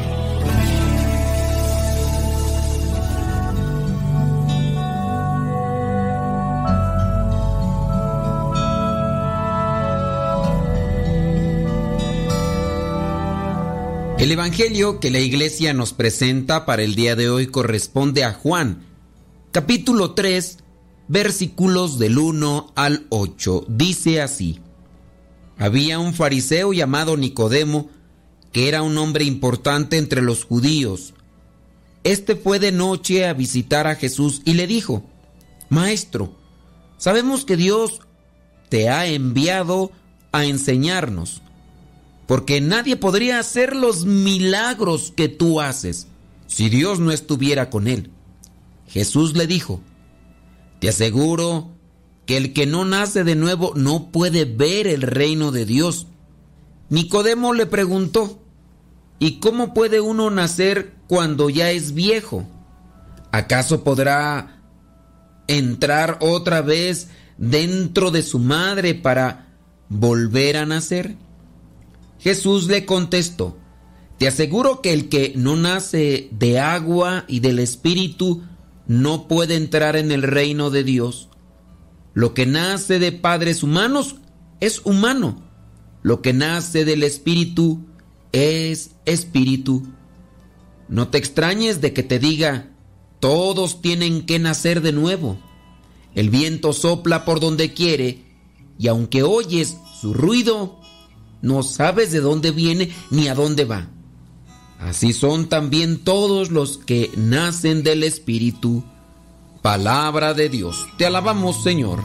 El evangelio que la iglesia nos presenta para el día de hoy corresponde a Juan, capítulo tres, versículos del uno al ocho. Dice así: Había un fariseo llamado Nicodemo, que era un hombre importante entre los judíos. Este fue de noche a visitar a Jesús y le dijo: Maestro, sabemos que Dios te ha enviado a enseñarnos, porque nadie podría hacer los milagros que tú haces si Dios no estuviera con él. Jesús le dijo: Te aseguro que el que no nace de nuevo no puede ver el reino de Dios. Nicodemo le preguntó: ¿Y cómo puede uno nacer cuando ya es viejo? ¿Acaso podrá entrar otra vez dentro de su madre para volver a nacer? Jesús le contestó: Te aseguro que el que no nace de agua y del Espíritu no puede entrar en el reino de Dios. Lo que nace de padres humanos es humano. Lo que nace del Espíritu es espíritu. No te extrañes de que te diga: todos tienen que nacer de nuevo. El viento sopla por donde quiere, y aunque oyes su ruido, no sabes de dónde viene ni a dónde va. Así son también todos los que nacen del Espíritu. Palabra de Dios. Te alabamos, Señor.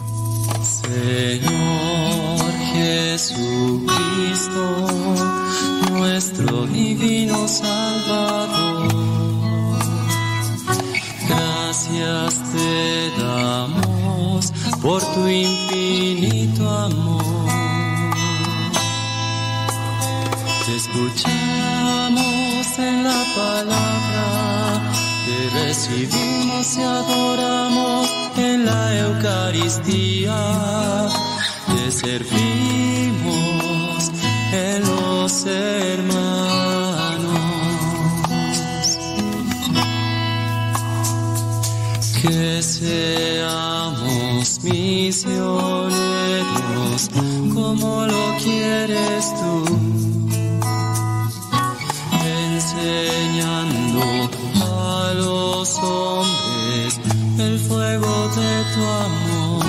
Señor Jesucristo, nuestro divino Salvador, gracias te damos por tu infinito amor. Te escuchamos en la palabra, te recibimos y adoramos en la Eucaristía, te servimos en los hermanos. Que seamos misioneros como lo quieres tú, enseñando a los hombres el fuego de tu amor.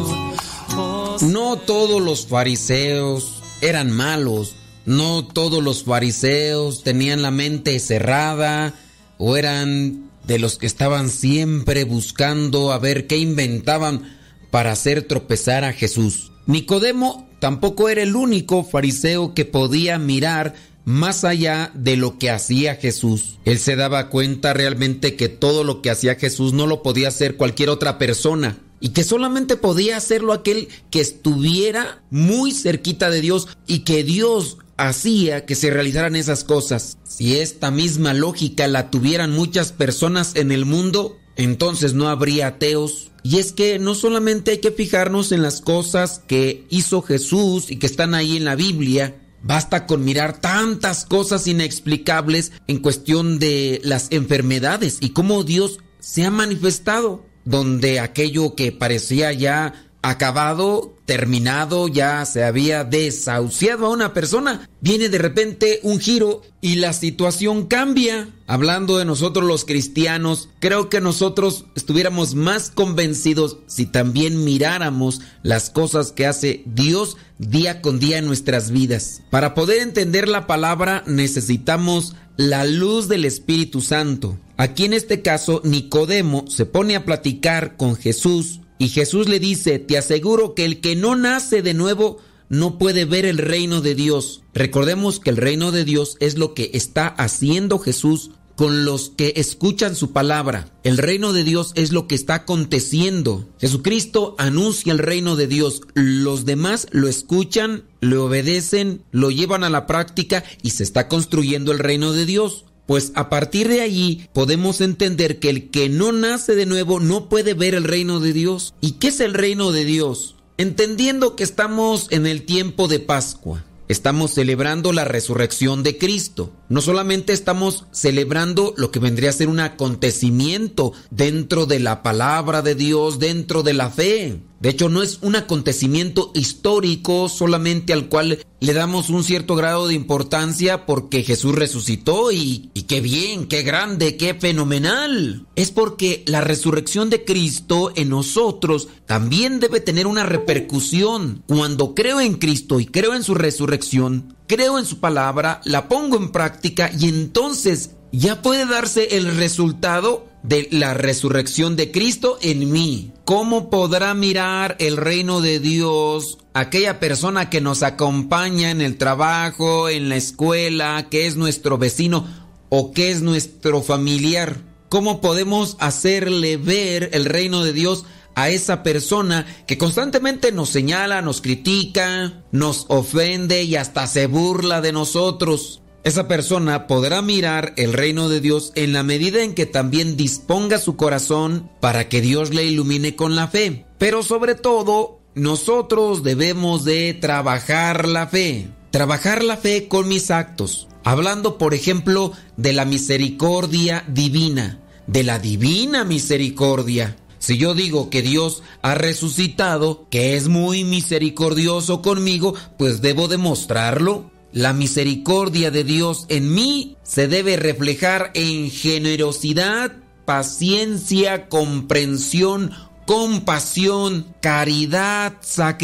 Oh, no todos los fariseos eran malos, no todos los fariseos tenían la mente cerrada o eran de los que estaban siempre buscando a ver qué inventaban para hacer tropezar a Jesús. Nicodemo tampoco era el único fariseo que podía mirar más allá de lo que hacía Jesús. Él se daba cuenta realmente que todo lo que hacía Jesús no lo podía hacer cualquier otra persona y que solamente podía hacerlo aquel que estuviera muy cerquita de Dios y que Dios hacía que se realizaran esas cosas. Si esta misma lógica la tuvieran muchas personas en el mundo, entonces no habría ateos. Y es que no solamente hay que fijarnos en las cosas que hizo Jesús y que están ahí en la Biblia. Basta con mirar tantas cosas inexplicables en cuestión de las enfermedades y cómo Dios se ha manifestado, donde aquello que parecía ya acabado, terminado, ya se había desahuciado a una persona, viene de repente un giro y la situación cambia. Hablando de nosotros los cristianos, creo que nosotros estuviéramos más convencidos si también miráramos las cosas que hace Dios día con día en nuestras vidas. Para poder entender la palabra necesitamos la luz del Espíritu Santo. Aquí en este caso, Nicodemo se pone a platicar con Jesús y Jesús le dice: te aseguro que el que no nace de nuevo no puede ver el reino de Dios. Recordemos que el reino de Dios es lo que está haciendo Jesús con los que escuchan su palabra. El reino de Dios es lo que está aconteciendo. Jesucristo anuncia el reino de Dios. Los demás lo escuchan, le obedecen, lo llevan a la práctica y se está construyendo el reino de Dios. Pues a partir de allí podemos entender que el que no nace de nuevo no puede ver el reino de Dios. ¿Y qué es el reino de Dios? Entendiendo que estamos en el tiempo de Pascua, estamos celebrando la resurrección de Cristo. No solamente estamos celebrando lo que vendría a ser un acontecimiento dentro de la palabra de Dios, dentro de la fe. De hecho, no es un acontecimiento histórico solamente al cual le damos un cierto grado de importancia porque Jesús resucitó y, y qué bien, qué grande, qué fenomenal. Es porque la resurrección de Cristo en nosotros también debe tener una repercusión. Cuando creo en Cristo y creo en su resurrección, creo en su palabra, la pongo en práctica y entonces ya puede darse el resultado de la resurrección de Cristo en mí. ¿Cómo podrá mirar el reino de Dios aquella persona que nos acompaña en el trabajo, en la escuela, que es nuestro vecino o que es nuestro familiar? ¿Cómo podemos hacerle ver el reino de Dios a esa persona que constantemente nos señala, nos critica, nos ofende y hasta se burla de nosotros? Esa persona podrá mirar el reino de Dios en la medida en que también disponga su corazón para que Dios le ilumine con la fe. Pero sobre todo, nosotros debemos de trabajar la fe. Trabajar la fe con mis actos. Hablando, por ejemplo, de la misericordia divina. De la divina misericordia. Si yo digo que Dios ha resucitado, que es muy misericordioso conmigo, pues debo demostrarlo. La misericordia de Dios en mí se debe reflejar en generosidad, paciencia, comprensión, compasión, caridad,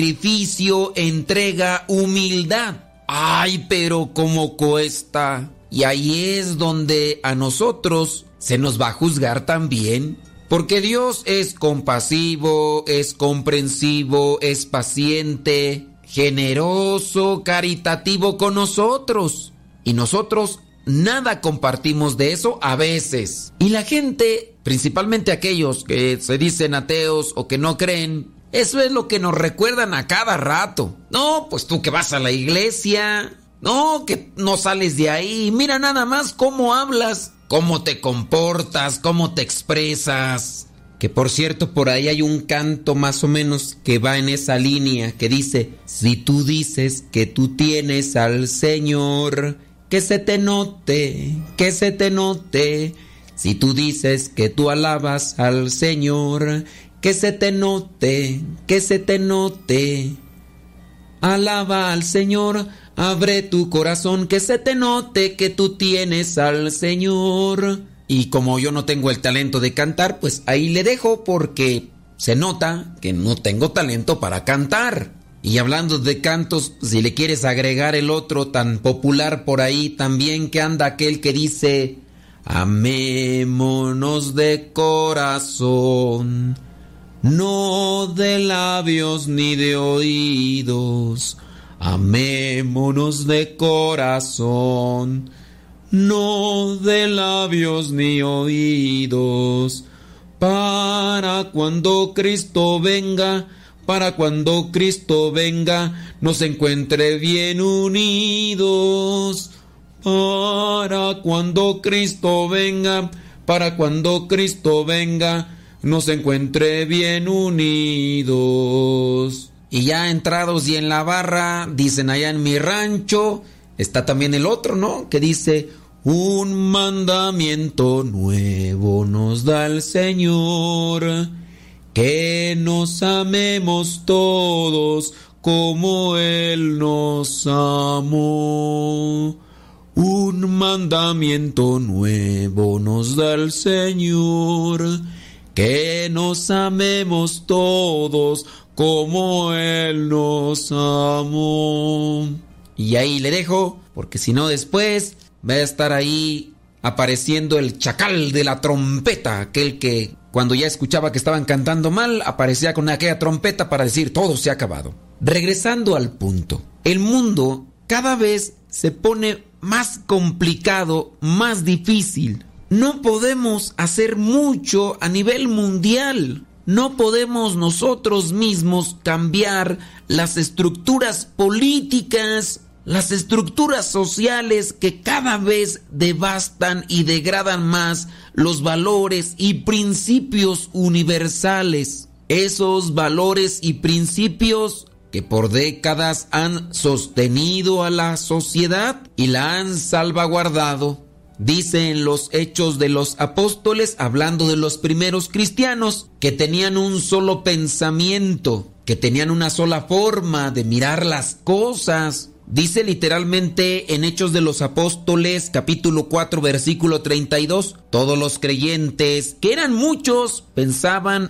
sacrificio, entrega, humildad. ¡Ay, pero cómo cuesta! Y ahí es donde a nosotros se nos va a juzgar también. Porque Dios es compasivo, es comprensivo, es paciente, generoso, caritativo con nosotros. Y nosotros nada compartimos de eso a veces. Y la gente, principalmente aquellos que se dicen ateos o que no creen, eso es lo que nos recuerdan a cada rato. No, pues tú que vas a la iglesia, no, que no sales de ahí. Mira nada más cómo hablas, cómo te comportas, cómo te expresas. Que por cierto, por ahí hay un canto más o menos que va en esa línea que dice: si tú dices que tú tienes al Señor, que se te note, que se te note. Si tú dices que tú alabas al Señor, que se te note, que se te note. Alaba al Señor, abre tu corazón, que se te note que tú tienes al Señor. Y como yo no tengo el talento de cantar, pues ahí le dejo porque se nota que no tengo talento para cantar. Y hablando de cantos, si le quieres agregar el otro tan popular por ahí también, que anda aquel que dice: amémonos de corazón, no de labios ni de oídos. Amémonos de corazón, no de labios ni oídos. Para cuando Cristo venga, para cuando Cristo venga, nos encuentre bien unidos. Para cuando Cristo venga, para cuando Cristo venga, nos encuentre bien unidos. Y ya entrados y en la barra, dicen allá en mi rancho, está también el otro, ¿no? Que dice: un mandamiento nuevo nos da el Señor, que nos amemos todos como Él nos amó. Un mandamiento nuevo nos da el Señor, que nos amemos todos como Él nos amó. Y ahí le dejo, porque si no después va a estar ahí apareciendo el chacal de la trompeta, aquel que cuando ya escuchaba que estaban cantando mal, aparecía con aquella trompeta para decir: todo se ha acabado. Regresando al punto, el mundo cada vez se pone más complicado, más difícil. No podemos hacer mucho a nivel mundial. No podemos nosotros mismos cambiar las estructuras políticas, las estructuras sociales que cada vez devastan y degradan más los valores y principios universales. Esos valores y principios que por décadas han sostenido a la sociedad y la han salvaguardado. Dice en los Hechos de los Apóstoles, hablando de los primeros cristianos, que tenían un solo pensamiento, que tenían una sola forma de mirar las cosas. Dice literalmente en Hechos de los Apóstoles, capítulo cuatro, versículo treinta y dos, todos los creyentes, que eran muchos, pensaban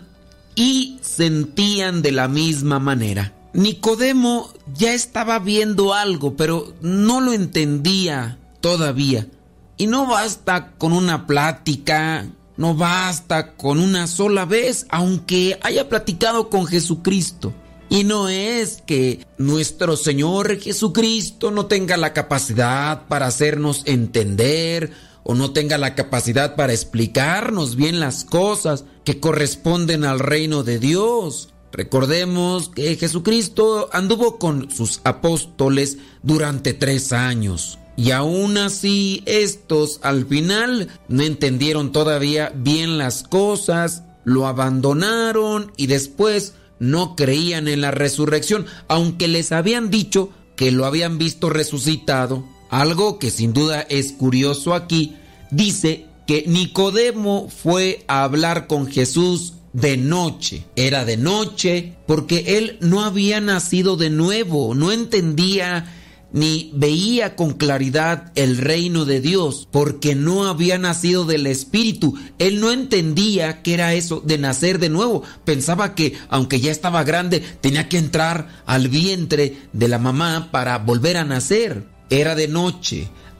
y sentían de la misma manera. Nicodemo ya estaba viendo algo, pero no lo entendía todavía. Y no basta con una plática, no basta con una sola vez, aunque haya platicado con Jesucristo. Y no es que nuestro Señor Jesucristo no tenga la capacidad para hacernos entender o no tenga la capacidad para explicarnos bien las cosas que corresponden al reino de Dios. Recordemos que Jesucristo anduvo con sus apóstoles durante tres años. Y aún así, estos al final no entendieron todavía bien las cosas, lo abandonaron y después no creían en la resurrección, aunque les habían dicho que lo habían visto resucitado. Algo que sin duda es curioso aquí, dice que Nicodemo fue a hablar con Jesús de noche. Era de noche porque él no había nacido de nuevo, no entendía ni veía con claridad el reino de Dios, porque no había nacido del Espíritu. Él no entendía qué era eso de nacer de nuevo. Pensaba que, aunque ya estaba grande, tenía que entrar al vientre de la mamá para volver a nacer. Era de noche.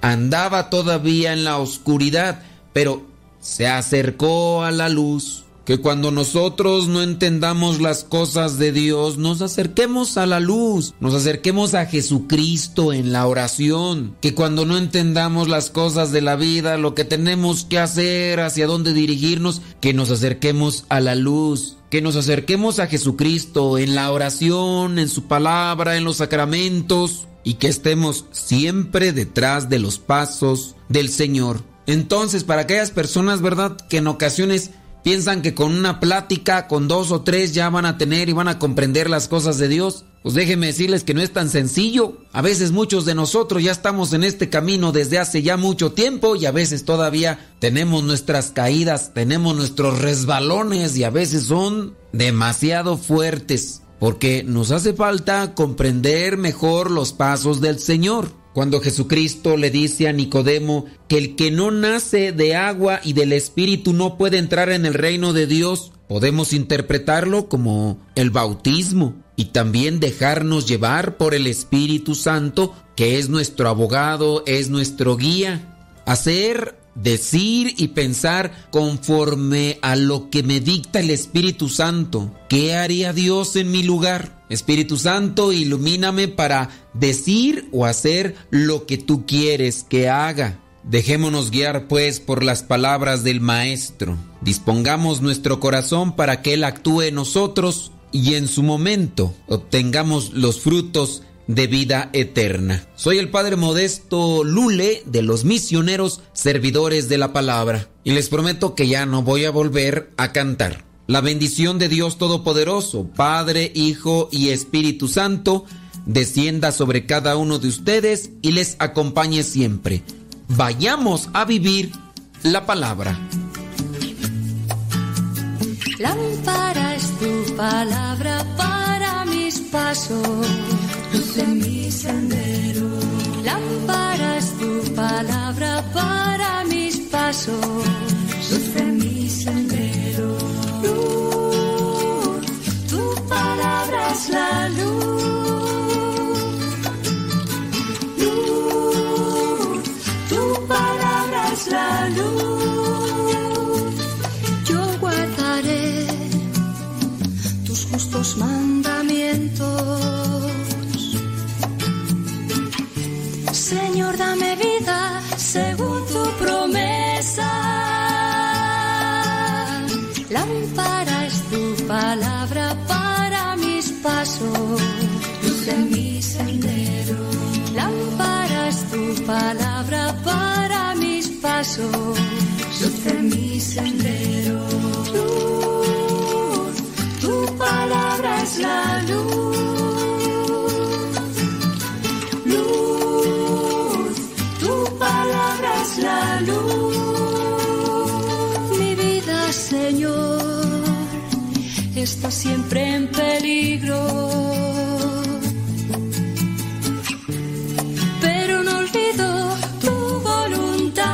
andaba todavía en la oscuridad, pero se acercó a la luz. Que cuando nosotros no entendamos las cosas de Dios, nos acerquemos a la luz, nos acerquemos a Jesucristo en la oración. Que cuando no entendamos las cosas de la vida, lo que tenemos que hacer, hacia dónde dirigirnos, que nos acerquemos a la luz. Que nos acerquemos a Jesucristo en la oración, en su palabra, en los sacramentos, y que estemos siempre detrás de los pasos del Señor. Entonces, para aquellas personas, ¿verdad?, que en ocasiones piensan que con una plática, con dos o tres ya van a tener y van a comprender las cosas de Dios, pues déjenme decirles que no es tan sencillo. A veces muchos de nosotros ya estamos en este camino desde hace ya mucho tiempo y a veces todavía tenemos nuestras caídas, tenemos nuestros resbalones y a veces son demasiado fuertes, porque nos hace falta comprender mejor los pasos del Señor. Cuando Jesucristo le dice a Nicodemo que el que no nace de agua y del Espíritu no puede entrar en el reino de Dios, podemos interpretarlo como el bautismo y también dejarnos llevar por el Espíritu Santo, que es nuestro abogado, es nuestro guía. Hacer, decir y pensar conforme a lo que me dicta el Espíritu Santo. ¿Qué haría Dios en mi lugar? Espíritu Santo, ilumíname para decir o hacer lo que tú quieres que haga. Dejémonos guiar pues por las palabras del Maestro. Dispongamos nuestro corazón para que Él actúe en nosotros y en su momento obtengamos los frutos de vida eterna. Soy el Padre Modesto Lule de los Misioneros Servidores de la Palabra y les prometo que ya no voy a volver a cantar. La bendición de Dios Todopoderoso, Padre, Hijo y Espíritu Santo, descienda sobre cada uno de ustedes y les acompañe siempre. Vayamos a vivir la palabra. Lámpara es tu palabra para mis pasos, luz en mi sendero. Lámpara es tu palabra para mis pasos, luz en mi sendero. Luz, tu palabra es la luz. Luz, tu palabra es la luz. Yo guardaré tus justos mandamientos. Señor, dame vida según tu promesa. Lámpara es tu palabra para mis pasos, luz en mi sendero. Lámpara es tu palabra para mis pasos, luz en mi sendero. Luz, tu palabra es la luz. Luz, tu palabra es la luz. Mi vida, Señor, está siempre en peligro, pero no olvido tu voluntad.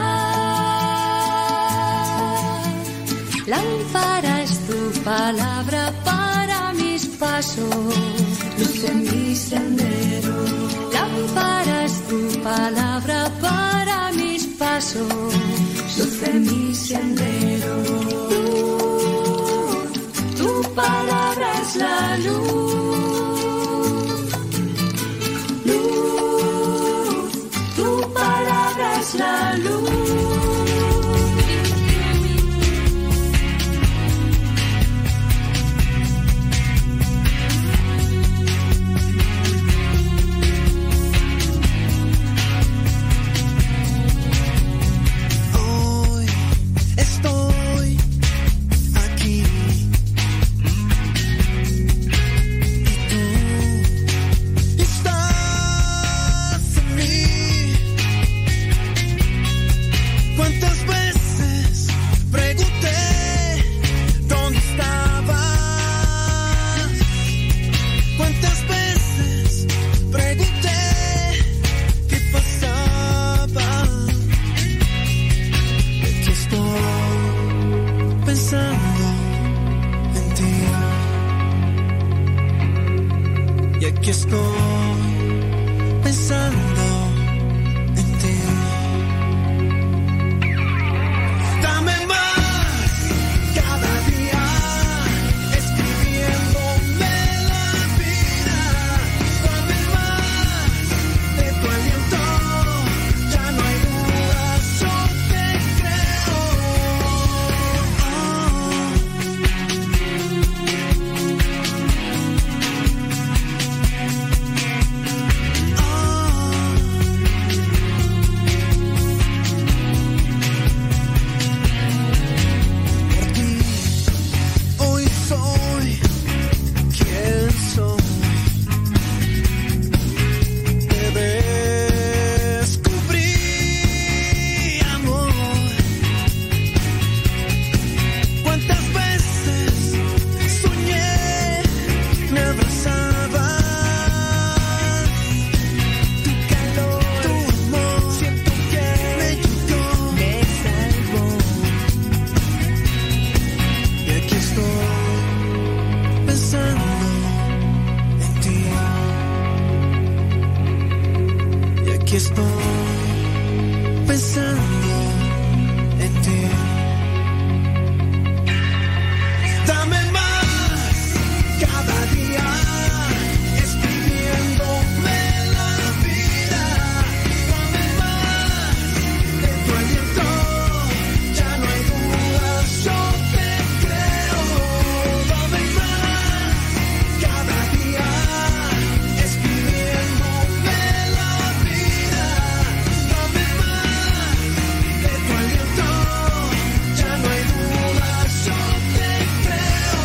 Lámpara es tu palabra para mis pasos, luz en mi sendero. Lámpara es tu palabra para mis pasos, luz en mi sendero. Luz, tu palabra es la luz. Luz, tu palabra es la luz. Hoy es pensando en ti. Dame más cada día, escribiéndome la vida. Dame más de tu aliento, ya no hay dudas, yo te creo. Dame más cada día, escribiéndome la vida. Dame más de tu aliento, ya no hay dudas, yo te creo.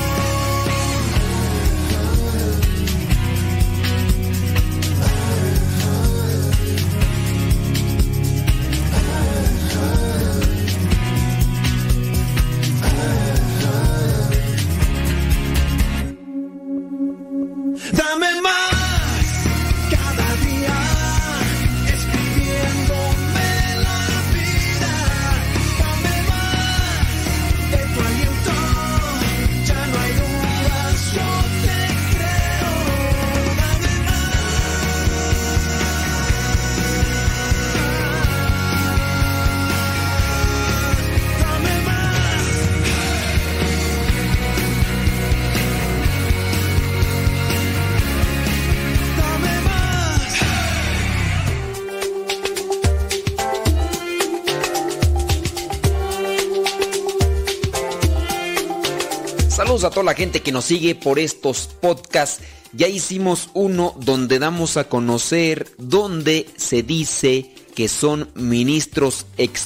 Dame más cada día, escribiéndome la vida. Dame más de tu aliento, ya no hay dudas, yo te creo. Dame más, dame más. Dame más. Saludos a toda la gente que nos sigue por estos podcasts. Ya hicimos uno donde damos a conocer donde se dice que son ministros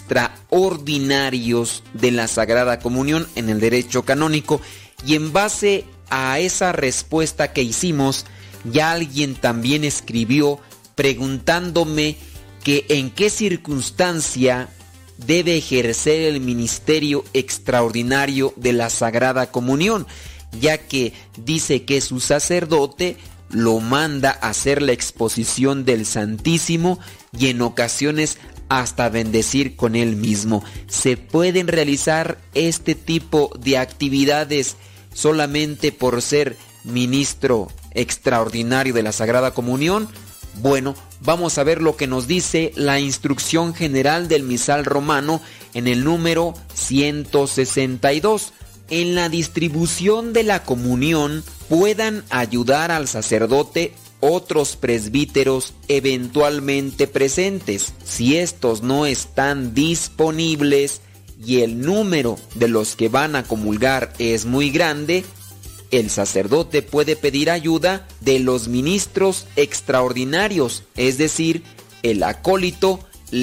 extraordinarios de la Sagrada Comunión en el derecho canónico. Y en base a esa respuesta que hicimos, ya alguien también escribió preguntándome que en qué circunstancia debe ejercer el ministerio extraordinario de la Sagrada Comunión, ya que dice que su sacerdote lo manda a hacer la exposición del Santísimo y en ocasiones hasta bendecir con él mismo. ¿Se pueden realizar este tipo de actividades solamente por ser ministro extraordinario de la Sagrada Comunión? Bueno, vamos a ver lo que nos dice la Instrucción General del Misal Romano en el número ciento sesenta y dos. En la distribución de la comunión puedan ayudar al sacerdote otros presbíteros eventualmente presentes. Si estos no están disponibles y el número de los que van a comulgar es muy grande, el sacerdote puede pedir ayuda de los ministros extraordinarios, es decir, el acólito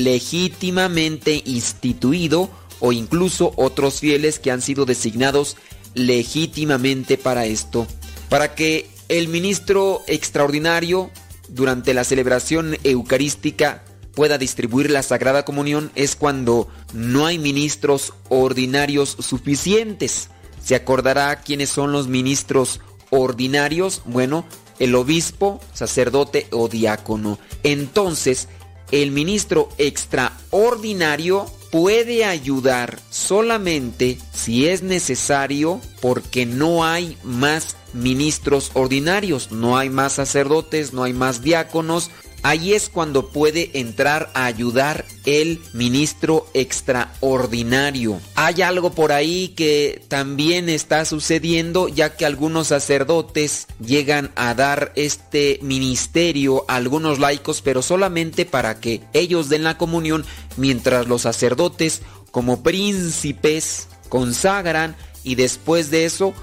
legítimamente instituido o incluso otros fieles que han sido designados legítimamente para esto. Para que el ministro extraordinario durante la celebración eucarística pueda distribuir la Sagrada Comunión es cuando no hay ministros ordinarios suficientes. ¿Se acordará quiénes son los ministros ordinarios? Bueno, el obispo, sacerdote o diácono. Entonces, el ministro extraordinario puede ayudar solamente si es necesario, porque no hay más ministros ordinarios, no hay más sacerdotes, no hay más diáconos. Ahí es cuando puede entrar a ayudar el ministro extraordinario. Hay algo por ahí que también está sucediendo, ya que algunos sacerdotes llegan a dar este ministerio a algunos laicos, pero solamente para que ellos den la comunión, mientras los sacerdotes, como príncipes, consagran y después de eso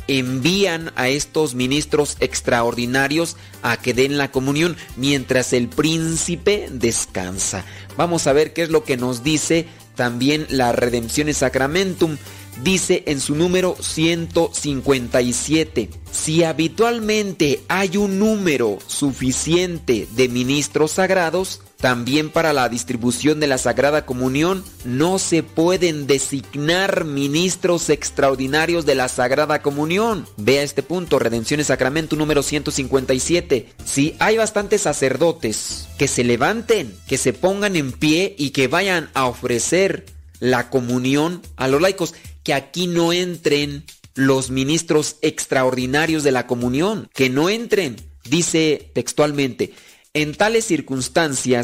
envían a estos ministros extraordinarios a que den la comunión mientras el príncipe descansa. Vamos a ver qué es lo que nos dice también la Redemptionis Sacramentum. Dice en su número ciento cincuenta y siete: si habitualmente hay un número suficiente de ministros sagrados, también para la distribución de la Sagrada Comunión no se pueden designar ministros extraordinarios de la Sagrada Comunión. Vea este punto, Redemptionis Sacramentum número ciento cincuenta y siete. Si hay bastantes sacerdotes que se levanten, que se pongan en pie y que vayan a ofrecer la comunión a los laicos, que aquí no entren los ministros extraordinarios de la comunión, que no entren. Dice textualmente: en tales circunstancias,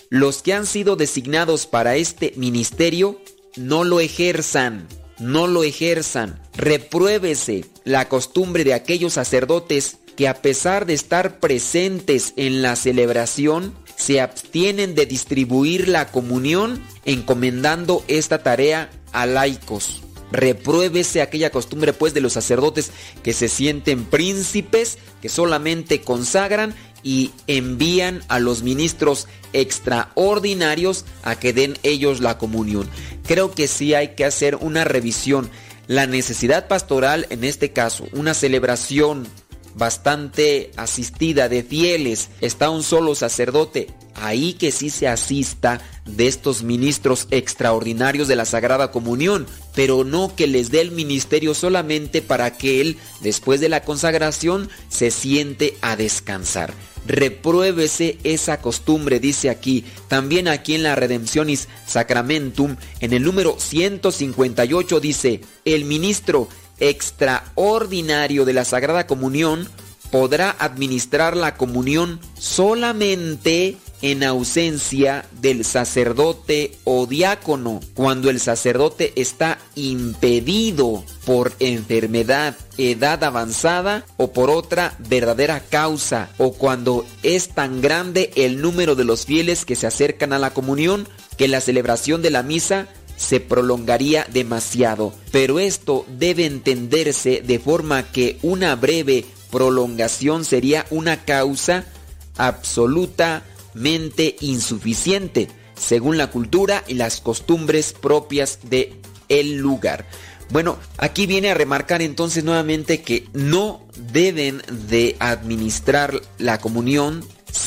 los que han sido designados para este ministerio no lo ejerzan, no lo ejerzan. Repruébese la costumbre de aquellos sacerdotes que, a pesar de estar presentes en la celebración, se abstienen de distribuir la comunión, encomendando esta tarea a laicos. Repruébese aquella costumbre, pues, de los sacerdotes que se sienten príncipes, que solamente consagran y envían a los ministros extraordinarios a que den ellos la comunión. Creo que sí hay que hacer una revisión. La necesidad pastoral, en este caso, una celebración bastante asistida de fieles, está un solo sacerdote, ahí que sí se asista de estos ministros extraordinarios de la Sagrada Comunión, pero no que les dé el ministerio solamente para que él, después de la consagración, se siente a descansar. Repruébese esa costumbre, dice aquí. También aquí en la Redemptionis Sacramentum, en el número ciento cincuenta y ocho, dice: el ministro extraordinario de la Sagrada Comunión podrá administrar la comunión solamente en ausencia del sacerdote o diácono, cuando el sacerdote está impedido por enfermedad, edad avanzada o por otra verdadera causa, o cuando es tan grande el número de los fieles que se acercan a la comunión que la celebración de la misa se prolongaría demasiado. Pero esto debe entenderse de forma que una breve prolongación sería una causa absolutamente insuficiente, según la cultura y las costumbres propias de el lugar. Bueno, aquí viene a remarcar entonces nuevamente que no deben de administrar la comunión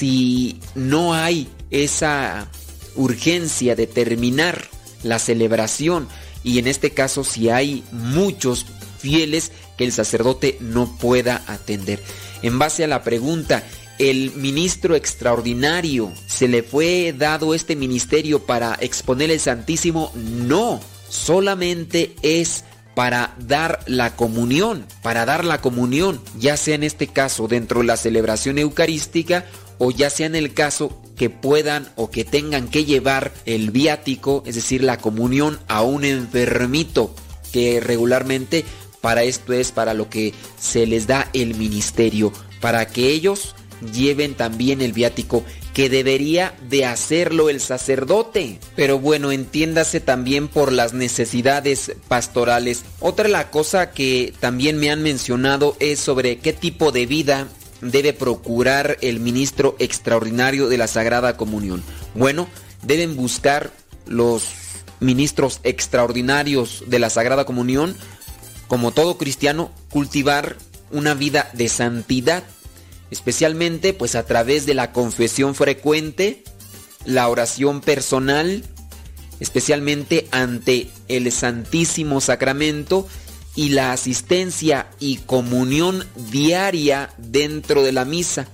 si no hay esa urgencia de terminar la celebración, y en este caso si hay muchos fieles que el sacerdote no pueda atender. En base a la pregunta, ¿el ministro extraordinario se le fue dado este ministerio para exponer el Santísimo? No, solamente es para dar la comunión, para dar la comunión, ya sea en este caso dentro de la celebración eucarística o ya sea en el caso que puedan o que tengan que llevar el viático, es decir, la comunión a un enfermito, que regularmente para esto es para lo que se les da el ministerio, para que ellos lleven también el viático, que debería de hacerlo el sacerdote. Pero bueno, entiéndase también por las necesidades pastorales. Otra la cosa que también me han mencionado es sobre qué tipo de vida debe procurar el ministro extraordinario de la Sagrada Comunión. Bueno, deben buscar los ministros extraordinarios de la Sagrada Comunión, como todo cristiano, cultivar una vida de santidad, especialmente pues a través de la confesión frecuente, la oración personal, especialmente ante el Santísimo Sacramento, y la asistencia y comunión diaria dentro de la misa.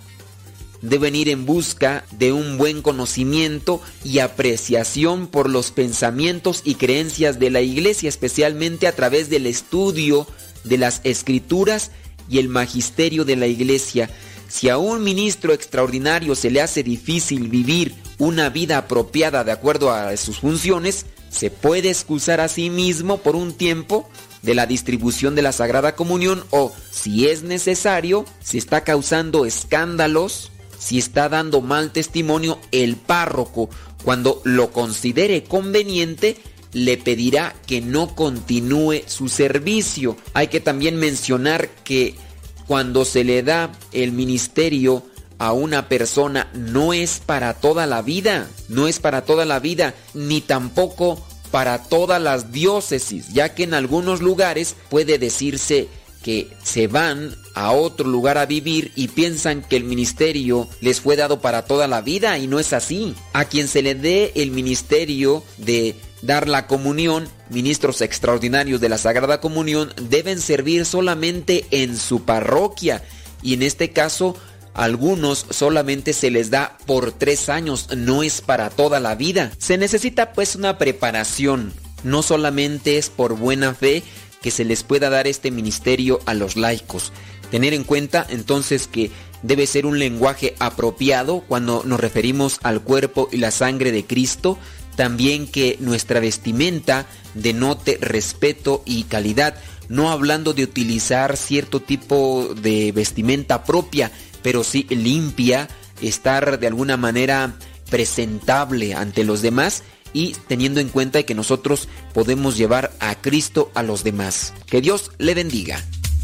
Deben ir en busca de un buen conocimiento y apreciación por los pensamientos y creencias de la Iglesia, especialmente a través del estudio de las Escrituras y el magisterio de la Iglesia. Si a un ministro extraordinario se le hace difícil vivir una vida apropiada de acuerdo a sus funciones, se puede excusar a sí mismo por un tiempo de la distribución de la Sagrada Comunión, o, si es necesario, si está causando escándalos, si está dando mal testimonio, el párroco, cuando lo considere conveniente, le pedirá que no continúe su servicio. Hay que también mencionar que cuando se le da el ministerio a una persona, no es para toda la vida, no es para toda la vida, ni tampoco para todas las diócesis, ya que en algunos lugares puede decirse que se van a otro lugar a vivir y piensan que el ministerio les fue dado para toda la vida, y no es así. A quien se le dé el ministerio de dar la comunión, ministros extraordinarios de la Sagrada Comunión, deben servir solamente en su parroquia, y en este caso algunos solamente se les da por tres años, no es para toda la vida. Se necesita pues una preparación, no solamente es por buena fe que se les pueda dar este ministerio a los laicos. Tener en cuenta entonces que debe ser un lenguaje apropiado cuando nos referimos al cuerpo y la sangre de Cristo. También que nuestra vestimenta denote respeto y calidad, no hablando de utilizar cierto tipo de vestimenta propia, pero sí limpia, estar de alguna manera presentable ante los demás y teniendo en cuenta que nosotros podemos llevar a Cristo a los demás. Que Dios le bendiga.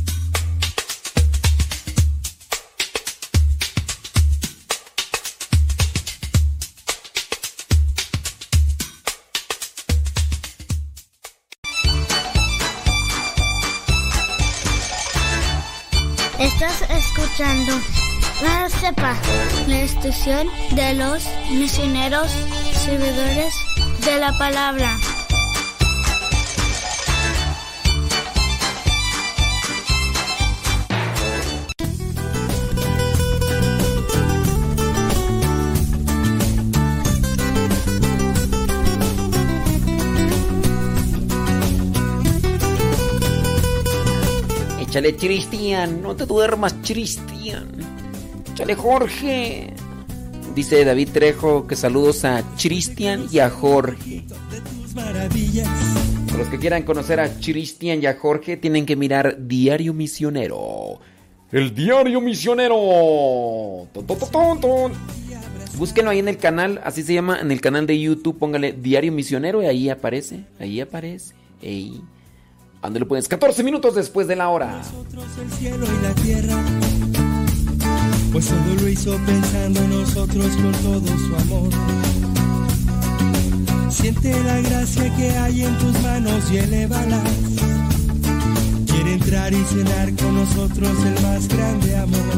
Estás escuchando la CEPA, la estación de los misioneros servidores de la palabra. Échale, Cristian, no te duermas, Cristian. Échale, Jorge. Dice David Trejo que saludos a Cristian y a Jorge. Para los que quieran conocer a Cristian y a Jorge, tienen que mirar Diario Misionero. El Diario Misionero. Ton, ton, ton, ton. Búsquenlo ahí en el canal, así se llama, en el canal de YouTube. Póngale Diario Misionero y ahí aparece. Ahí aparece. Ey. Ándale pues, catorce minutos después de la hora. Nosotros el cielo y la tierra, pues todo lo hizo pensando en nosotros con todo su amor. Siente la gracia que hay en tus manos y elévalas. Quiere entrar y cenar con nosotros el más grande amor.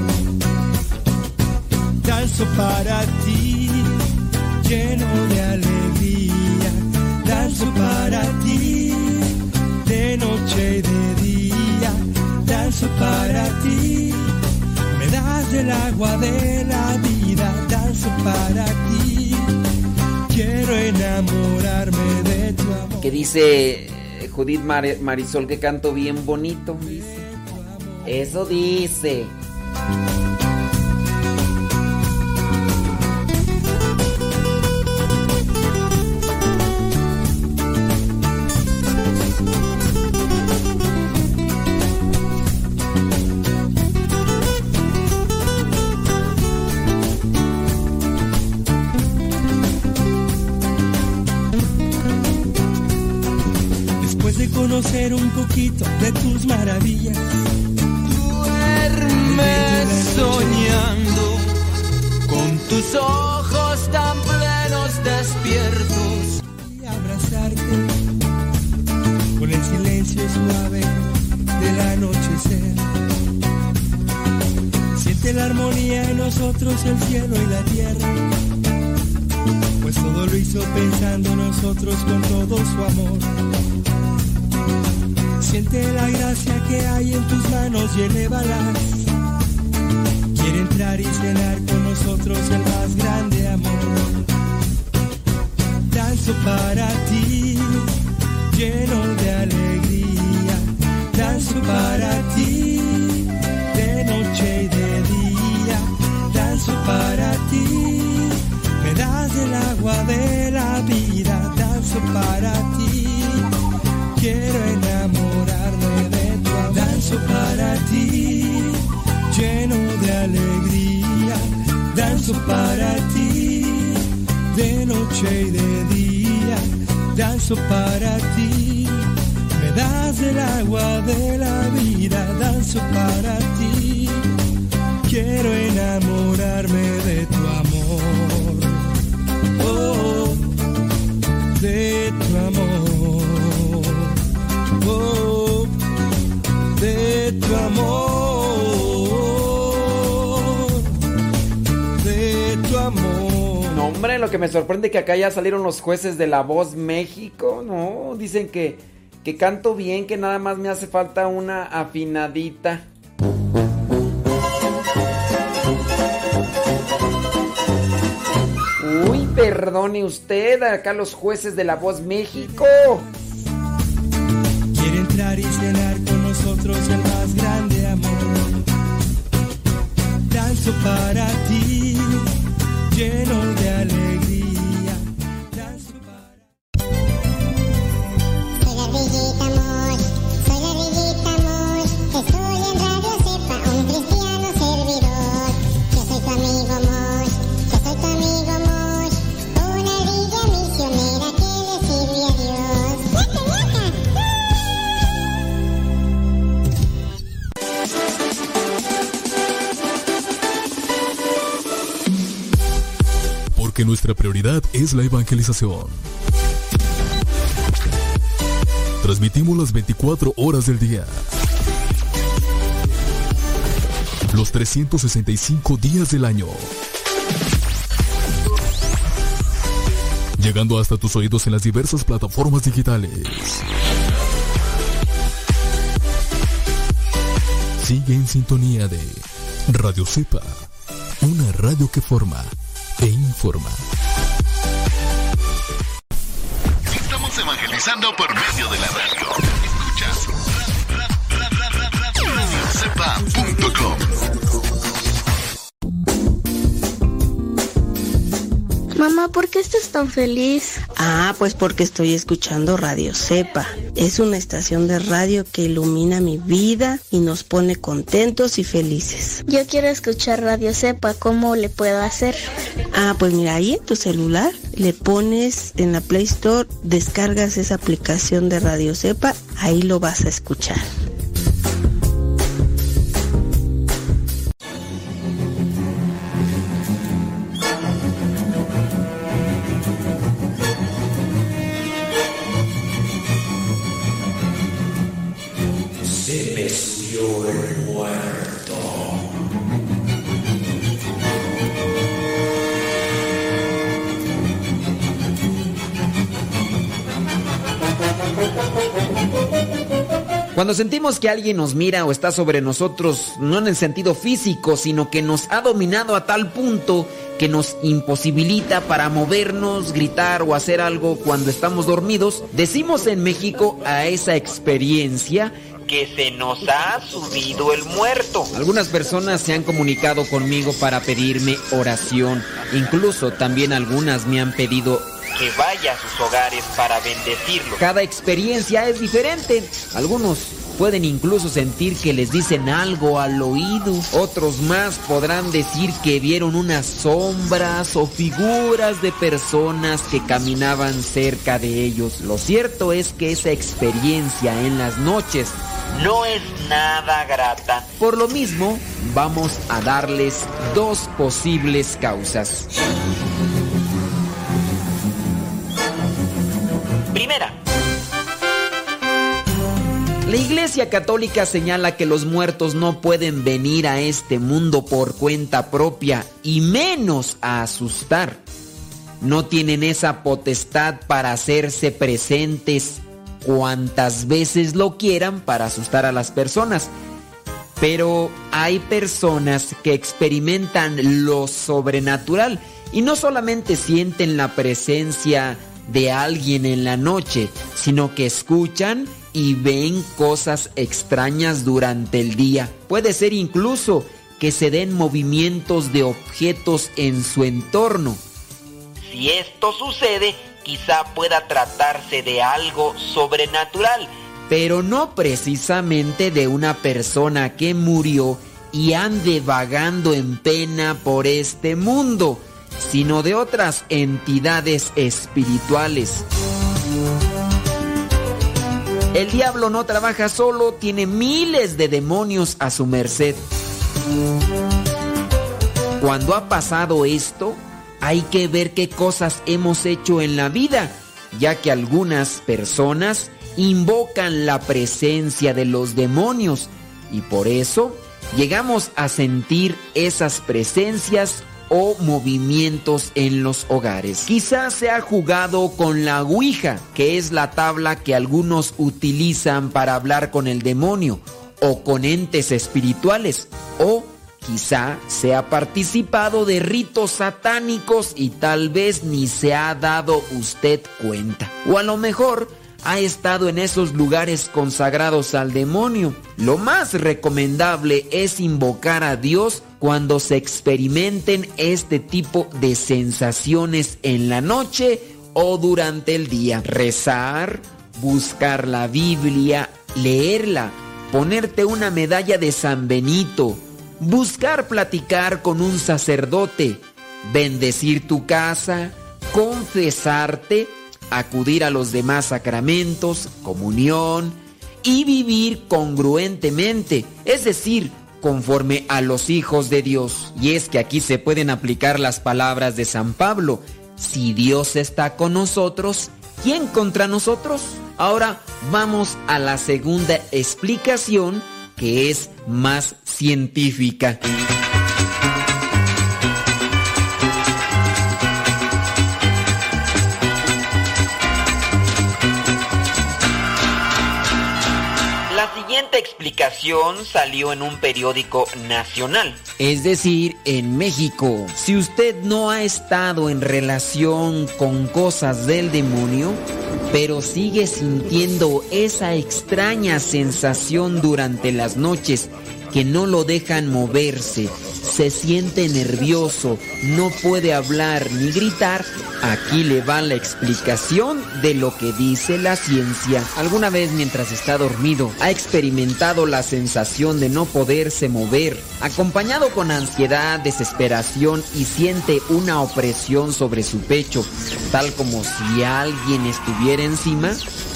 Danzo para ti, lleno de alegría. Danzo para ti, de noche y de día, danzo para ti, me das el agua de la vida, danzo para ti, quiero enamorarme de tu amor. Que dice Judith Mar- Marisol que canto bien bonito, dice. Eso dice. Conocer un poquito de tus maravillas. Duerme soñando con tus ojos tan plenos despiertos. Y abrazarte con el silencio suave del anochecer. Siente la armonía en nosotros, el cielo y la tierra, pues todo lo hizo pensando en nosotros con todo su amor. Siente la gracia que hay en tus manos y elévalas. Quiere entrar y cenar con nosotros el más grande amor. Danzo para ti, lleno de alegría. Danzo para ti, de noche y de día. Danzo para ti, me das el agua de la vida. Danzo para ti, quiero enamorarme de tu amor. Danzo para ti, lleno de alegría. Danzo para ti, de noche y de día. Danzo para ti, me das el agua de la vida. Danzo para ti, quiero enamorarme de tu amor. Oh, de tu amor. Oh, de tu amor, de tu amor. No, hombre, lo que me sorprende es que acá ya salieron los jueces de La Voz México. No, dicen que, que canto bien, que nada más me hace falta una afinadita. Uy, perdone usted, acá los jueces de La Voz México. Quiere entrar y cenar con nosotros el más grande amor. Danzo Nuestra prioridad es la evangelización. Transmitimos las veinticuatro horas del día, los trescientos sesenta y cinco días del año, llegando hasta tus oídos en las diversas plataformas digitales. Sigue en sintonía de Radio Cepa, una radio que forma e informa. Estamos evangelizando por medio de la radio. Escuchas radio cepa punto com. Mamá, ¿por qué estás tan feliz? Ah, pues porque estoy escuchando Radio Cepa. Es una estación de radio que ilumina mi vida y nos pone contentos y felices. Yo quiero escuchar Radio Cepa, ¿cómo le puedo hacer? Ah, pues mira, ahí en tu celular le pones en la Play Store, descargas esa aplicación de Radio Cepa, ahí lo vas a escuchar. Cuando sentimos que alguien nos mira o está sobre nosotros, no en el sentido físico, sino que nos ha dominado a tal punto que nos imposibilita para movernos, gritar o hacer algo cuando estamos dormidos, decimos en México a esa experiencia que se nos ha subido el muerto. Algunas personas se han comunicado conmigo para pedirme oración. Incluso también algunas me han pedido que vaya a sus hogares para bendecirlo. Cada experiencia es diferente. Algunos pueden incluso sentir que les dicen algo al oído. Otros más podrán decir que vieron unas sombras o figuras de personas que caminaban cerca de ellos. Lo cierto es que esa experiencia en las noches no es nada grata. Por lo mismo, vamos a darles dos posibles causas. Primera, la Iglesia Católica señala que los muertos no pueden venir a este mundo por cuenta propia y menos a asustar. No tienen esa potestad para hacerse presentes cuantas veces lo quieran para asustar a las personas. Pero hay personas que experimentan lo sobrenatural y no solamente sienten la presencia de alguien en la noche, sino que escuchan y ven cosas extrañas durante el día. Puede ser incluso que se den movimientos de objetos en su entorno. Si esto sucede, quizá pueda tratarse de algo sobrenatural, pero no precisamente de una persona que murió y ande vagando en pena por este mundo, sino de otras entidades espirituales. El diablo no trabaja solo, tiene miles de demonios a su merced. Cuando ha pasado esto, hay que ver qué cosas hemos hecho en la vida, ya que algunas personas invocan la presencia de los demonios y por eso llegamos a sentir esas presencias o movimientos en los hogares. Quizás se ha jugado con la ouija, que es la tabla que algunos utilizan para hablar con el demonio o con entes espirituales, o quizá se ha participado de ritos satánicos y tal vez ni se ha dado usted cuenta, o a lo mejor ha estado en esos lugares consagrados al demonio. Lo más recomendable es invocar a Dios cuando se experimenten este tipo de sensaciones en la noche o durante el día. Rezar, buscar la Biblia, leerla, ponerte una medalla de San Benito, buscar platicar con un sacerdote, bendecir tu casa, confesarte, acudir a los demás sacramentos, comunión y vivir congruentemente, es decir, conforme a los hijos de Dios. Y es que aquí se pueden aplicar las palabras de San Pablo, Si Dios está con nosotros, ¿quién contra nosotros? Ahora vamos a la segunda explicación, que es más científica. La siguiente explicación salió en un periódico nacional, es decir, en México. Si usted no ha estado en relación con cosas del demonio, pero sigue sintiendo esa extraña sensación durante las noches que no lo dejan moverse, se siente nervioso, no puede hablar ni gritar, aquí le va la explicación de lo que dice la ciencia. ¿Alguna vez mientras está dormido ha experimentado la sensación de no poderse mover, acompañado con ansiedad, desesperación y siente una opresión sobre su pecho, tal como si alguien estuviera encima?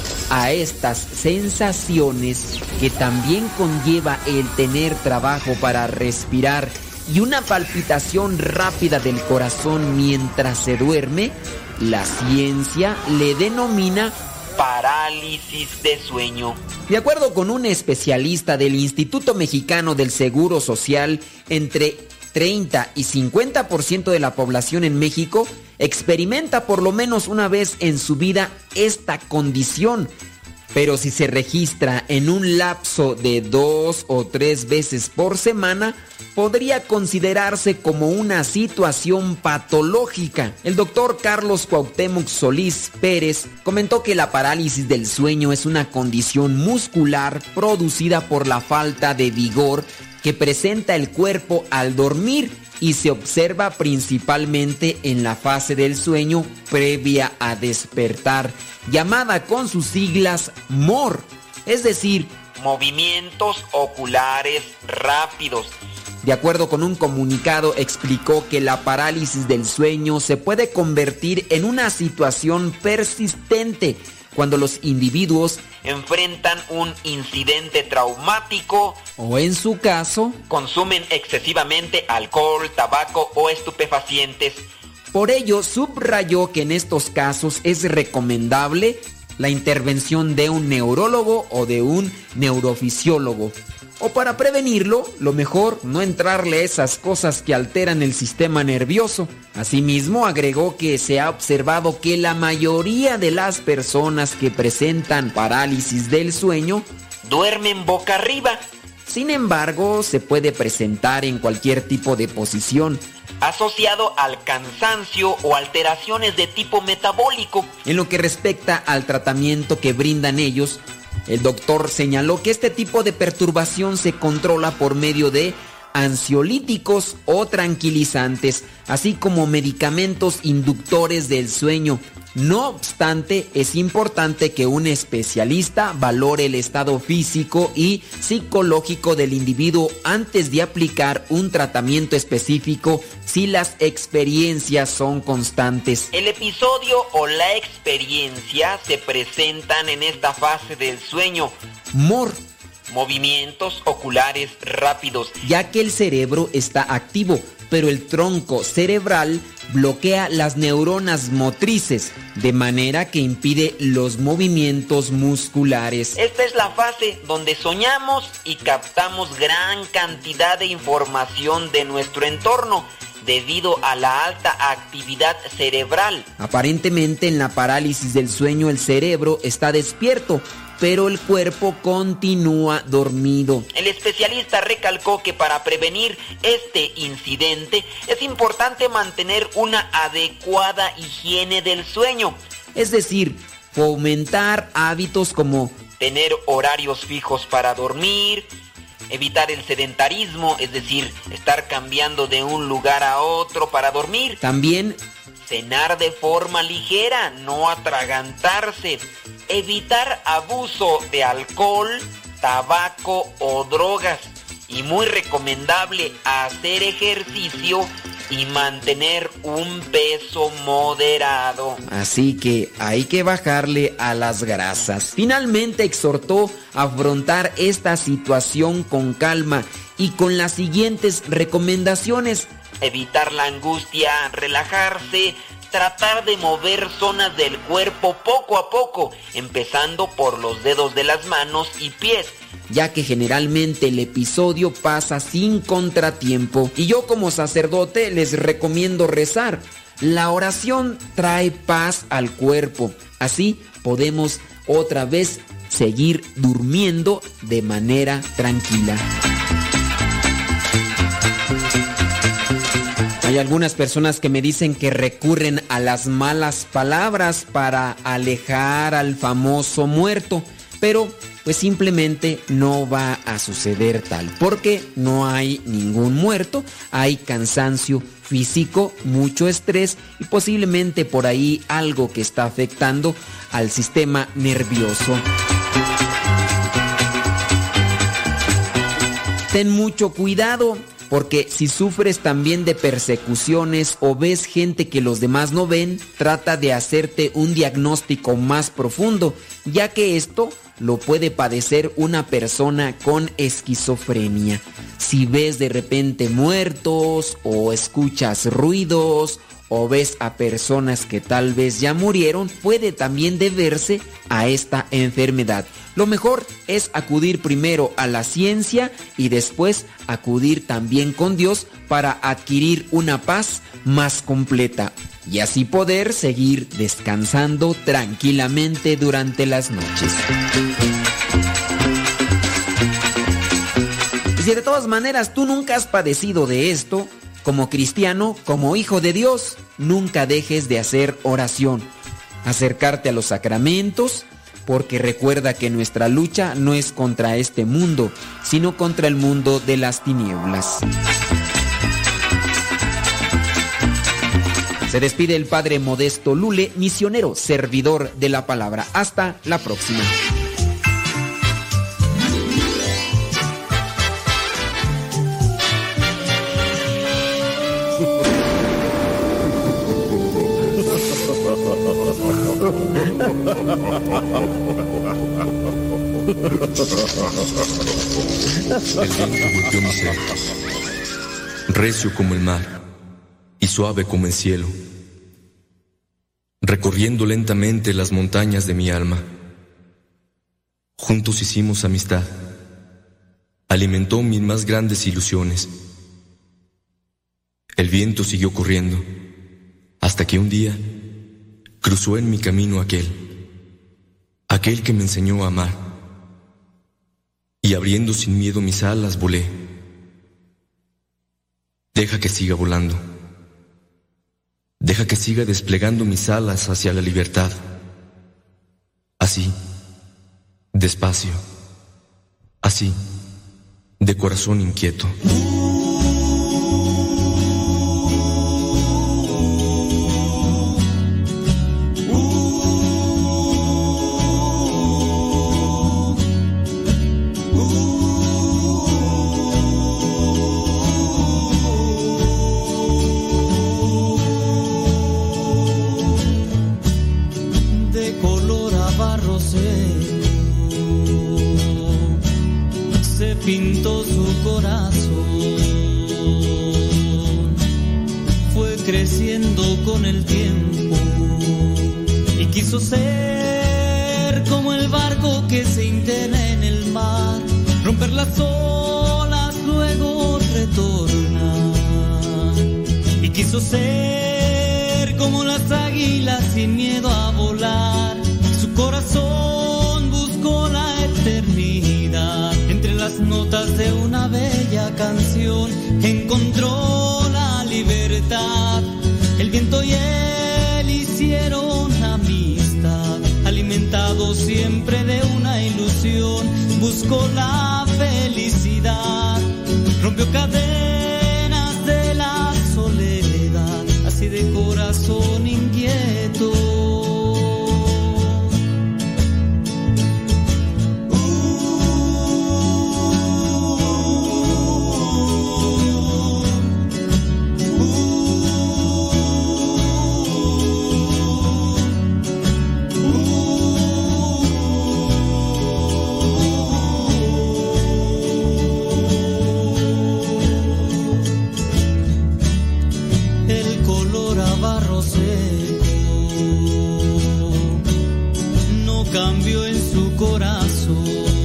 A estas sensaciones, que también conlleva el tener trabajo para respirar y una palpitación rápida del corazón mientras se duerme, la ciencia le denomina parálisis de sueño. De acuerdo con un especialista del Instituto Mexicano del Seguro Social, entre treinta y cincuenta por ciento de la población en México experimenta por lo menos una vez en su vida esta condición. Pero si se registra en un lapso de dos o tres veces por semana, podría considerarse como una situación patológica. El doctor Carlos Cuauhtémoc Solís Pérez comentó que la parálisis del sueño es una condición muscular producida por la falta de vigor que presenta el cuerpo al dormir y se observa principalmente en la fase del sueño previa a despertar, llamada con sus siglas M O R, es decir, movimientos oculares rápidos. De acuerdo con un comunicado, explicó que la parálisis del sueño se puede convertir en una situación persistente cuando los individuos enfrentan un incidente traumático o, en su caso, consumen excesivamente alcohol, tabaco o estupefacientes. Por ello, subrayó que en estos casos es recomendable la intervención de un neurólogo o de un neurofisiólogo. O para prevenirlo, lo mejor no entrarle a esas cosas que alteran el sistema nervioso. Asimismo, agregó que se ha observado que la mayoría de las personas que presentan parálisis del sueño duermen boca arriba. Sin embargo, se puede presentar en cualquier tipo de posición, asociado al cansancio o alteraciones de tipo metabólico. En lo que respecta al tratamiento que brindan ellos, el doctor señaló que este tipo de perturbación se controla por medio de ansiolíticos o tranquilizantes, así como medicamentos inductores del sueño. No obstante, es importante que un especialista valore el estado físico y psicológico del individuo antes de aplicar un tratamiento específico si las experiencias son constantes. El episodio o la experiencia se presentan en esta fase del sueño M O R, movimientos oculares rápidos, ya que el cerebro está activo, pero el tronco cerebral bloquea las neuronas motrices, de manera que impide los movimientos musculares. Esta es la fase donde soñamos y captamos gran cantidad de información de nuestro entorno, debido a la alta actividad cerebral. Aparentemente, en la parálisis del sueño el cerebro está despierto, pero el cuerpo continúa dormido. El especialista recalcó que para prevenir este incidente es importante mantener una adecuada higiene del sueño, es decir, fomentar hábitos como tener horarios fijos para dormir, evitar el sedentarismo, es decir, estar cambiando de un lugar a otro para dormir. También cenar de forma ligera, no atragantarse, evitar abuso de alcohol, tabaco o drogas. Y muy recomendable hacer ejercicio y mantener un peso moderado. Así que hay que bajarle a las grasas. Finalmente exhortó a afrontar esta situación con calma y con las siguientes recomendaciones: evitar la angustia, relajarse, tratar de mover zonas del cuerpo poco a poco, empezando por los dedos de las manos y pies, ya que generalmente el episodio pasa sin contratiempo. Y yo como sacerdote les recomiendo rezar. La oración trae paz al cuerpo. Así podemos otra vez seguir durmiendo de manera tranquila. Hay algunas personas que me dicen que recurren a las malas palabras para alejar al famoso muerto, pero pues simplemente no va a suceder tal, porque no hay ningún muerto, hay cansancio físico, mucho estrés y posiblemente por ahí algo que está afectando al sistema nervioso. Ten mucho cuidado, porque si sufres también de persecuciones o ves gente que los demás no ven, trata de hacerte un diagnóstico más profundo, ya que esto lo puede padecer una persona con esquizofrenia. Si ves de repente muertos o escuchas ruidos o ves a personas que tal vez ya murieron, puede también deberse a esta enfermedad. Lo mejor es acudir primero a la ciencia y después acudir también con Dios para adquirir una paz más completa y así poder seguir descansando tranquilamente durante las noches. Y si de todas maneras tú nunca has padecido de esto, como cristiano, como hijo de Dios, nunca dejes de hacer oración, acercarte a los sacramentos, porque recuerda que nuestra lucha no es contra este mundo, sino contra el mundo de las tinieblas. Se despide el padre Modesto Lule, misionero, servidor de la palabra. Hasta la próxima. El viento golpeó mi ser, recio como el mar y suave como el cielo, recorriendo lentamente las montañas de mi alma. Juntos hicimos amistad, alimentó mis más grandes ilusiones. El viento siguió corriendo, hasta que un día cruzó en mi camino aquel, aquel que me enseñó a amar. Y abriendo sin miedo mis alas volé. Deja que siga volando. Deja que siga desplegando mis alas hacia la libertad. Así, despacio. Así, de corazón inquieto. Pintó su corazón, fue creciendo con el tiempo y quiso ser como el barco que se interna en el mar, romper las olas, luego retornar. Y quiso ser como las águilas sin miedo a volar, su corazón buscó la eternidad. Entre las notas de una bella canción encontró la libertad. El viento y él hicieron amistad, alimentados siempre de una ilusión. Buscó la felicidad, rompió cadenas de la soledad, así de corazón inquieto. El color a barro se cambio en su corazón.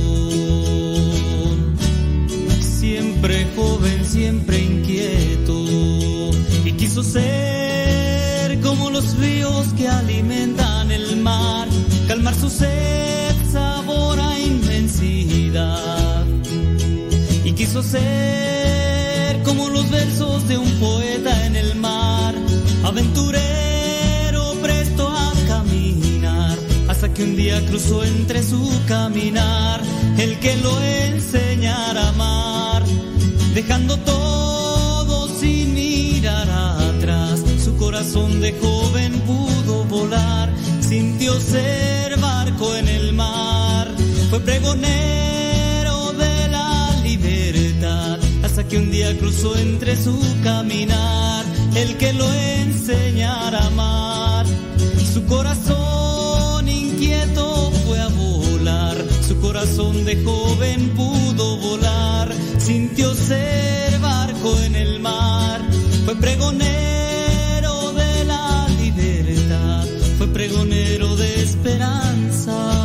Siempre joven, siempre inquieto, y quiso ser como los ríos que alimentan el mar, calmar su sed, sabor a inmensidad. Y quiso ser como los versos de un poeta en el mar, aventurero presto a caminar, hasta que un día cruzó entre su caminar el que lo enseñara a amar, dejando todo sin mirar atrás. Su corazón de joven pudo volar, sintió ser barco en el mar, fue pregonero de la libertad, hasta que un día cruzó entre su caminar el que lo enseñara a amar. Su corazón inquieto fue a volar, su corazón de joven pudo volar, sintió ser barco en el mar, fue pregonero de la libertad, fue pregonero de esperanza.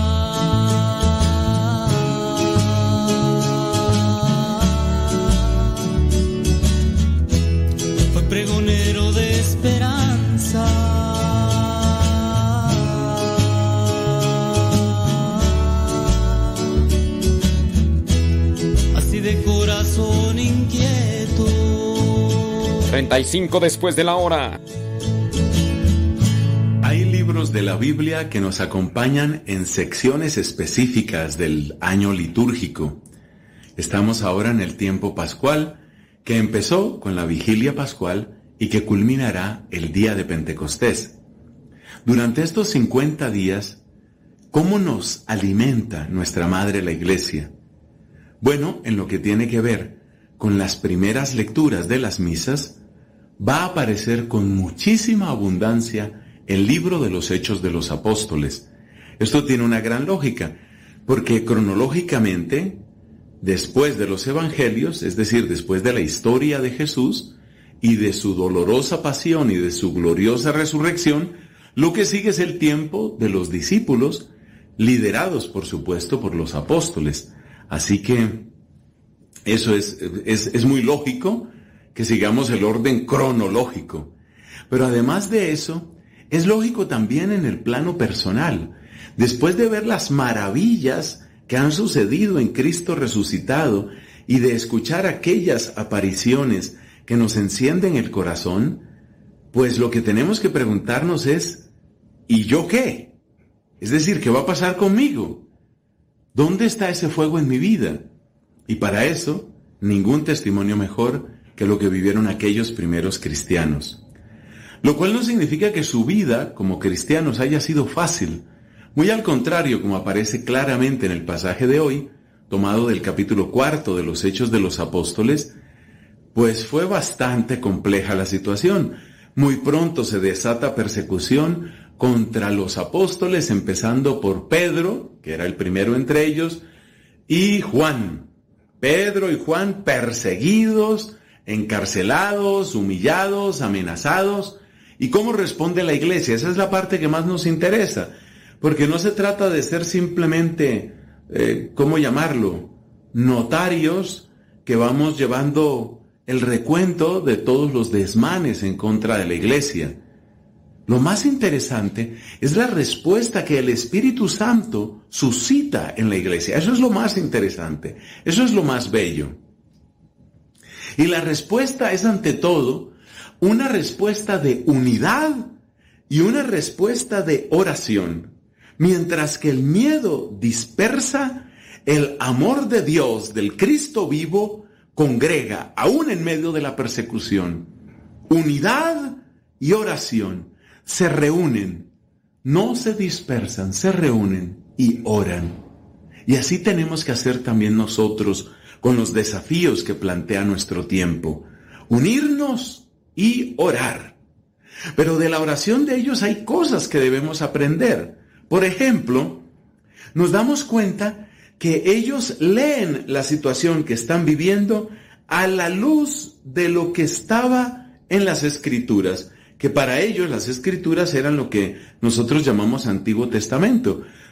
Fue pregonero de esperanza. Así de corazón inquieto. treinta y cinco después de la hora. Hay libros de la Biblia que nos acompañan en secciones específicas del año litúrgico. Estamos ahora en el tiempo pascual, que empezó con la vigilia pascual y que culminará el día de Pentecostés. Durante estos cincuenta días, ¿cómo nos alimenta nuestra Madre la Iglesia? Bueno, en lo que tiene que ver con las primeras lecturas de las misas, va a aparecer con muchísima abundancia el libro de los Hechos de los Apóstoles. Esto tiene una gran lógica, porque cronológicamente, después de los Evangelios, es decir, después de la historia de Jesús y de su dolorosa pasión y de su gloriosa resurrección, lo que sigue es el tiempo de los discípulos, liderados, por supuesto, por los apóstoles. Así que eso es, es, es muy lógico que sigamos el orden cronológico. Pero además de eso, es lógico también en el plano personal. Después de ver las maravillas que han sucedido en Cristo resucitado y de escuchar aquellas apariciones que nos encienden el corazón, pues lo que tenemos que preguntarnos es, ¿y yo qué? Es decir, ¿qué va a pasar conmigo? ¿Dónde está ese fuego en mi vida? Y para eso, ningún testimonio mejor que lo que vivieron aquellos primeros cristianos. Lo cual no significa que su vida como cristianos haya sido fácil. Muy al contrario, como aparece claramente en el pasaje de hoy, tomado del capítulo cuarto de los Hechos de los Apóstoles, pues fue bastante compleja la situación. Muy pronto se desata persecución contra los apóstoles, empezando por Pedro, que era el primero entre ellos, y Juan. Pedro y Juan perseguidos, encarcelados, humillados, amenazados. ¿Y cómo responde la iglesia? Esa es la parte que más nos interesa, porque no se trata de ser simplemente, eh, ¿cómo llamarlo?, notarios que vamos llevando el recuento de todos los desmanes en contra de la iglesia. Lo más interesante es la respuesta que el Espíritu Santo suscita en la iglesia. Eso es lo más interesante, eso es lo más bello. Y la respuesta es ante todo una respuesta de unidad y una respuesta de oración. Mientras que el miedo dispersa, el amor de Dios, del Cristo vivo, congrega, aún en medio de la persecución. Unidad y oración se reúnen, no se dispersan, se reúnen y oran. Y así tenemos que hacer también nosotros con los desafíos que plantea nuestro tiempo. Unirnos y orar. Pero de la oración de ellos hay cosas que debemos aprender. Por ejemplo, nos damos cuenta que ellos leen la situación que están viviendo a la luz de lo que estaba en las Escrituras, que para ellos las Escrituras eran lo que nosotros llamamos Antiguo Testamento.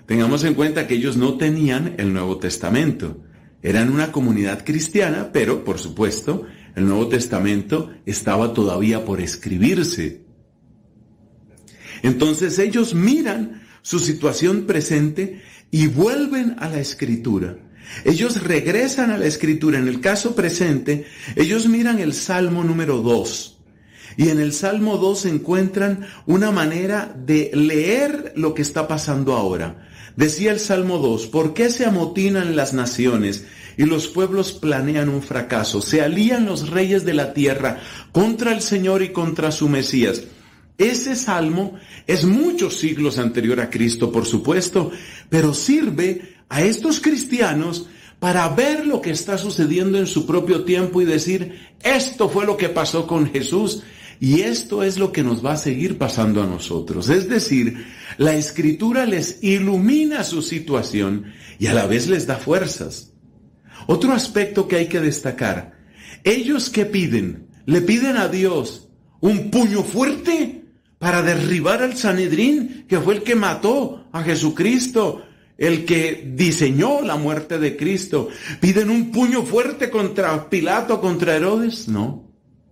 Tengamos en cuenta que ellos no tenían el Nuevo Testamento. Eran una comunidad cristiana, pero, por supuesto, el Nuevo Testamento estaba todavía por escribirse. Entonces ellos miran su situación presente y vuelven a la Escritura. Ellos regresan a la Escritura. En el caso presente, ellos miran el Salmo número dos. Y en el Salmo dos encuentran una manera de leer lo que está pasando ahora. Decía el Salmo dos, ¿por qué se amotinan las naciones y los pueblos planean un fracaso? Se alían los reyes de la tierra contra el Señor y contra su Mesías. Ese salmo es muchos siglos anterior a Cristo, por supuesto, pero sirve a estos cristianos para ver lo que está sucediendo en su propio tiempo y decir, esto fue lo que pasó con Jesús y esto es lo que nos va a seguir pasando a nosotros. Es decir, la Escritura les ilumina su situación y a la vez les da fuerzas. Otro aspecto que hay que destacar, ellos que piden, le piden a Dios un puño fuerte para derribar al Sanedrín, que fue el que mató a Jesucristo, el que diseñó la muerte de Cristo. ¿Piden un puño fuerte contra Pilato, contra Herodes? No.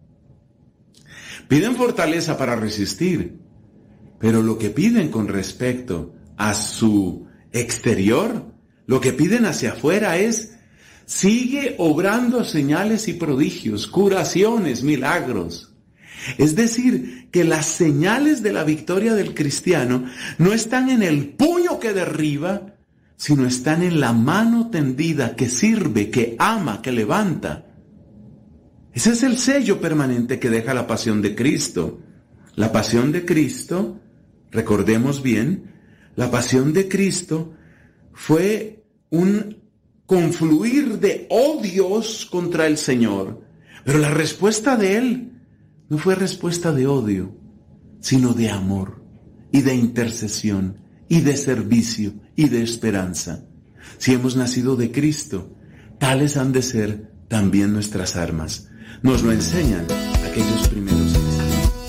Piden fortaleza para resistir, pero lo que piden con respecto a su exterior, lo que piden hacia afuera es, sigue obrando señales y prodigios, curaciones, milagros. Es decir, que las señales de la victoria del cristiano no están en el puño que derriba, sino están en la mano tendida que sirve, que ama, que levanta. Ese es el sello permanente que deja la pasión de Cristo. La pasión de Cristo, recordemos bien, la pasión de Cristo fue un confluir de odios contra el Señor, pero la respuesta de Él no fue respuesta de odio, sino de amor y de intercesión y de servicio y de esperanza. Si hemos nacido de Cristo, tales han de ser también nuestras armas. Nos lo enseñan aquellos primeros cristianos.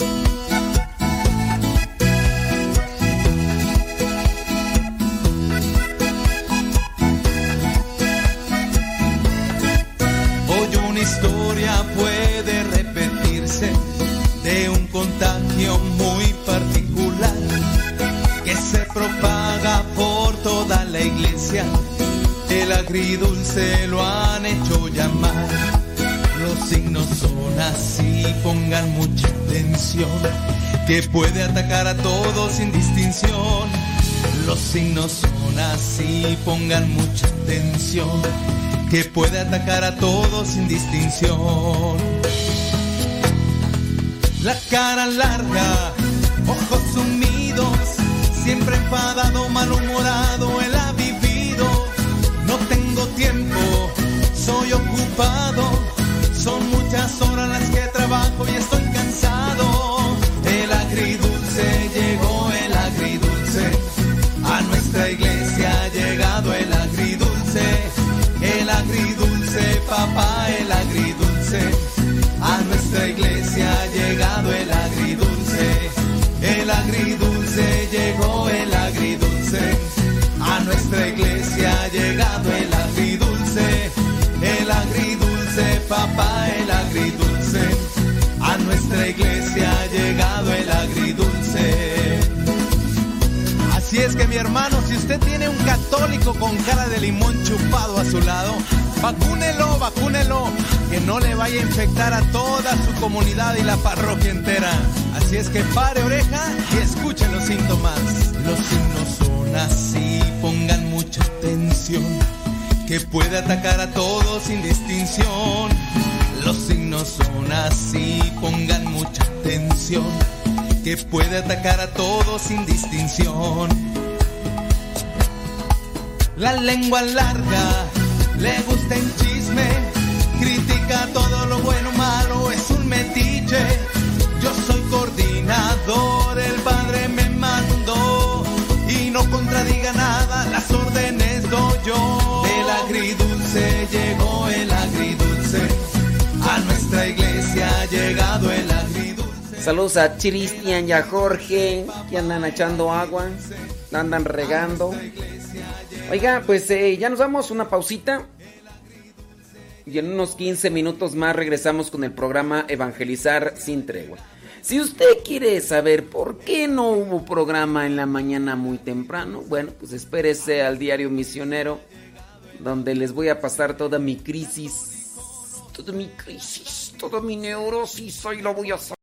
Hoy una historia puede repetirse de un contagio muy particular que se propaga por toda la iglesia. El agridulce lo han hecho llamar. Los signos son así, pongan mucha atención, que puede atacar a todos sin distinción. Los signos son así, pongan mucha atención, que puede atacar a todos sin distinción. La cara larga, ojos sumidos, siempre enfadado, malhumorado, él ha vivido. No tengo tiempo, soy ocupado. Son muchas horas las que trabajo y estoy cansado. El agridulce llegó, el agridulce. A nuestra iglesia ha llegado el agridulce. El agridulce, papá, el agridulce. A nuestra iglesia ha llegado el agridulce. El agridulce llegó, el agridulce. A nuestra iglesia ha llegado el agridulce. El agridulce, papá, el agridulce. A nuestra iglesia ha llegado el agridulce. Así es que mi hermano, si usted tiene un católico con cara de limón chupado a su lado, vacúnelo, vacúnelo, que no le vaya a infectar a toda su comunidad y la parroquia entera. Así es que pare oreja y escuche los síntomas. Los signos son así, pongan mucha atención, que puede atacar a todos sin distinción. Los signos son así, pongan mucha atención, que puede atacar a todos sin distinción. La lengua larga, le gusta el chisme, critica todo lo bueno, malo, es un metiche. Yo soy coordinador, el padre me mandó, y no contradiga nada, las órdenes doy yo. El agridulce llegó, el agridulce. A nuestra iglesia ha llegado el agridulce. Saludos a Cristian y a Jorge, que andan echando agua, andan regando. Oiga, pues eh, ya nos vamos, una pausita. Y en unos quince minutos más regresamos con el programa Evangelizar sin Tregua. Si usted quiere saber por qué no hubo programa en la mañana muy temprano, bueno, pues espérese al Diario Misionero, donde les voy a pasar toda mi crisis, toda mi crisis, toda mi neurosis, hoy lo voy a sacar.